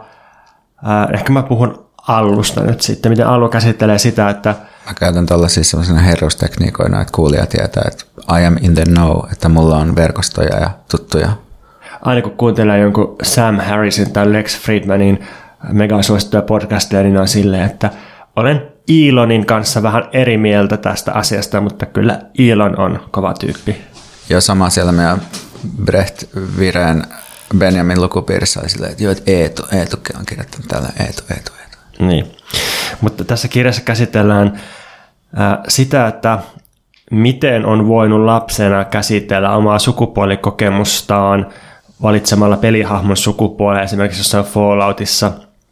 [SPEAKER 3] ehkä mä puhun Allusta nyt sitten, miten Allu käsittelee sitä, että
[SPEAKER 1] mä käytän tällaisia sellaisena herrustekniikoina, että kuulija tietää, että I am in the know, että mulla on verkostoja ja tuttuja.
[SPEAKER 3] Aina kun kuuntelee jonkun Sam Harrisin tai Lex Friedmanin mega suosittuja podcasteja, niin on silleen, että olen Elonin kanssa vähän eri mieltä tästä asiasta, mutta kyllä Elon on kova tyyppi.
[SPEAKER 1] Joo, sama siellä meidän Brecht Vireen Benjamin lukupiirissä oli silleen, että joo, että Eetukin on kirjoittanut täällä Eetu.
[SPEAKER 3] Niin, mutta tässä kirjassa käsitellään sitä, että miten on voinut lapsena käsitellä omaa sukupuolikokemustaan valitsemalla pelihahmon sukupuolea, esimerkiksi jossain Falloutissa.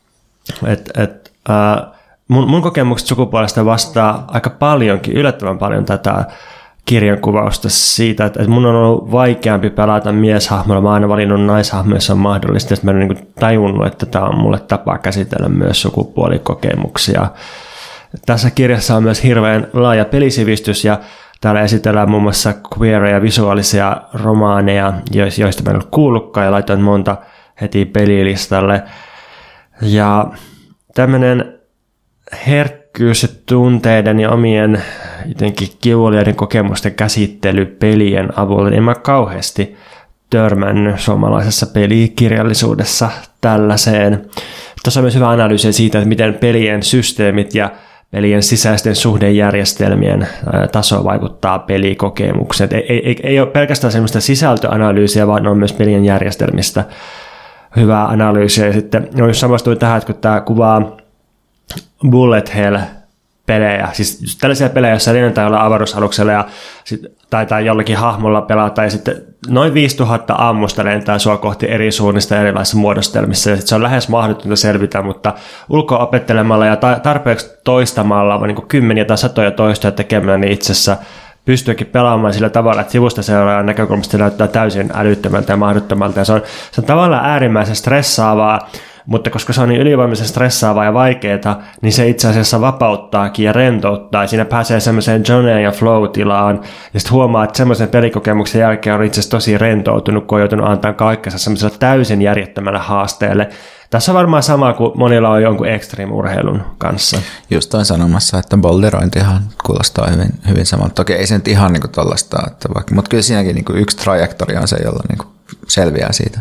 [SPEAKER 3] Mun kokemukset sukupuolesta vastaa aika paljonkin, yllättävän paljon tätä kirjankuvausta siitä, että mun on ollut vaikeampi pelata mieshahmolla. Mä oon aina valinnut naishahmoja, jos on mahdollista. Mä en ole niin tajunnut, että tämä on mulle tapa käsitellä myös sukupuolikokemuksia. Tässä kirjassa on myös hirveän laaja pelisivistys ja täällä esitellään muun muassa queereja visuaalisia romaaneja, joista mä en ole kuullutkaan ja laitoin monta heti pelilistalle. Ja tämmöinen herkkyys ja tunteiden ja omien jotenkin kivuliaiden kokemusten käsittely pelien avulla, niin mä kauheasti törmännyt suomalaisessa pelikirjallisuudessa tällaiseen. Tässä on myös hyvä analyysi siitä, että miten pelien systeemit ja pelien sisäisten suhdejärjestelmien taso vaikuttaa pelikokemukseen. Ei ole pelkästään semmoista sisältöanalyysiä, vaan on myös pelien järjestelmistä hyvää analyysiä. Ja sitten jos samastuin tähän, että kun tämä kuvaa bullet hell-pelejä, siis tällaisia pelejä, joissa lennetään olla avaruusaluksella ja tai jollakin hahmolla pelata, ja sitten noin 5000 ammusta lentää sua kohti eri suunnista erilaisissa muodostelmissa, ja se on lähes mahdotonta selvitä, mutta ulkoa opettelemalla ja tarpeeksi toistamalla, niin kuin kymmeniä tai satoja toistoja tekemällä, niin itse asiassa pystyykin pelaamaan sillä tavalla, että sivusta seuraajan näkökulmasta näyttää täysin älyttömältä ja mahdottomalta, ja se on tavallaan äärimmäisen stressaavaa, mutta koska se on niin ylivoimaisen stressaavaa ja vaikeaa, niin se itse asiassa vapauttaakin ja rentouttaa. Siinä pääsee semmoiseen Joneen ja flow-tilaan, ja sitten huomaa, että semmoisen pelikokemuksen jälkeen on itse asiassa tosi rentoutunut, kun on joutunut antaa kaikkensa semmoiselle täysin järjettömälle haasteelle. Tässä on varmaan sama kuin monilla on jonkun extreme-urheilun kanssa.
[SPEAKER 1] Just toin sanomassa, että boulderointihan kuulostaa hyvin, hyvin samalta. Toki ei se nyt ihan niin tollaista, mutta kyllä siinäkin niin yksi trajektori on se, jolla niin selviää siitä.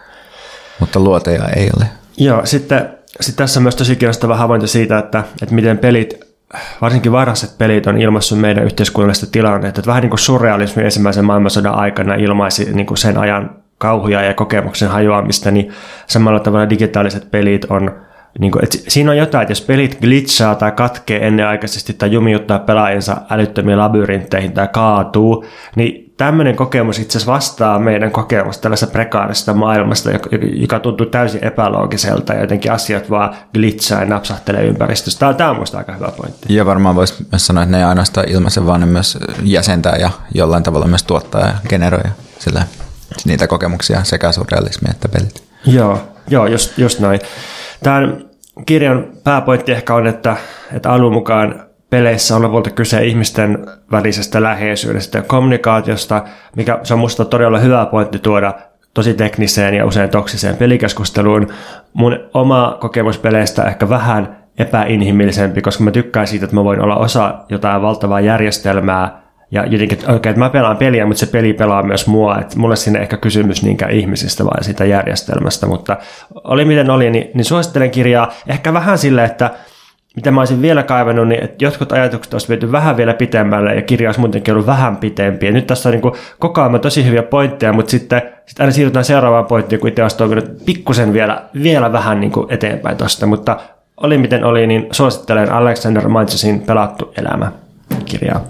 [SPEAKER 1] Mutta luoteja ei ole. Joo,
[SPEAKER 3] sitten tässä on myös tosi kiinnostava havainto siitä, että miten pelit, varsinkin varhaiset pelit, on ilmaissut meidän yhteiskunnallista tilannetta. Vähän niin kuin surrealismi ensimmäisen maailmansodan aikana ilmaisi niin kuin sen ajan kauhuja ja kokemuksen hajoamista, niin samalla tavalla digitaaliset pelit on, niin kuin, että siinä on jotain, että jos pelit glitchaa tai katkee ennenaikaisesti tai jumiuttaa pelaajansa älyttömiin labyrintteihin tai kaatuu, niin tämmöinen kokemus itse asiassa vastaa meidän kokemusta tällaisesta prekaarista maailmasta, joka tuntuu täysin epäloogiselta ja jotenkin asiat vaan glitchaa ja napsahtelee ympäristössä. Tämä on minusta aika hyvä pointti.
[SPEAKER 1] Ja varmaan voisi myös sanoa, että ne ei ainoastaan ilmaise, vaan ne myös jäsentää ja jollain tavalla myös tuottaa ja generoi sillä niitä kokemuksia sekä surrealismia että pelit.
[SPEAKER 3] Joo, just noin. Tämän kirjan pääpointti ehkä on, että alun mukaan peleissä on lopulta kyse ihmisten välisestä läheisyydestä ja kommunikaatiosta, mikä se on musta todella hyvä pointti tuoda tosi tekniseen ja usein toksiseen pelikeskusteluun. Mun oma kokemus peleistä ehkä vähän epäinhimillisempi, koska mä tykkään siitä, että mä voin olla osa jotain valtavaa järjestelmää ja jotenkin, että mä pelaan peliä, mutta se peli pelaa myös mua. Että mulle siinä ehkä kysymys niinkään ihmisistä, vaan siitä järjestelmästä. Mutta oli miten oli, niin suosittelen kirjaa ehkä vähän sille, että mitä mä olisin vielä kaivannut, niin että jotkut ajatukset olisi viety vähän vielä pitemmälle ja kirja olisi muutenkin ollut vähän pitempi. Ja nyt tässä on niin koko ajan tosi hyviä pointteja, mutta sitten aina siirrytään seuraavaan pointtiin, kun itse olisi toivonut pikkusen vielä vähän niin kuin eteenpäin tuosta. Mutta oli miten oli, niin suosittelen Alexander Manchesin Pelattu elämä -kirjaa.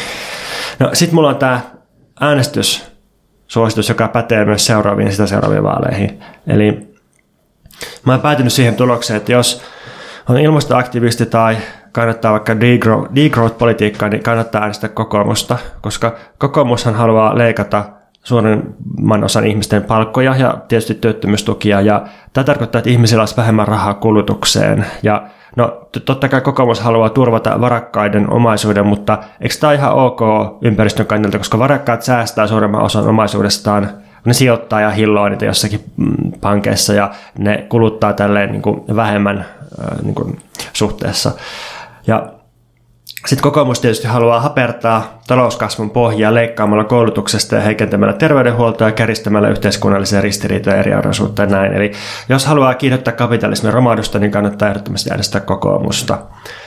[SPEAKER 3] No sit mulla on tää äänestyssuositus, joka pätee myös seuraaviin vaaleihin. Eli mä oon päätynyt siihen tulokseen, että jos on ilmastoaktivisti tai kannattaa vaikka degrowth-politiikkaa, niin kannattaa äänestää kokoomusta, koska kokoomushan haluaa leikata suurimman osan ihmisten palkkoja ja tietysti työttömyystukia, ja tämä tarkoittaa, että ihmisillä olisi vähemmän rahaa kulutukseen. Ja no, totta kai kokoomus haluaa turvata varakkaiden omaisuuden, mutta eikö tämä ihan ok ympäristön kannalta, koska varakkaat säästää suurimman osan omaisuudestaan, ne sijoittaa ja hilloa niitä jossakin pankeissa ja ne kuluttaa tälleen niin kuin vähemmän niin kuin suhteessa. Ja sitten kokoomus tietysti haluaa hapertaa talouskasvun pohjaa leikkaamalla koulutuksesta ja heikentämällä terveydenhuoltoa ja kärjistämällä yhteiskunnallisia ristiriitoja ja eriarvoisuutta ja näin. Eli jos haluaa kiihdyttää kapitalismin romahdusta, niin kannattaa ehdottomasti äänestää kokoomusta.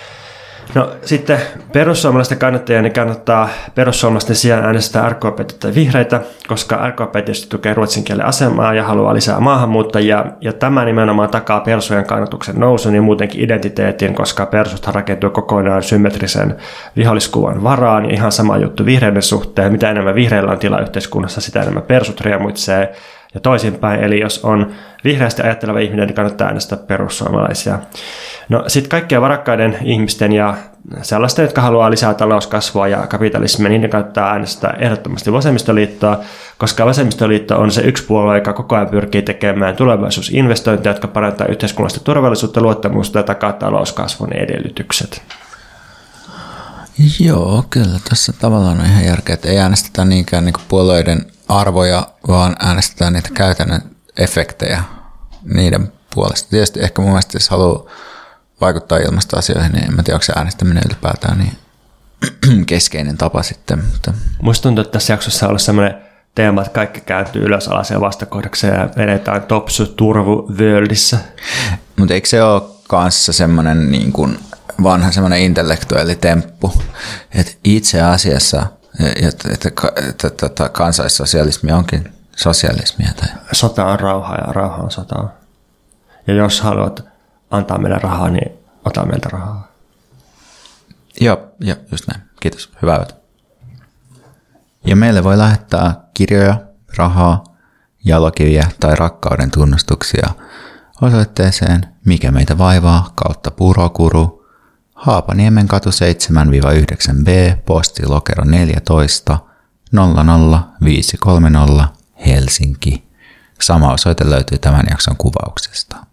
[SPEAKER 3] No sitten perussuomalaisten kannattajia, niin kannattaa perussuomalaisten sijaan äänestää RKP:tä tai vihreitä, koska RKP tietysti tukee ruotsin kielen asemaa ja haluaa lisää maahanmuuttajia, ja tämä nimenomaan takaa persujen kannatuksen nousun ja muutenkin identiteetin, koska persuthan rakentuu kokonaan symmetrisen viholliskuvan varaan, ja ihan sama juttu vihreiden suhteen, mitä enemmän vihreillä on tila yhteiskunnassa, sitä enemmän persut riemuitsee, ja toisinpäin, eli jos on vihreästi ajatteleva ihminen, niin kannattaa äänestää perussuomalaisia. No sitten kaikkien varakkaiden ihmisten ja sellaisten, jotka haluaa lisää talouskasvua ja kapitalismia, niin ne kannattaa äänestää ehdottomasti vasemmistoliittoa, koska vasemmistoliitto on se yksi puolue, joka koko ajan pyrkii tekemään tulevaisuusinvestointeja, jotka parantaa yhteiskunnallista turvallisuutta, luottamusta ja takaa talouskasvun edellytykset.
[SPEAKER 1] Joo, kyllä. Tässä tavallaan on ihan järkeä, että ei äänestetä niinkään niin kuin puolueiden arvoja, vaan äänestetään niitä käytännön efektejä niiden puolesta. Tietysti ehkä mun mielestä, jos haluaa vaikuttaa ilmastoasioihin, niin en tiedä, onko se äänestäminen ylipäätään niin keskeinen tapa sitten. Mutta
[SPEAKER 3] musta tuntuu, että tässä jaksossa on ollut sellainen teema, että kaikki kääntyy ylös alas ja vastakohdakseen ja vedetään topsu-turvu-worldissä. Mutta
[SPEAKER 1] eikö se ole kanssa semmoinen niin kuin vanha semmoinen intellektuellitemppu, että itse asiassa että kansaissosialismi onkin sosialismia tai
[SPEAKER 3] sota on rauhaa ja rauha on sotaa. Ja jos haluat antaa meille rahaa, niin ota meiltä rahaa.
[SPEAKER 1] Joo, just näin. Kiitos. Hyvää yötä. Ja meille voi lähettää kirjoja, rahaa, jalokiviä tai rakkauden tunnustuksia osoitteeseen Mikä meitä vaivaa kautta Purokuru, Haapaniemen katu 7-9B, postilokero 14 00530 Helsinki. Sama osoite löytyy tämän jakson kuvauksesta.